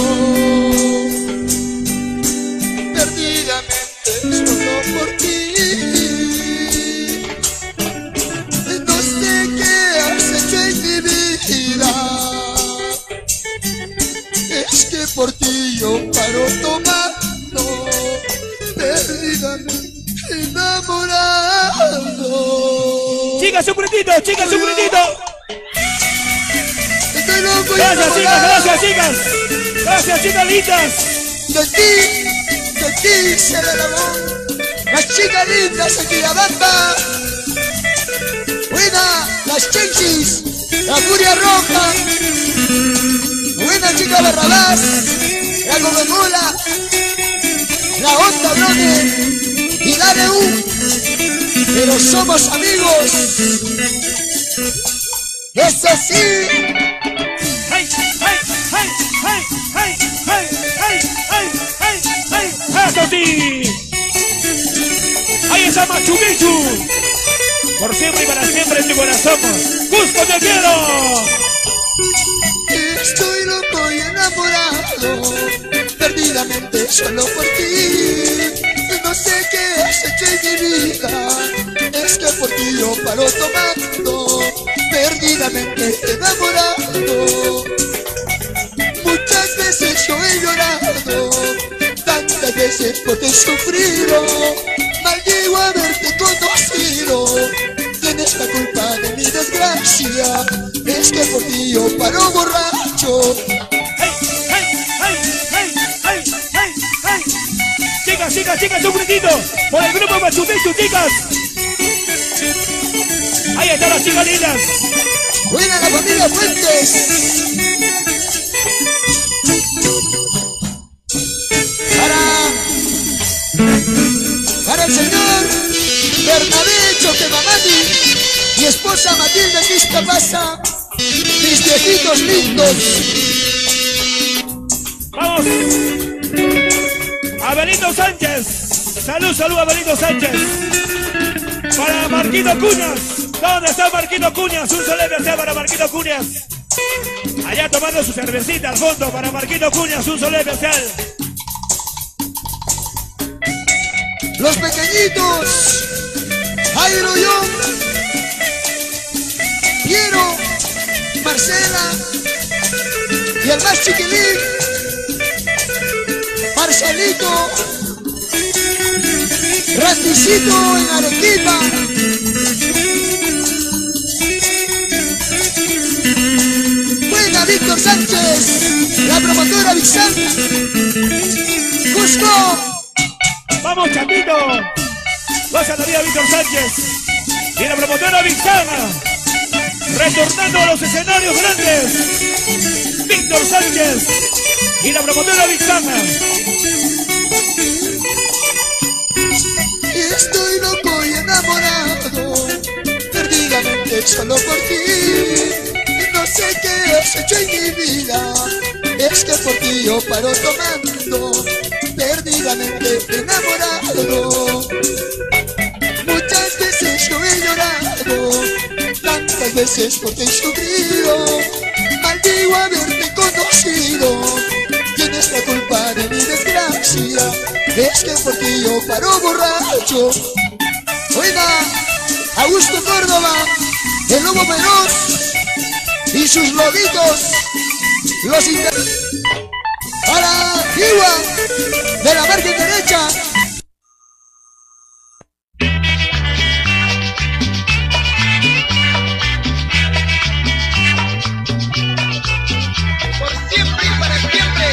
perdidamente solo por ti. No sé qué has hecho en mi vida, es que por ti yo paro tomando, perdidamente enamorado. Chicas, un puritito, chicas, un puritito. Estoy loco y Gracias, chicas, enamorado. gracias, chicas. Gracias, chicas lindas. De ti, de ti será el amor. Las chicas lindas aquí la bamba. Buena, las chenchis, la furia roja. Buena chica Barrabás, la Coca-Cola, la Onda Brother y la D U. Pero somos amigos. Eso sí. ¡Hey, hey, hey, hey, hey, hey, hey, hey, hey, hey, hey! ¡Eso sí! ¡Ahí está Machu Picchu! Por siempre y para siempre en tu corazón. ¡Cusco, te quiero! Estoy loco y enamorado, perdidamente solo por ti. No sé qué has hecho en mi vida, es que por ti yo paro paro tomando, perdidamente enamorado. Muchas veces yo he llorado, tantas veces porque he sufrido. Maldigo haberte conocido, tienes la culpa de mi desgracia. Es que por ti yo paro borracho. Chicas, chicas, chicas, un gritito por el grupo Machu Picchu, chicas. Ahí están las chicas lindas. ¡Buena la familia Fuentes! Para, para el señor Bernabé Choquemamati y esposa Matilde Quistapasa, mis viejitos lindos. Vamos. Abelito Sánchez. Salud, salud, Abelito Sánchez. Para Marquito Cuñas. ¿Dónde está Marquito Cuñas? Un solemne sea para Marquito Cuñas. Allá tomando su cervecita al fondo para Marquito Cuñas. Un solemne especial. Los pequeñitos. Jairo Young, Piero, Marcela y el más chiquilín, Marcelito, Raticito en Arequipa. Juega Víctor Sánchez, la promotora Vixán. Cusco. Vamos, Chapito. Goza la vida Víctor Sánchez y la promotora Vixana, retornando a los escenarios grandes. Víctor Sánchez y la promotora Vixana. Estoy loco y enamorado, perdidamente solo por ti. No sé qué has hecho en mi vida, es que por ti yo paro tomando, perdidamente enamorado. Muchas veces yo he llorado, tantas veces porque he sufrido. Maldigo haberte conocido, tienes la culpa de mi desgracia. Es que por ti yo paro borracho. Oiga, Augusto Córdoba, el Lobo Feroz y sus lobitos, los inter... Para Iwa, de la margen derecha. Por siempre y para siempre.